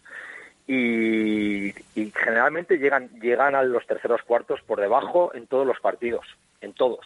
Y generalmente llegan a los terceros cuartos por debajo en todos los partidos, en todos.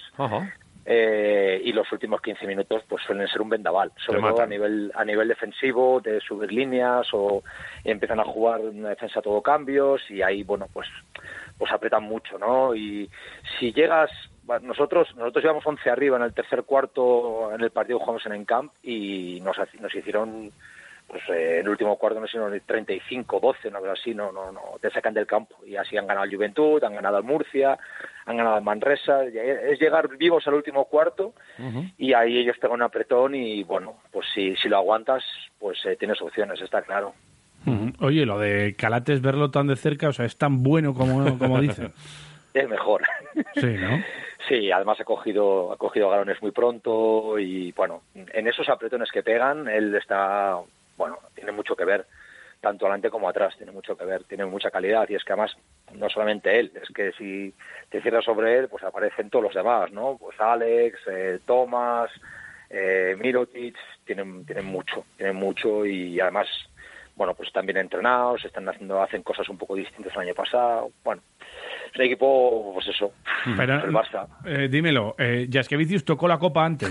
Y los últimos 15 minutos pues suelen ser un vendaval, sobre todo a nivel defensivo, de subir líneas y empiezan a jugar una defensa a todo cambios y ahí, bueno, pues apretan mucho, ¿no? Y si llegas... Nosotros íbamos 11 arriba en el tercer cuarto en el partido que jugamos en Encamp y nos hicieron... Pues en el último cuarto no sé, 35-12, no, así, no, te sacan del campo. Y así han ganado el Juventud, han ganado el Murcia, han ganado el Manresa. Es llegar vivos al último cuarto y ahí ellos pegan un apretón y, bueno, pues si lo aguantas, pues tienes opciones, está claro. Oye, lo de Calate es verlo tan de cerca, o sea, es tan bueno como dicen. Es mejor. Sí, ¿no? Sí, además ha cogido galones muy pronto y, bueno, en esos apretones que pegan, él está... Bueno, tiene mucho que ver, tanto adelante como atrás, tiene mucho que ver, tiene mucha calidad y es que además no solamente él, es que si te cierras sobre él, pues aparecen todos los demás, ¿no? Pues Alex, Tomás, Mirotic, tienen mucho y además, bueno, pues están bien entrenados, hacen cosas un poco distintas al año pasado, bueno. Es un equipo, pues eso, pero, el Barça. Dímelo, Jaskevicius tocó la copa antes.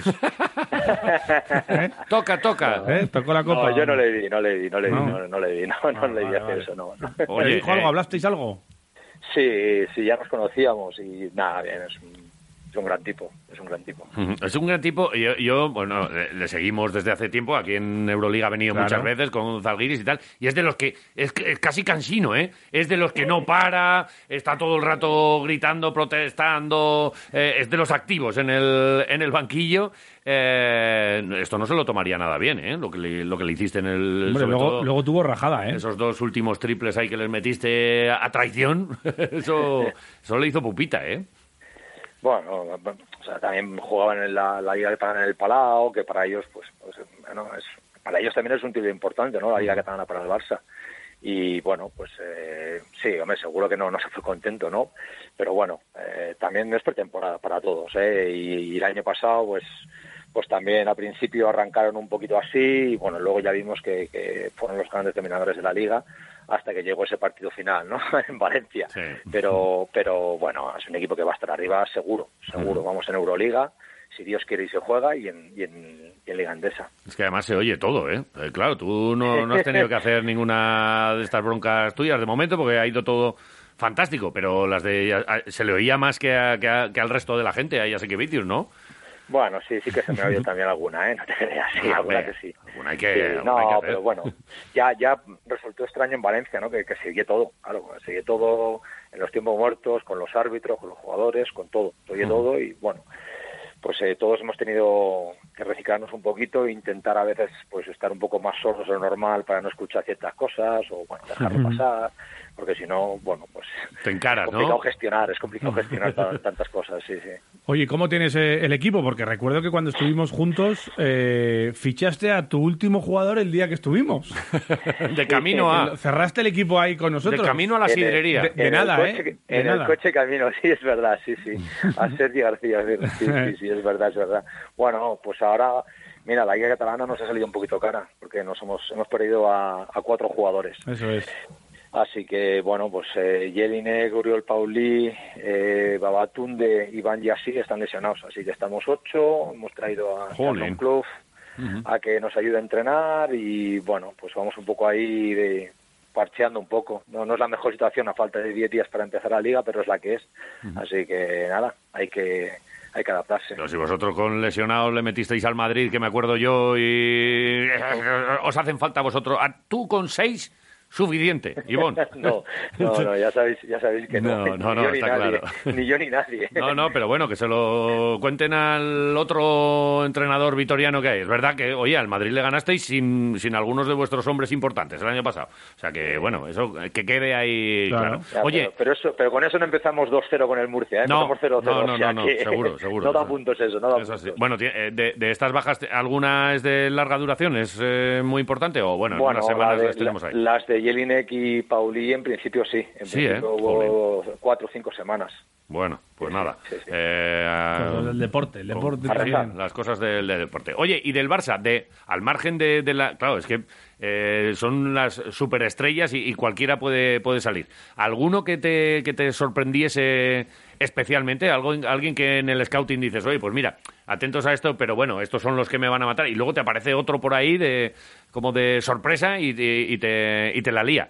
Toca. Tocó la copa. No, yo no le vi hacer eso, no. Oye, ¿Dijo algo? ¿Hablasteis algo? Sí, ya nos conocíamos y nada, bien, es un gran tipo, es un gran tipo. Es un gran tipo. Yo bueno, le seguimos desde hace tiempo. Aquí en Euroliga ha venido muchas veces con Zalgiris y tal. Y es de los que... Es casi cansino, ¿eh? Es de los que no para, está todo el rato gritando, protestando. Es de los activos en el banquillo. Esto no se lo tomaría nada bien, ¿eh? Lo que le hiciste en el... Hombre, luego tuvo rajada, ¿eh? Esos 2 últimos triples ahí que les metiste a traición. Eso le hizo pupita, ¿eh? Bueno, o sea, también jugaban en la Liga Catalana en el Palau, que para ellos, pues bueno, para ellos también es un título importante, ¿no? La Liga Catalana para el Barça. Y bueno, pues sí, hombre, seguro que no se fue contento, ¿no? Pero bueno, también es pretemporada para todos, ¿eh? Y el año pasado, pues también al principio arrancaron un poquito así, y bueno, luego ya vimos que fueron los grandes dominadores de la Liga, hasta que llegó ese partido final, ¿no? En Valencia. Sí. Pero bueno, es un equipo que va a estar arriba seguro. Vamos en Euroliga, si Dios quiere y se juega, y en Liga Endesa. Es que además se oye todo, ¿eh? Claro, tú no has tenido que hacer ninguna de estas broncas tuyas de momento, porque ha ido todo fantástico, pero se le oía más que al resto de la gente, a Jasikevičius, ¿no? Bueno, sí que se me ha oído también alguna, ¿eh? No te creas, sí, alguna que sí. Alguna hay que pero bueno, ya resultó extraño en Valencia, ¿no? Que se oye todo, claro, se oye todo en los tiempos muertos, con los árbitros, con los jugadores, con todo, se oye todo y bueno, pues todos hemos tenido que reciclarnos un poquito e intentar a veces pues estar un poco más sordos de lo normal para no escuchar ciertas cosas o bueno, dejarlo pasar, porque si no, bueno, pues te encaras, es complicado gestionar tantas cosas, sí. Oye, ¿cómo tienes el equipo? Porque recuerdo que cuando estuvimos juntos fichaste a tu último jugador el día que estuvimos. De camino a... Cerraste el equipo ahí con nosotros. De camino a la sidrería. De nada, ¿eh? En el coche camino, sí, es verdad, sí. A Sergi García, sí, es verdad. Bueno, pues ahora, mira, la Liga Catalana nos ha salido un poquito cara, porque hemos perdido a 4 jugadores. Eso es. Así que, bueno, pues Jelinek, Oriol Paulí, Babatunde y Van Yassi están lesionados. Así que estamos 8, hemos traído a Charlon Clough a que nos ayude a entrenar y, bueno, pues vamos un poco ahí parcheando un poco. No es la mejor situación a falta de 10 días para empezar la Liga, pero es la que es. Así que, nada, hay que adaptarse. Pero si vosotros con lesionados le metisteis al Madrid, que me acuerdo yo, y os hacen falta vosotros. Tú con 6... suficiente, Ivonne. No, ya sabéis que no, está claro. Ni yo ni nadie. No, pero bueno, que se lo cuenten al otro entrenador vitoriano que hay. Es verdad que, oye, al Madrid le ganasteis sin algunos de vuestros hombres importantes el año pasado. O sea que, bueno, eso que quede ahí claro. Ya, oye, pero con eso no empezamos 2-0 con el Murcia, ¿eh? No, empezamos 0-0. No, seguro. No da puntos eso, no da puntos. Sí. Bueno, de estas bajas, ¿alguna es de larga duración? ¿Es muy importante? O bueno, en unas semanas las tenemos ahí. Las de Jelinek y Paulí, en principio sí. En principio hubo 4 o 5 semanas. Bueno, pues nada. Sí. El deporte también. Las cosas del deporte. Oye, y del Barça, al margen de la... Claro, es que son las superestrellas y cualquiera puede salir. ¿Alguno que te sorprendiese especialmente? ¿Alguien que en el scouting dices, oye, pues mira, atentos a esto, pero bueno, estos son los que me van a matar? Y luego te aparece otro por ahí como de sorpresa y te la lía.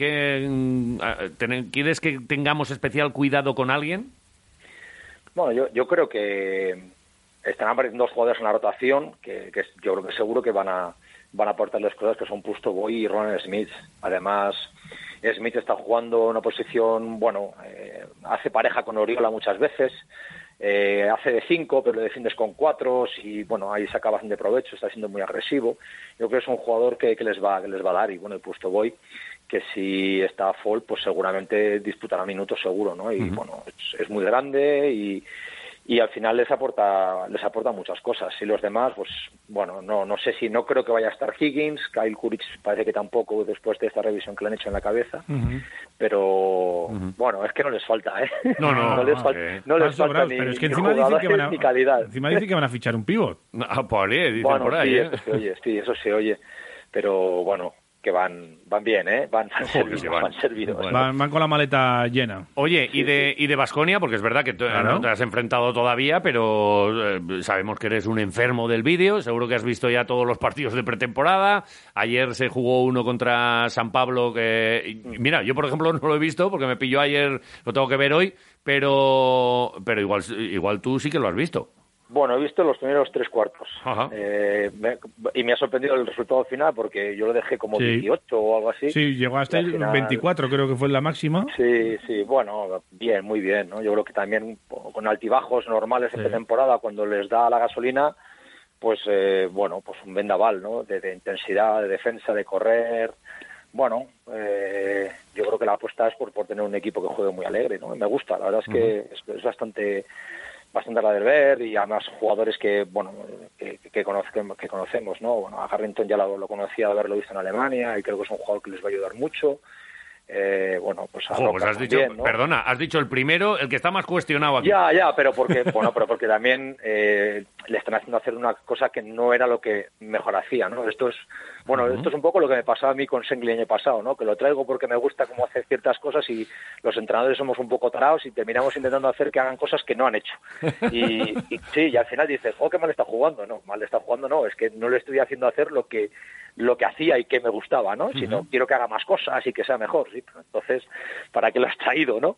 ¿Quieres que tengamos especial cuidado con alguien? Bueno, yo creo que están apareciendo 2 jugadores en la rotación que yo creo que seguro que van a aportarles cosas, que son Pustovoy y Ronan Smith. Además, Smith está jugando una posición, bueno, hace pareja con Oriola muchas veces, hace de 5, pero le defiendes con 4, y bueno, ahí saca bastante provecho, está siendo muy agresivo. Yo creo que es un jugador que les va a dar, y bueno, el Pustovoy, que si está a full, pues seguramente disputará minutos seguro, ¿no? Y bueno, es muy grande y al final les aporta muchas cosas. Y los demás, pues bueno, no sé si, no creo que vaya a estar Higgins, Kyle Kuric parece que tampoco, después de esta revisión que le han hecho en la cabeza, pero bueno, es que no les falta, ¿eh? No les falta ni, pero es que ni encima dicen que ni calidad. Encima dicen que van a fichar un pivot. Por ahí, dicen bueno, por ahí, sí, eso se oye, pero bueno, van bien, ¿eh? Van servidos. Bueno. Van con la maleta llena. Oye, y de Baskonia, porque es verdad que no te has enfrentado todavía, pero sabemos que eres un enfermo del vídeo, seguro que has visto ya todos los partidos de pretemporada. Ayer se jugó uno contra San Pablo que... Mira, yo por ejemplo no lo he visto porque me pilló ayer, lo tengo que ver hoy, pero igual tú sí que lo has visto. Bueno, he visto los primeros 3 cuartos y me ha sorprendido el resultado final porque yo lo dejé como 18 o algo así. Sí, llegó hasta el 24, creo que fue la máxima. Sí, bueno, bien, muy bien, ¿no? Yo creo que también con altibajos normales de temporada, cuando les da la gasolina, pues pues un vendaval, ¿no? De intensidad, de defensa, de correr. Bueno, yo creo que la apuesta es por tener un equipo que juegue muy alegre, ¿no? Me gusta, la verdad es que es bastante agradable de ver, y además jugadores que conocemos, ¿no? Bueno, a Harrington ya lo conocía de haberlo visto en Alemania y creo que es un jugador que les va a ayudar mucho. Pues has dicho, también, ¿no? Perdona, has dicho el primero, el que está más cuestionado aquí. Ya, pero porque también le están haciendo hacer una cosa que no era lo que mejor hacía, ¿no? Esto es un poco lo que me pasaba a mí con Sengli el año pasado, ¿no? Que lo traigo porque me gusta cómo hace ciertas cosas y los entrenadores somos un poco tarados y terminamos intentando hacer que hagan cosas que no han hecho. Y al final dices, qué mal está jugando. No, mal está jugando no, es que no le estoy haciendo hacer lo que hacía y que me gustaba, ¿no? Sino quiero que haga más cosas y que sea mejor, ¿sí? Entonces, ¿para qué lo has traído, no?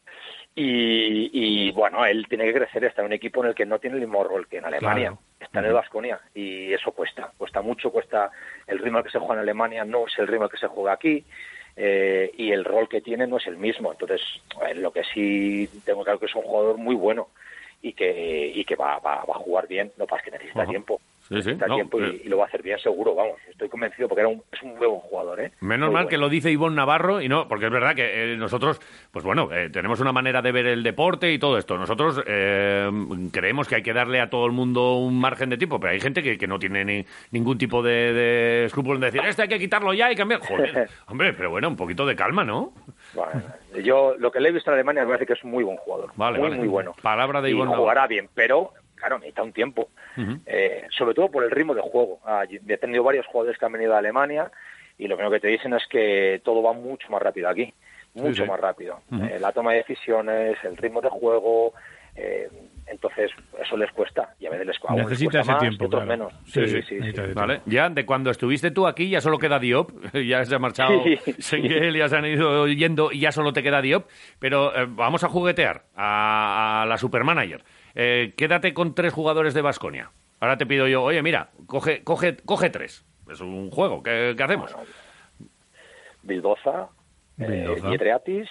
Y bueno, él tiene que crecer, está en un equipo en el que no tiene el mismo rol que en Alemania, claro. Está en el Baskonia y eso cuesta mucho, el ritmo al que se juega en Alemania no es el ritmo al que se juega aquí, y el rol que tiene no es el mismo. Entonces, lo que sí tengo claro que es un jugador muy bueno y que va a jugar bien, no pasa que necesita tiempo. Tiempo y lo va a hacer bien seguro, vamos, estoy convencido porque es un muy buen jugador, ¿eh? Menos mal que lo dice Ivonne Navarro y no, porque es verdad que nosotros, pues bueno, tenemos una manera de ver el deporte y todo esto. Nosotros creemos que hay que darle a todo el mundo un margen de tiempo, pero hay gente que no tiene ningún tipo de escrúpulo en decir, hay que quitarlo ya y cambiar. Joder, hombre, pero bueno, un poquito de calma, ¿no? Bueno, yo lo que le he visto en Alemania me parece que es muy buen jugador, muy bueno. Palabra de Ivonne Navarro. Jugará bien, pero claro, necesita un tiempo, sobre todo por el ritmo de juego. He tenido varios jugadores que han venido a Alemania y lo primero que te dicen es que todo va mucho más rápido aquí, mucho más rápido. La toma de decisiones, el ritmo de juego, entonces eso les cuesta y a veces les cuesta. Necesita ese tiempo, otros claro. menos. Sí. Vale. Ya de cuando estuviste tú aquí ya solo queda Diop, ya se ha marchado Sengel, ya se han ido yendo y ya solo te queda Diop, pero vamos a juguetear a la Supermanager. Quédate con 3 jugadores de Baskonia. Ahora te pido yo, oye, mira, coge 3. Es un juego, ¿qué hacemos? Bueno, Vildoza, Pietriatis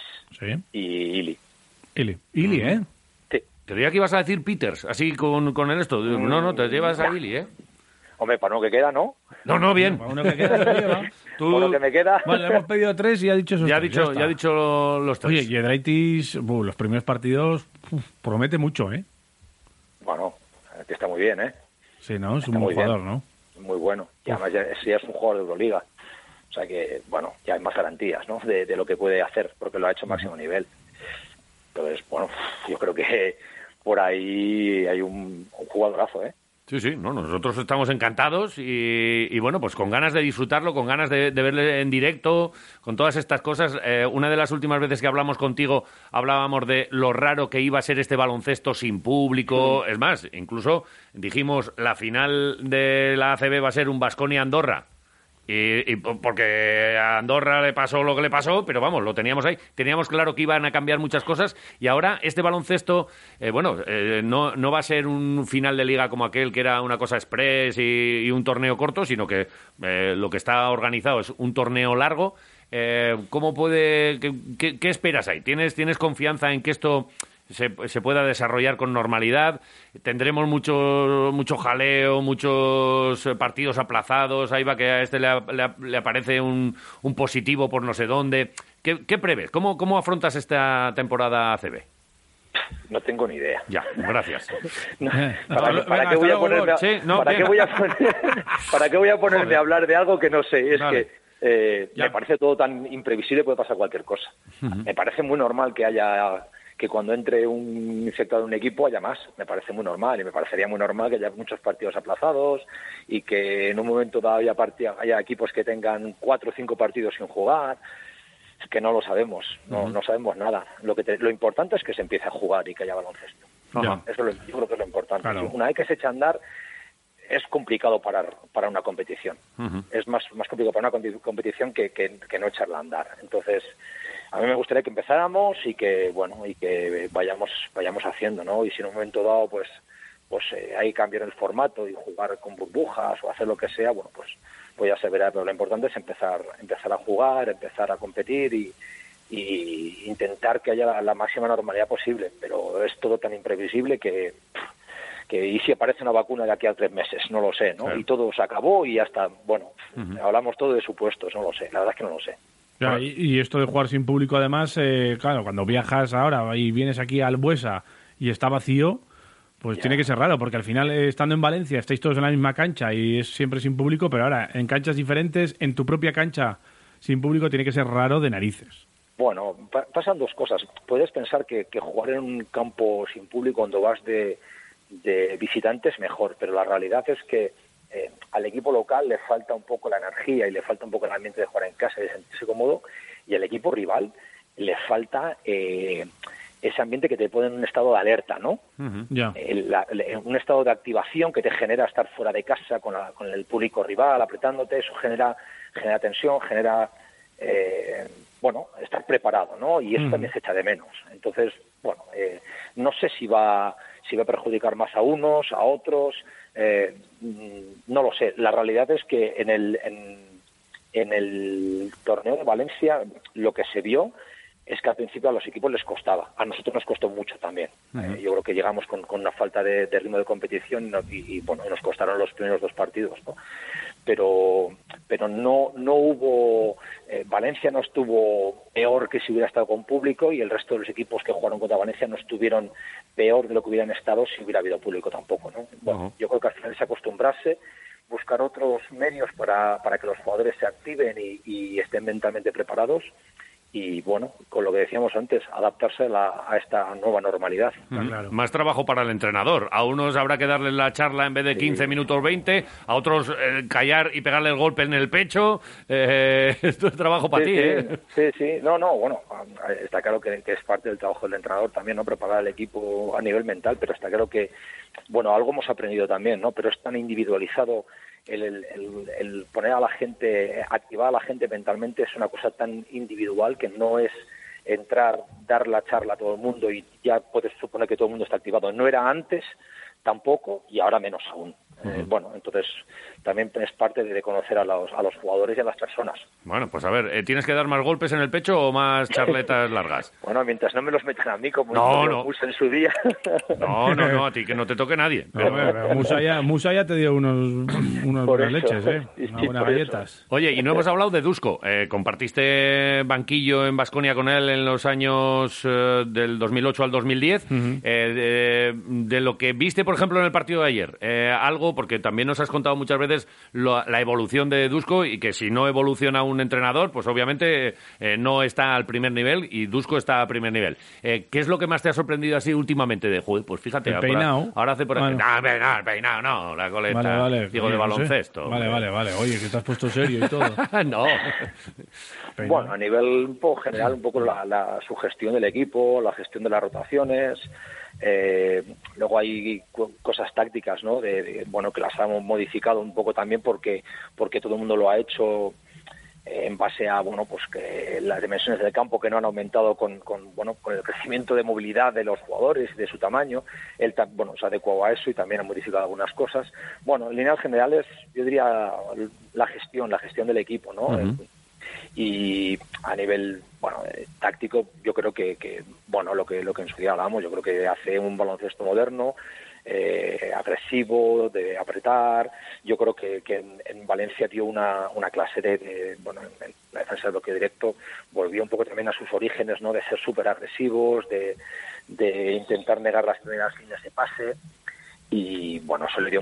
y Ili, ¿eh? Sí. Creía que ibas a decir Peters, así con el esto. No, te llevas a Ili, ¿eh? Hombre, para uno que queda, ¿no? No, bien. Para uno que queda, se lleva. Tú... Por lo que me queda... Vale, le hemos pedido 3 y ha dicho esos ya 3. Ya ha dicho los 3. Oye, Giedraitis, los primeros partidos, promete mucho, ¿eh? Bueno, que está muy bien, ¿eh? Sí, ¿no? Es un buen jugador, ¿no? Muy bueno. Y además ya es un jugador de Euroliga. O sea que, bueno, ya hay más garantías, ¿no? De lo que puede hacer, porque lo ha hecho a máximo nivel. Entonces, bueno, yo creo que por ahí hay un jugadorazo, ¿eh? Sí, no, nosotros estamos encantados y bueno, pues con ganas de disfrutarlo, con ganas de verle en directo, con todas estas cosas. Una de las últimas veces que hablamos contigo hablábamos de lo raro que iba a ser este baloncesto sin público. Es más, incluso dijimos la final de la ACB va a ser un Baskonia-Andorra. Y porque a Andorra le pasó lo que le pasó, pero vamos, lo teníamos ahí. Teníamos claro que iban a cambiar muchas cosas y ahora este baloncesto, no va a ser un final de liga como aquel que era una cosa express y un torneo corto, sino que lo que está organizado es un torneo largo. ¿Cómo puede, qué esperas ahí? ¿Tienes confianza en que esto se pueda desarrollar con normalidad? Tendremos mucho jaleo, muchos partidos aplazados. Ahí va que a este le aparece un positivo por no sé dónde. ¿Qué prevés? ¿Cómo afrontas esta temporada ACB? No tengo ni idea. Ya, gracias. ¿Para qué voy a ponerme a hablar de algo que no sé? Es que me parece todo tan imprevisible, puede pasar cualquier cosa. Me parece muy normal que haya que cuando entre un infectado en un equipo haya más. Me parece muy normal, y me parecería muy normal que haya muchos partidos aplazados y que en un momento dado haya equipos que tengan 4 o 5 partidos sin jugar. Es que no lo sabemos, no sabemos nada. Lo importante es que se empiece a jugar y que haya baloncesto. Eso yo creo que es lo importante. Claro. Una vez que se echa a andar, es complicado para una competición. Es más complicado para una competición que no echarla a andar. Entonces, a mí me gustaría que empezáramos y que vayamos haciendo, ¿no? Y si en un momento dado pues hay que cambiar el formato y jugar con burbujas o hacer lo que sea, bueno, pues ya se verá. Pero lo importante es empezar a jugar, empezar a competir y intentar que haya la máxima normalidad posible. Pero es todo tan imprevisible que y si aparece una vacuna de aquí a 3 meses, no lo sé, ¿no? Claro. Y todo se acabó y ya está. Bueno, hablamos todo de supuestos, no lo sé, la verdad es que no lo sé. Claro, y esto de jugar sin público, además, claro, cuando viajas ahora y vienes aquí al Buesa y está vacío, pues tiene que ser raro, porque al final, estando en Valencia, estáis todos en la misma cancha y es siempre sin público, pero ahora, en canchas diferentes, en tu propia cancha sin público, tiene que ser raro de narices. Bueno, pasan 2 cosas. Puedes pensar que jugar en un campo sin público cuando vas de visitantes mejor, pero la realidad es que al equipo local le falta un poco la energía y le falta un poco el ambiente de jugar en casa y de sentirse cómodo, y al equipo rival le falta ese ambiente que te pone en un estado de alerta, ¿no? Un estado de activación que te genera estar fuera de casa con el público rival apretándote. Eso genera tensión, genera estar preparado, ¿no? Y eso también se echa de menos. Entonces, no sé si va a perjudicar más a unos, a otros, no lo sé. La realidad es que en el torneo de Valencia lo que se vio es que al principio a los equipos les costaba. A nosotros nos costó mucho también. Yo creo que llegamos con una falta de ritmo de competición y nos costaron los primeros 2 partidos, ¿no? Pero no hubo... Valencia no estuvo peor que si hubiera estado con público, y el resto de los equipos que jugaron contra Valencia no estuvieron peor de lo que hubieran estado si hubiera habido público tampoco, ¿no? Bueno, yo creo que al final es acostumbrarse, buscar otros medios para que los jugadores se activen y estén mentalmente preparados. Y bueno, con lo que decíamos antes, adaptarse a esta nueva normalidad. Claro. Más trabajo para el entrenador. A unos habrá que darle la charla en vez de 15 minutos 20, a otros callar y pegarle el golpe en el pecho. Esto es trabajo para ti, ¿eh? Sí. No, bueno, está claro que es parte del trabajo del entrenador también, ¿no? Preparar al equipo a nivel mental, pero está claro que, algo hemos aprendido también, ¿no? Pero es tan individualizado. El poner a la gente, activar a la gente mentalmente, es una cosa tan individual que no es entrar, dar la charla a todo el mundo y ya puedes suponer que todo el mundo está activado. No era antes tampoco, y ahora menos aún. Entonces también es parte de conocer a los jugadores y a las personas. Bueno, pues a ver, ¿tienes que dar más golpes en el pecho o más charletas largas? Bueno, mientras no me los metan a mí como no. Puse en su día. No, a ti que no te toque nadie. Musa ya te dio unos buenas leches, unas buenas galletas. Oye, y no hemos hablado de Dusko. Compartiste banquillo en Baskonia con él en los años del 2008 al 2010. De lo que viste, por ejemplo, en el partido de ayer, algo, porque también nos has contado muchas veces la evolución de Dusko, y que si no evoluciona un entrenador, pues obviamente no está al primer nivel, y Dusko está a primer nivel. ¿Qué es lo que más te ha sorprendido así últimamente? Pues fíjate, el peinado. Ahora hace por ejemplo... No, el peinado no, la coleta, vale, digo, de baloncesto. Vale. Oye, que te has puesto serio y todo. No. Bueno, a nivel un poco general, un poco su gestión del equipo, la gestión de las rotaciones. Luego hay cosas tácticas, ¿no? Que las hemos modificado un poco también porque todo el mundo lo ha hecho en base a que las dimensiones del campo que no han aumentado con el crecimiento de movilidad de los jugadores, de su tamaño. Él se ha adecuado a eso y también ha modificado algunas cosas. En líneas generales, yo diría la gestión del equipo, ¿no? Y a nivel táctico, yo creo que lo que en su día hablamos, yo creo que hace un baloncesto moderno, agresivo, de apretar. Yo creo que en Valencia dio una clase en la defensa del bloqueo directo, volvió un poco también a sus orígenes, ¿no? De ser súper agresivos, de intentar negar las primeras líneas de pase. Y eso les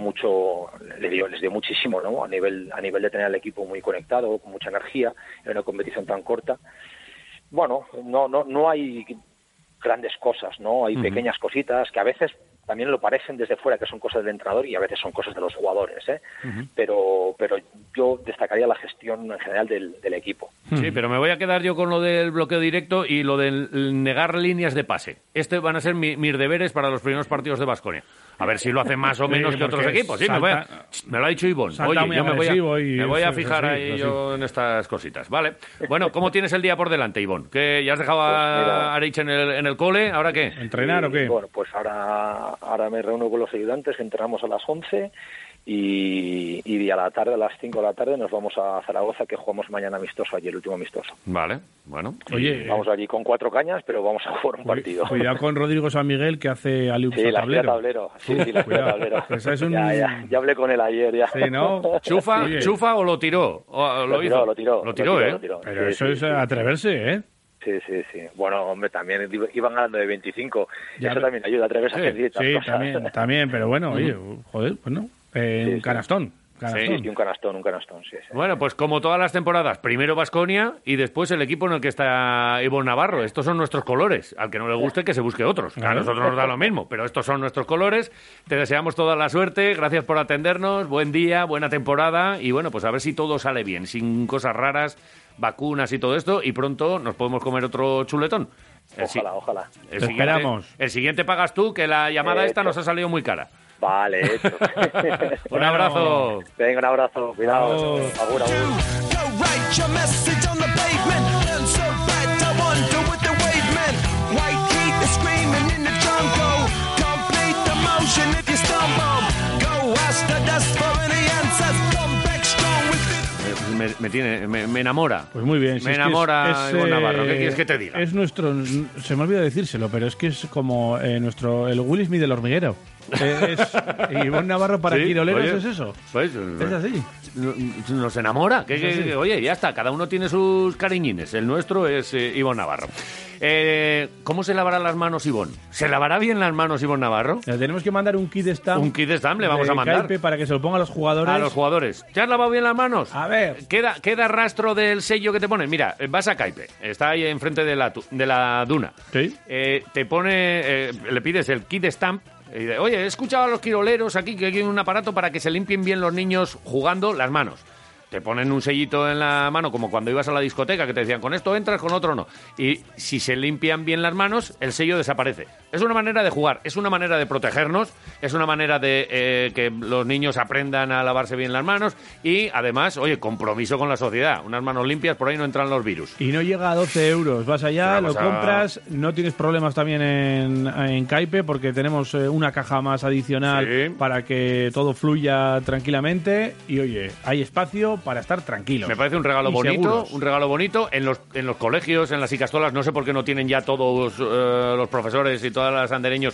dio muchísimo, ¿no? A nivel de tener al equipo muy conectado, con mucha energía, en una competición tan corta. No hay grandes cosas, ¿no? Hay pequeñas cositas que a veces también lo parecen desde fuera que son cosas del entrenador y a veces son cosas de los jugadores, ¿eh? Pero yo destacaría la gestión en general del equipo. Sí, pero me voy a quedar yo con lo del bloqueo directo y lo del negar líneas de pase. Van a ser mis deberes para los primeros partidos de Baskonia. A ver si lo hacen más o menos que otros equipos. Sí, me lo ha dicho Ivonne. Oye, yo me voy a fijar ahí yo en estas cositas. Vale. Bueno, ¿cómo tienes el día por delante, Ivonne? ¿Que ya has dejado a Areich en el cole? ¿Ahora qué? ¿Entrenar o qué? Bueno, pues ahora me reúno con los ayudantes, entramos a las 11 y a la tarde, a las 5 de la tarde, nos vamos a Zaragoza, que jugamos mañana amistoso, allí el último amistoso. Vale, bueno. Oye, vamos allí con 4 cañas, pero vamos a jugar un partido. Cuidado con Rodrigo San Miguel, que hace aliups a tablero. Tablero. Sí, la tablero. Pues es un... ya hablé con él ayer, ya. Sí, ¿no? ¿Chufa o lo tiró? Lo tiró, ¿eh? Pero eso es atreverse, ¿eh? Sí. Bueno, hombre, también iban ganando de 25. Ya, eso también ayuda a atreverse a hacer cosas. también, pero bueno, oye, joder, pues no. Un canastón. Sí, un canastón, sí. Bueno, pues como todas las temporadas, primero Baskonia y después el equipo en el que está Ivonne Navarro. Estos son nuestros colores. Al que no le guste, que se busque otros. A nosotros nos da lo mismo, pero estos son nuestros colores. Te deseamos toda la suerte. Gracias por atendernos. Buen día, buena temporada. Y bueno, pues a ver si todo sale bien, sin cosas raras, vacunas y todo esto. Y pronto nos podemos comer otro chuletón. Ojalá. Esperamos. El siguiente pagas tú, que la llamada esta nos ha salido muy cara. Vale, hecho. Un abrazo. Venga, un abrazo. Cuidado. Agur. Me enamora. Pues muy bien. Me enamora Ivonne Navarro. ¿Qué quieres que te diga? Es nuestro... Se me olvida decírselo, pero es que es como el Will Smith del hormiguero. Ivonne Navarro para Quiroleros es eso. Pues, es así. Nos enamora. Oye, ya está. Cada uno tiene sus cariñines. El nuestro es Ivonne Navarro. ¿Cómo se lavarán las manos, Ivonne? ¿Se lavará bien las manos, Ivonne Navarro? Le tenemos que mandar un kit stamp. Un kit stamp le vamos a mandar. Caipe para que se lo ponga a los jugadores. A los jugadores. ¿Te has lavado bien las manos? A ver. ¿Queda rastro del sello que te ponen? Mira, vas a Caipe. Está ahí enfrente de la duna. Sí. Te pone... le pides el kit stamp. Y dice, oye, he escuchado a los quiroleros aquí que hay un aparato para que se limpien bien los niños jugando las manos. Te ponen un sellito en la mano, como cuando ibas a la discoteca, que te decían, con esto entras, con otro no. Y si se limpian bien las manos, el sello desaparece. Es una manera de jugar, es una manera de protegernos, es una manera de que los niños aprendan a lavarse bien las manos y, además, oye, compromiso con la sociedad. Unas manos limpias, por ahí no entran los virus. Y no llega a 12 euros. Vas allá, lo compras, no tienes problemas también en Caipe, porque tenemos una caja más adicional para que todo fluya tranquilamente. Y, oye, hay espacio para estar tranquilos. Me parece un regalo bonito, en los colegios, en las icastolas, no sé por qué no tienen ya todos los profesores y todas las andereños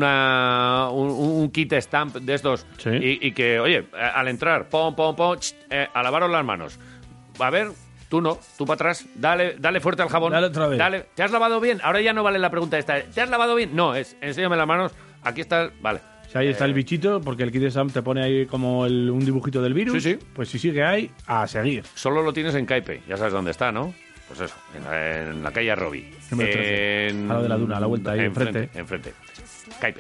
un kit stamp de estos y que, oye, al entrar, a lavaros las manos. A ver, tú no, tú para atrás, dale fuerte al jabón. Dale otra vez. Dale, ¿te has lavado bien? Ahora ya no vale la pregunta esta. ¿Te has lavado bien? No, enséñame las manos, aquí está, vale. Si ahí está el bichito, porque el kit de Sam te pone ahí como un dibujito del virus. Sí. Pues si sigue ahí, a seguir. Solo lo tienes en Caipe, ya sabes dónde está, ¿no? Pues eso, en la calle Robi. A lo de la duna, a la vuelta ahí, enfrente. Enfrente. Caipe.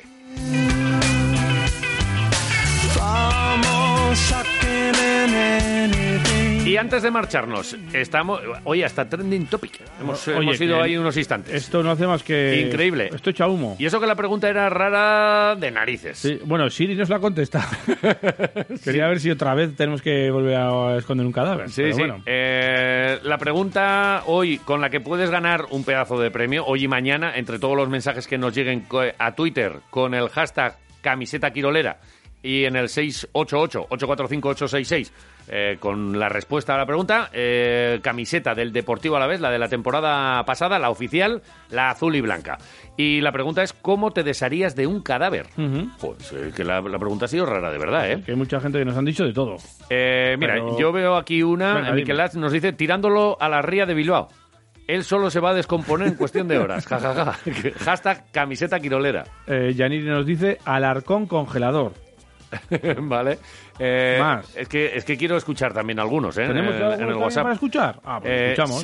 Y antes de marcharnos, estamos... Oye, hasta Trending Topic. Hemos ido ahí unos instantes. Esto no hace más que... Increíble. Esto echa humo. Y eso que la pregunta era rara de narices. Sí, bueno, Siri nos la contesta. Quería ver si otra vez tenemos que volver a esconder un cadáver. Sí, pero sí. Bueno. La pregunta hoy, con la que puedes ganar un pedazo de premio, hoy y mañana, entre todos los mensajes que nos lleguen a Twitter con el hashtag camiseta quirolera y en el 688-845-866 con la respuesta a la pregunta, camiseta del Deportivo Alavés, la de la temporada pasada, la oficial, la azul y blanca. Y la pregunta es, ¿cómo te desharías de un cadáver? Pues que la pregunta ha sido rara, de verdad, ¿eh? Que hay mucha gente que nos han dicho de todo. Mira, yo veo aquí una, Miquel Lats nos dice, tirándolo a la ría de Bilbao. Él solo se va a descomponer en cuestión de horas. Hashtag camiseta quirolera. Yaniri nos dice, Alarcón congelador. Vale. Más. Es que quiero escuchar también algunos, ¿eh? ¿Tenemos en el WhatsApp. para escuchar? Ah, pues escuchamos.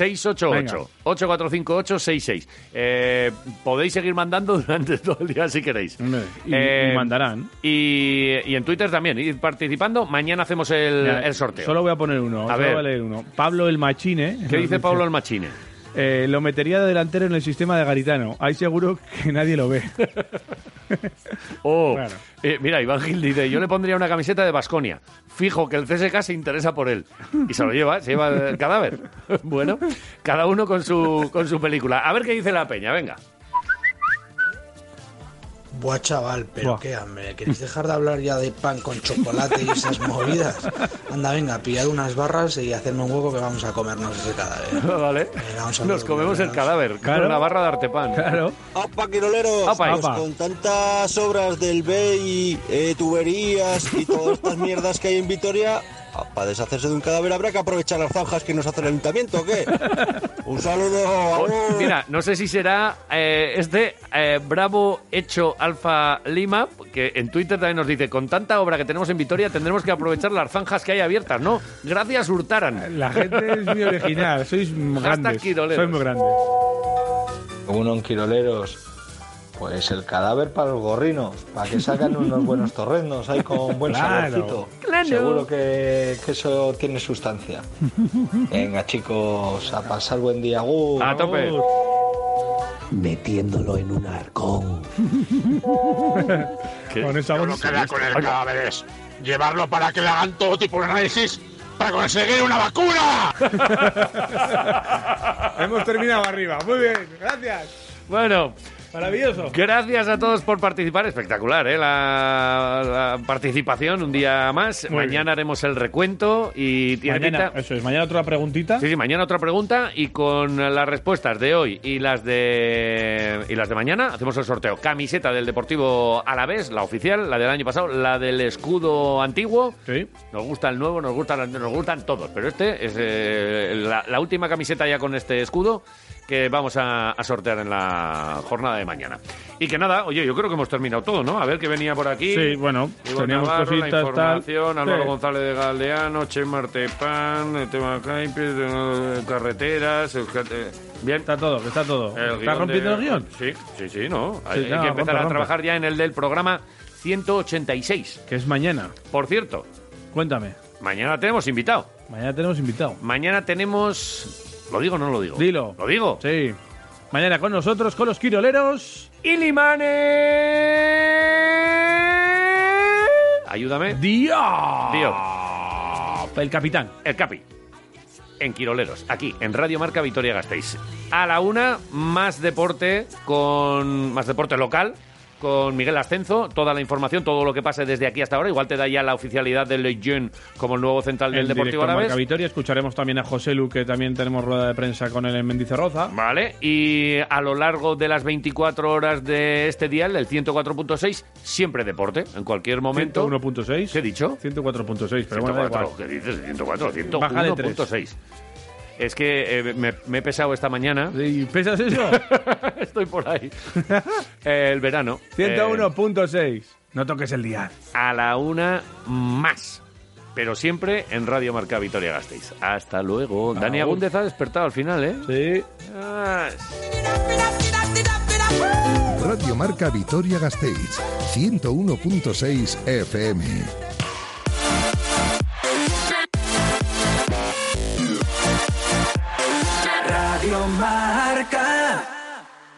688-8458-66. Podéis seguir mandando durante todo el día si queréis. Y mandarán. Y en Twitter también, ir participando. Mañana hacemos el sorteo. Solo voy a poner uno. A ver. Voy a leer uno. Pablo el Machine. ¿Qué dice Pablo el Machine? Lo metería de delantero en el sistema de Garitano. Ahí seguro que nadie lo ve. Claro. Mira, Iván Gil dice, yo le pondría una camiseta de Baskonia. Fijo que el CSK se interesa por él. Y se lleva el cadáver. Bueno, cada uno con su película. A ver qué dice la peña, venga. Buah, chaval, pero qué hambre. ¿Queréis dejar de hablar ya de pan con chocolate y esas movidas? Anda, venga, pillad unas barras y hacedme un hueco que vamos a comernos ese cadáver. Vale. Nos comemos el cadáver con una barra de artepán. Claro. ¡Apa, quiroleros! Pues con tantas obras del BEI, tuberías y todas estas mierdas que hay en Vitoria, para deshacerse de un cadáver habrá que aprovechar las zanjas que nos hace el ayuntamiento, ¿o qué? Un saludo. Mira, no sé si será Bravo Hecho Alfa Lima, que en Twitter también nos dice, con tanta obra que tenemos en Vitoria tendremos que aprovechar las zanjas que hay abiertas, ¿no? Gracias, Hurtaran. La gente es muy original, sois grandes. Sois muy grandes. Unos quiroleros. Pues el cadáver para los gorrinos, para que sacan unos buenos torreznos ahí con buen saborcito. Claro. Seguro que eso tiene sustancia. Venga, chicos, a pasar buen día. A tope. Metiéndolo en un arcón. Con esa Lo que da con el cadáver es llevarlo para que le hagan todo tipo de análisis para conseguir una vacuna. Hemos terminado arriba. Muy bien, gracias. Bueno. Maravilloso. Gracias a todos por participar. Espectacular, ¿eh? La participación un día más. Muy mañana haremos el recuento y mañana, eso es, mañana otra preguntita. Sí, mañana otra pregunta y con las respuestas de hoy y las de mañana hacemos el sorteo. Camiseta del Deportivo Alavés, la oficial, la del año pasado, la del escudo antiguo. Sí. Nos gusta el nuevo, nos gustan todos, pero este es la última camiseta ya con este escudo que vamos a sortear en la jornada de mañana. Y que nada, oye, yo creo que hemos terminado todo, ¿no? A ver qué venía por aquí. Sí, bueno, Iván teníamos Navarro, cositas, la información, tal. Álvaro Sí. González de Galdeano, Chema Artepán, el tema carreteras, bien. Está todo. ¿Estás rompiendo el guión? Sí, no. Sí, Hay que empezar a trabajar ya en el del programa 186. Que es mañana. Por cierto. Cuéntame. Mañana tenemos invitado. Mañana tenemos... ¿Lo digo o no lo digo? Dilo. ¿Lo digo? Sí. Mañana con nosotros, con los quiroleros... ¡Ilimane! Ayúdame. ¡Dio! El capitán. El capi. En Quiroleros, aquí, en Radio Marca Vitoria-Gasteiz. A la 1, más deporte local, con Miguel Ascenso, toda la información, todo lo que pase desde aquí hasta ahora. Igual te da ya la oficialidad de Lejeune como el nuevo central del Deportivo Alavés. Marca Vitoria. Escucharemos también a José Lu, que también tenemos rueda de prensa con él en Mendizorroza. Vale, y a lo largo de las 24 horas de este dial, el 104.6, siempre deporte, en cualquier momento. 101.6. ¿Qué he dicho? 104.6, pero 104, bueno, da igual. ¿Qué dices? 104, Bájale 3. 101.6. Es que me he pesado esta mañana. ¿Y pesas eso? Estoy por ahí. El verano. 101.6. No toques el día. A la 1 más. Pero siempre en Radio Marca Vitoria-Gasteiz. Hasta luego. Dani Agúndez ha despertado al final, ¿eh? Sí. Radio Marca Vitoria-Gasteiz. 101.6 FM.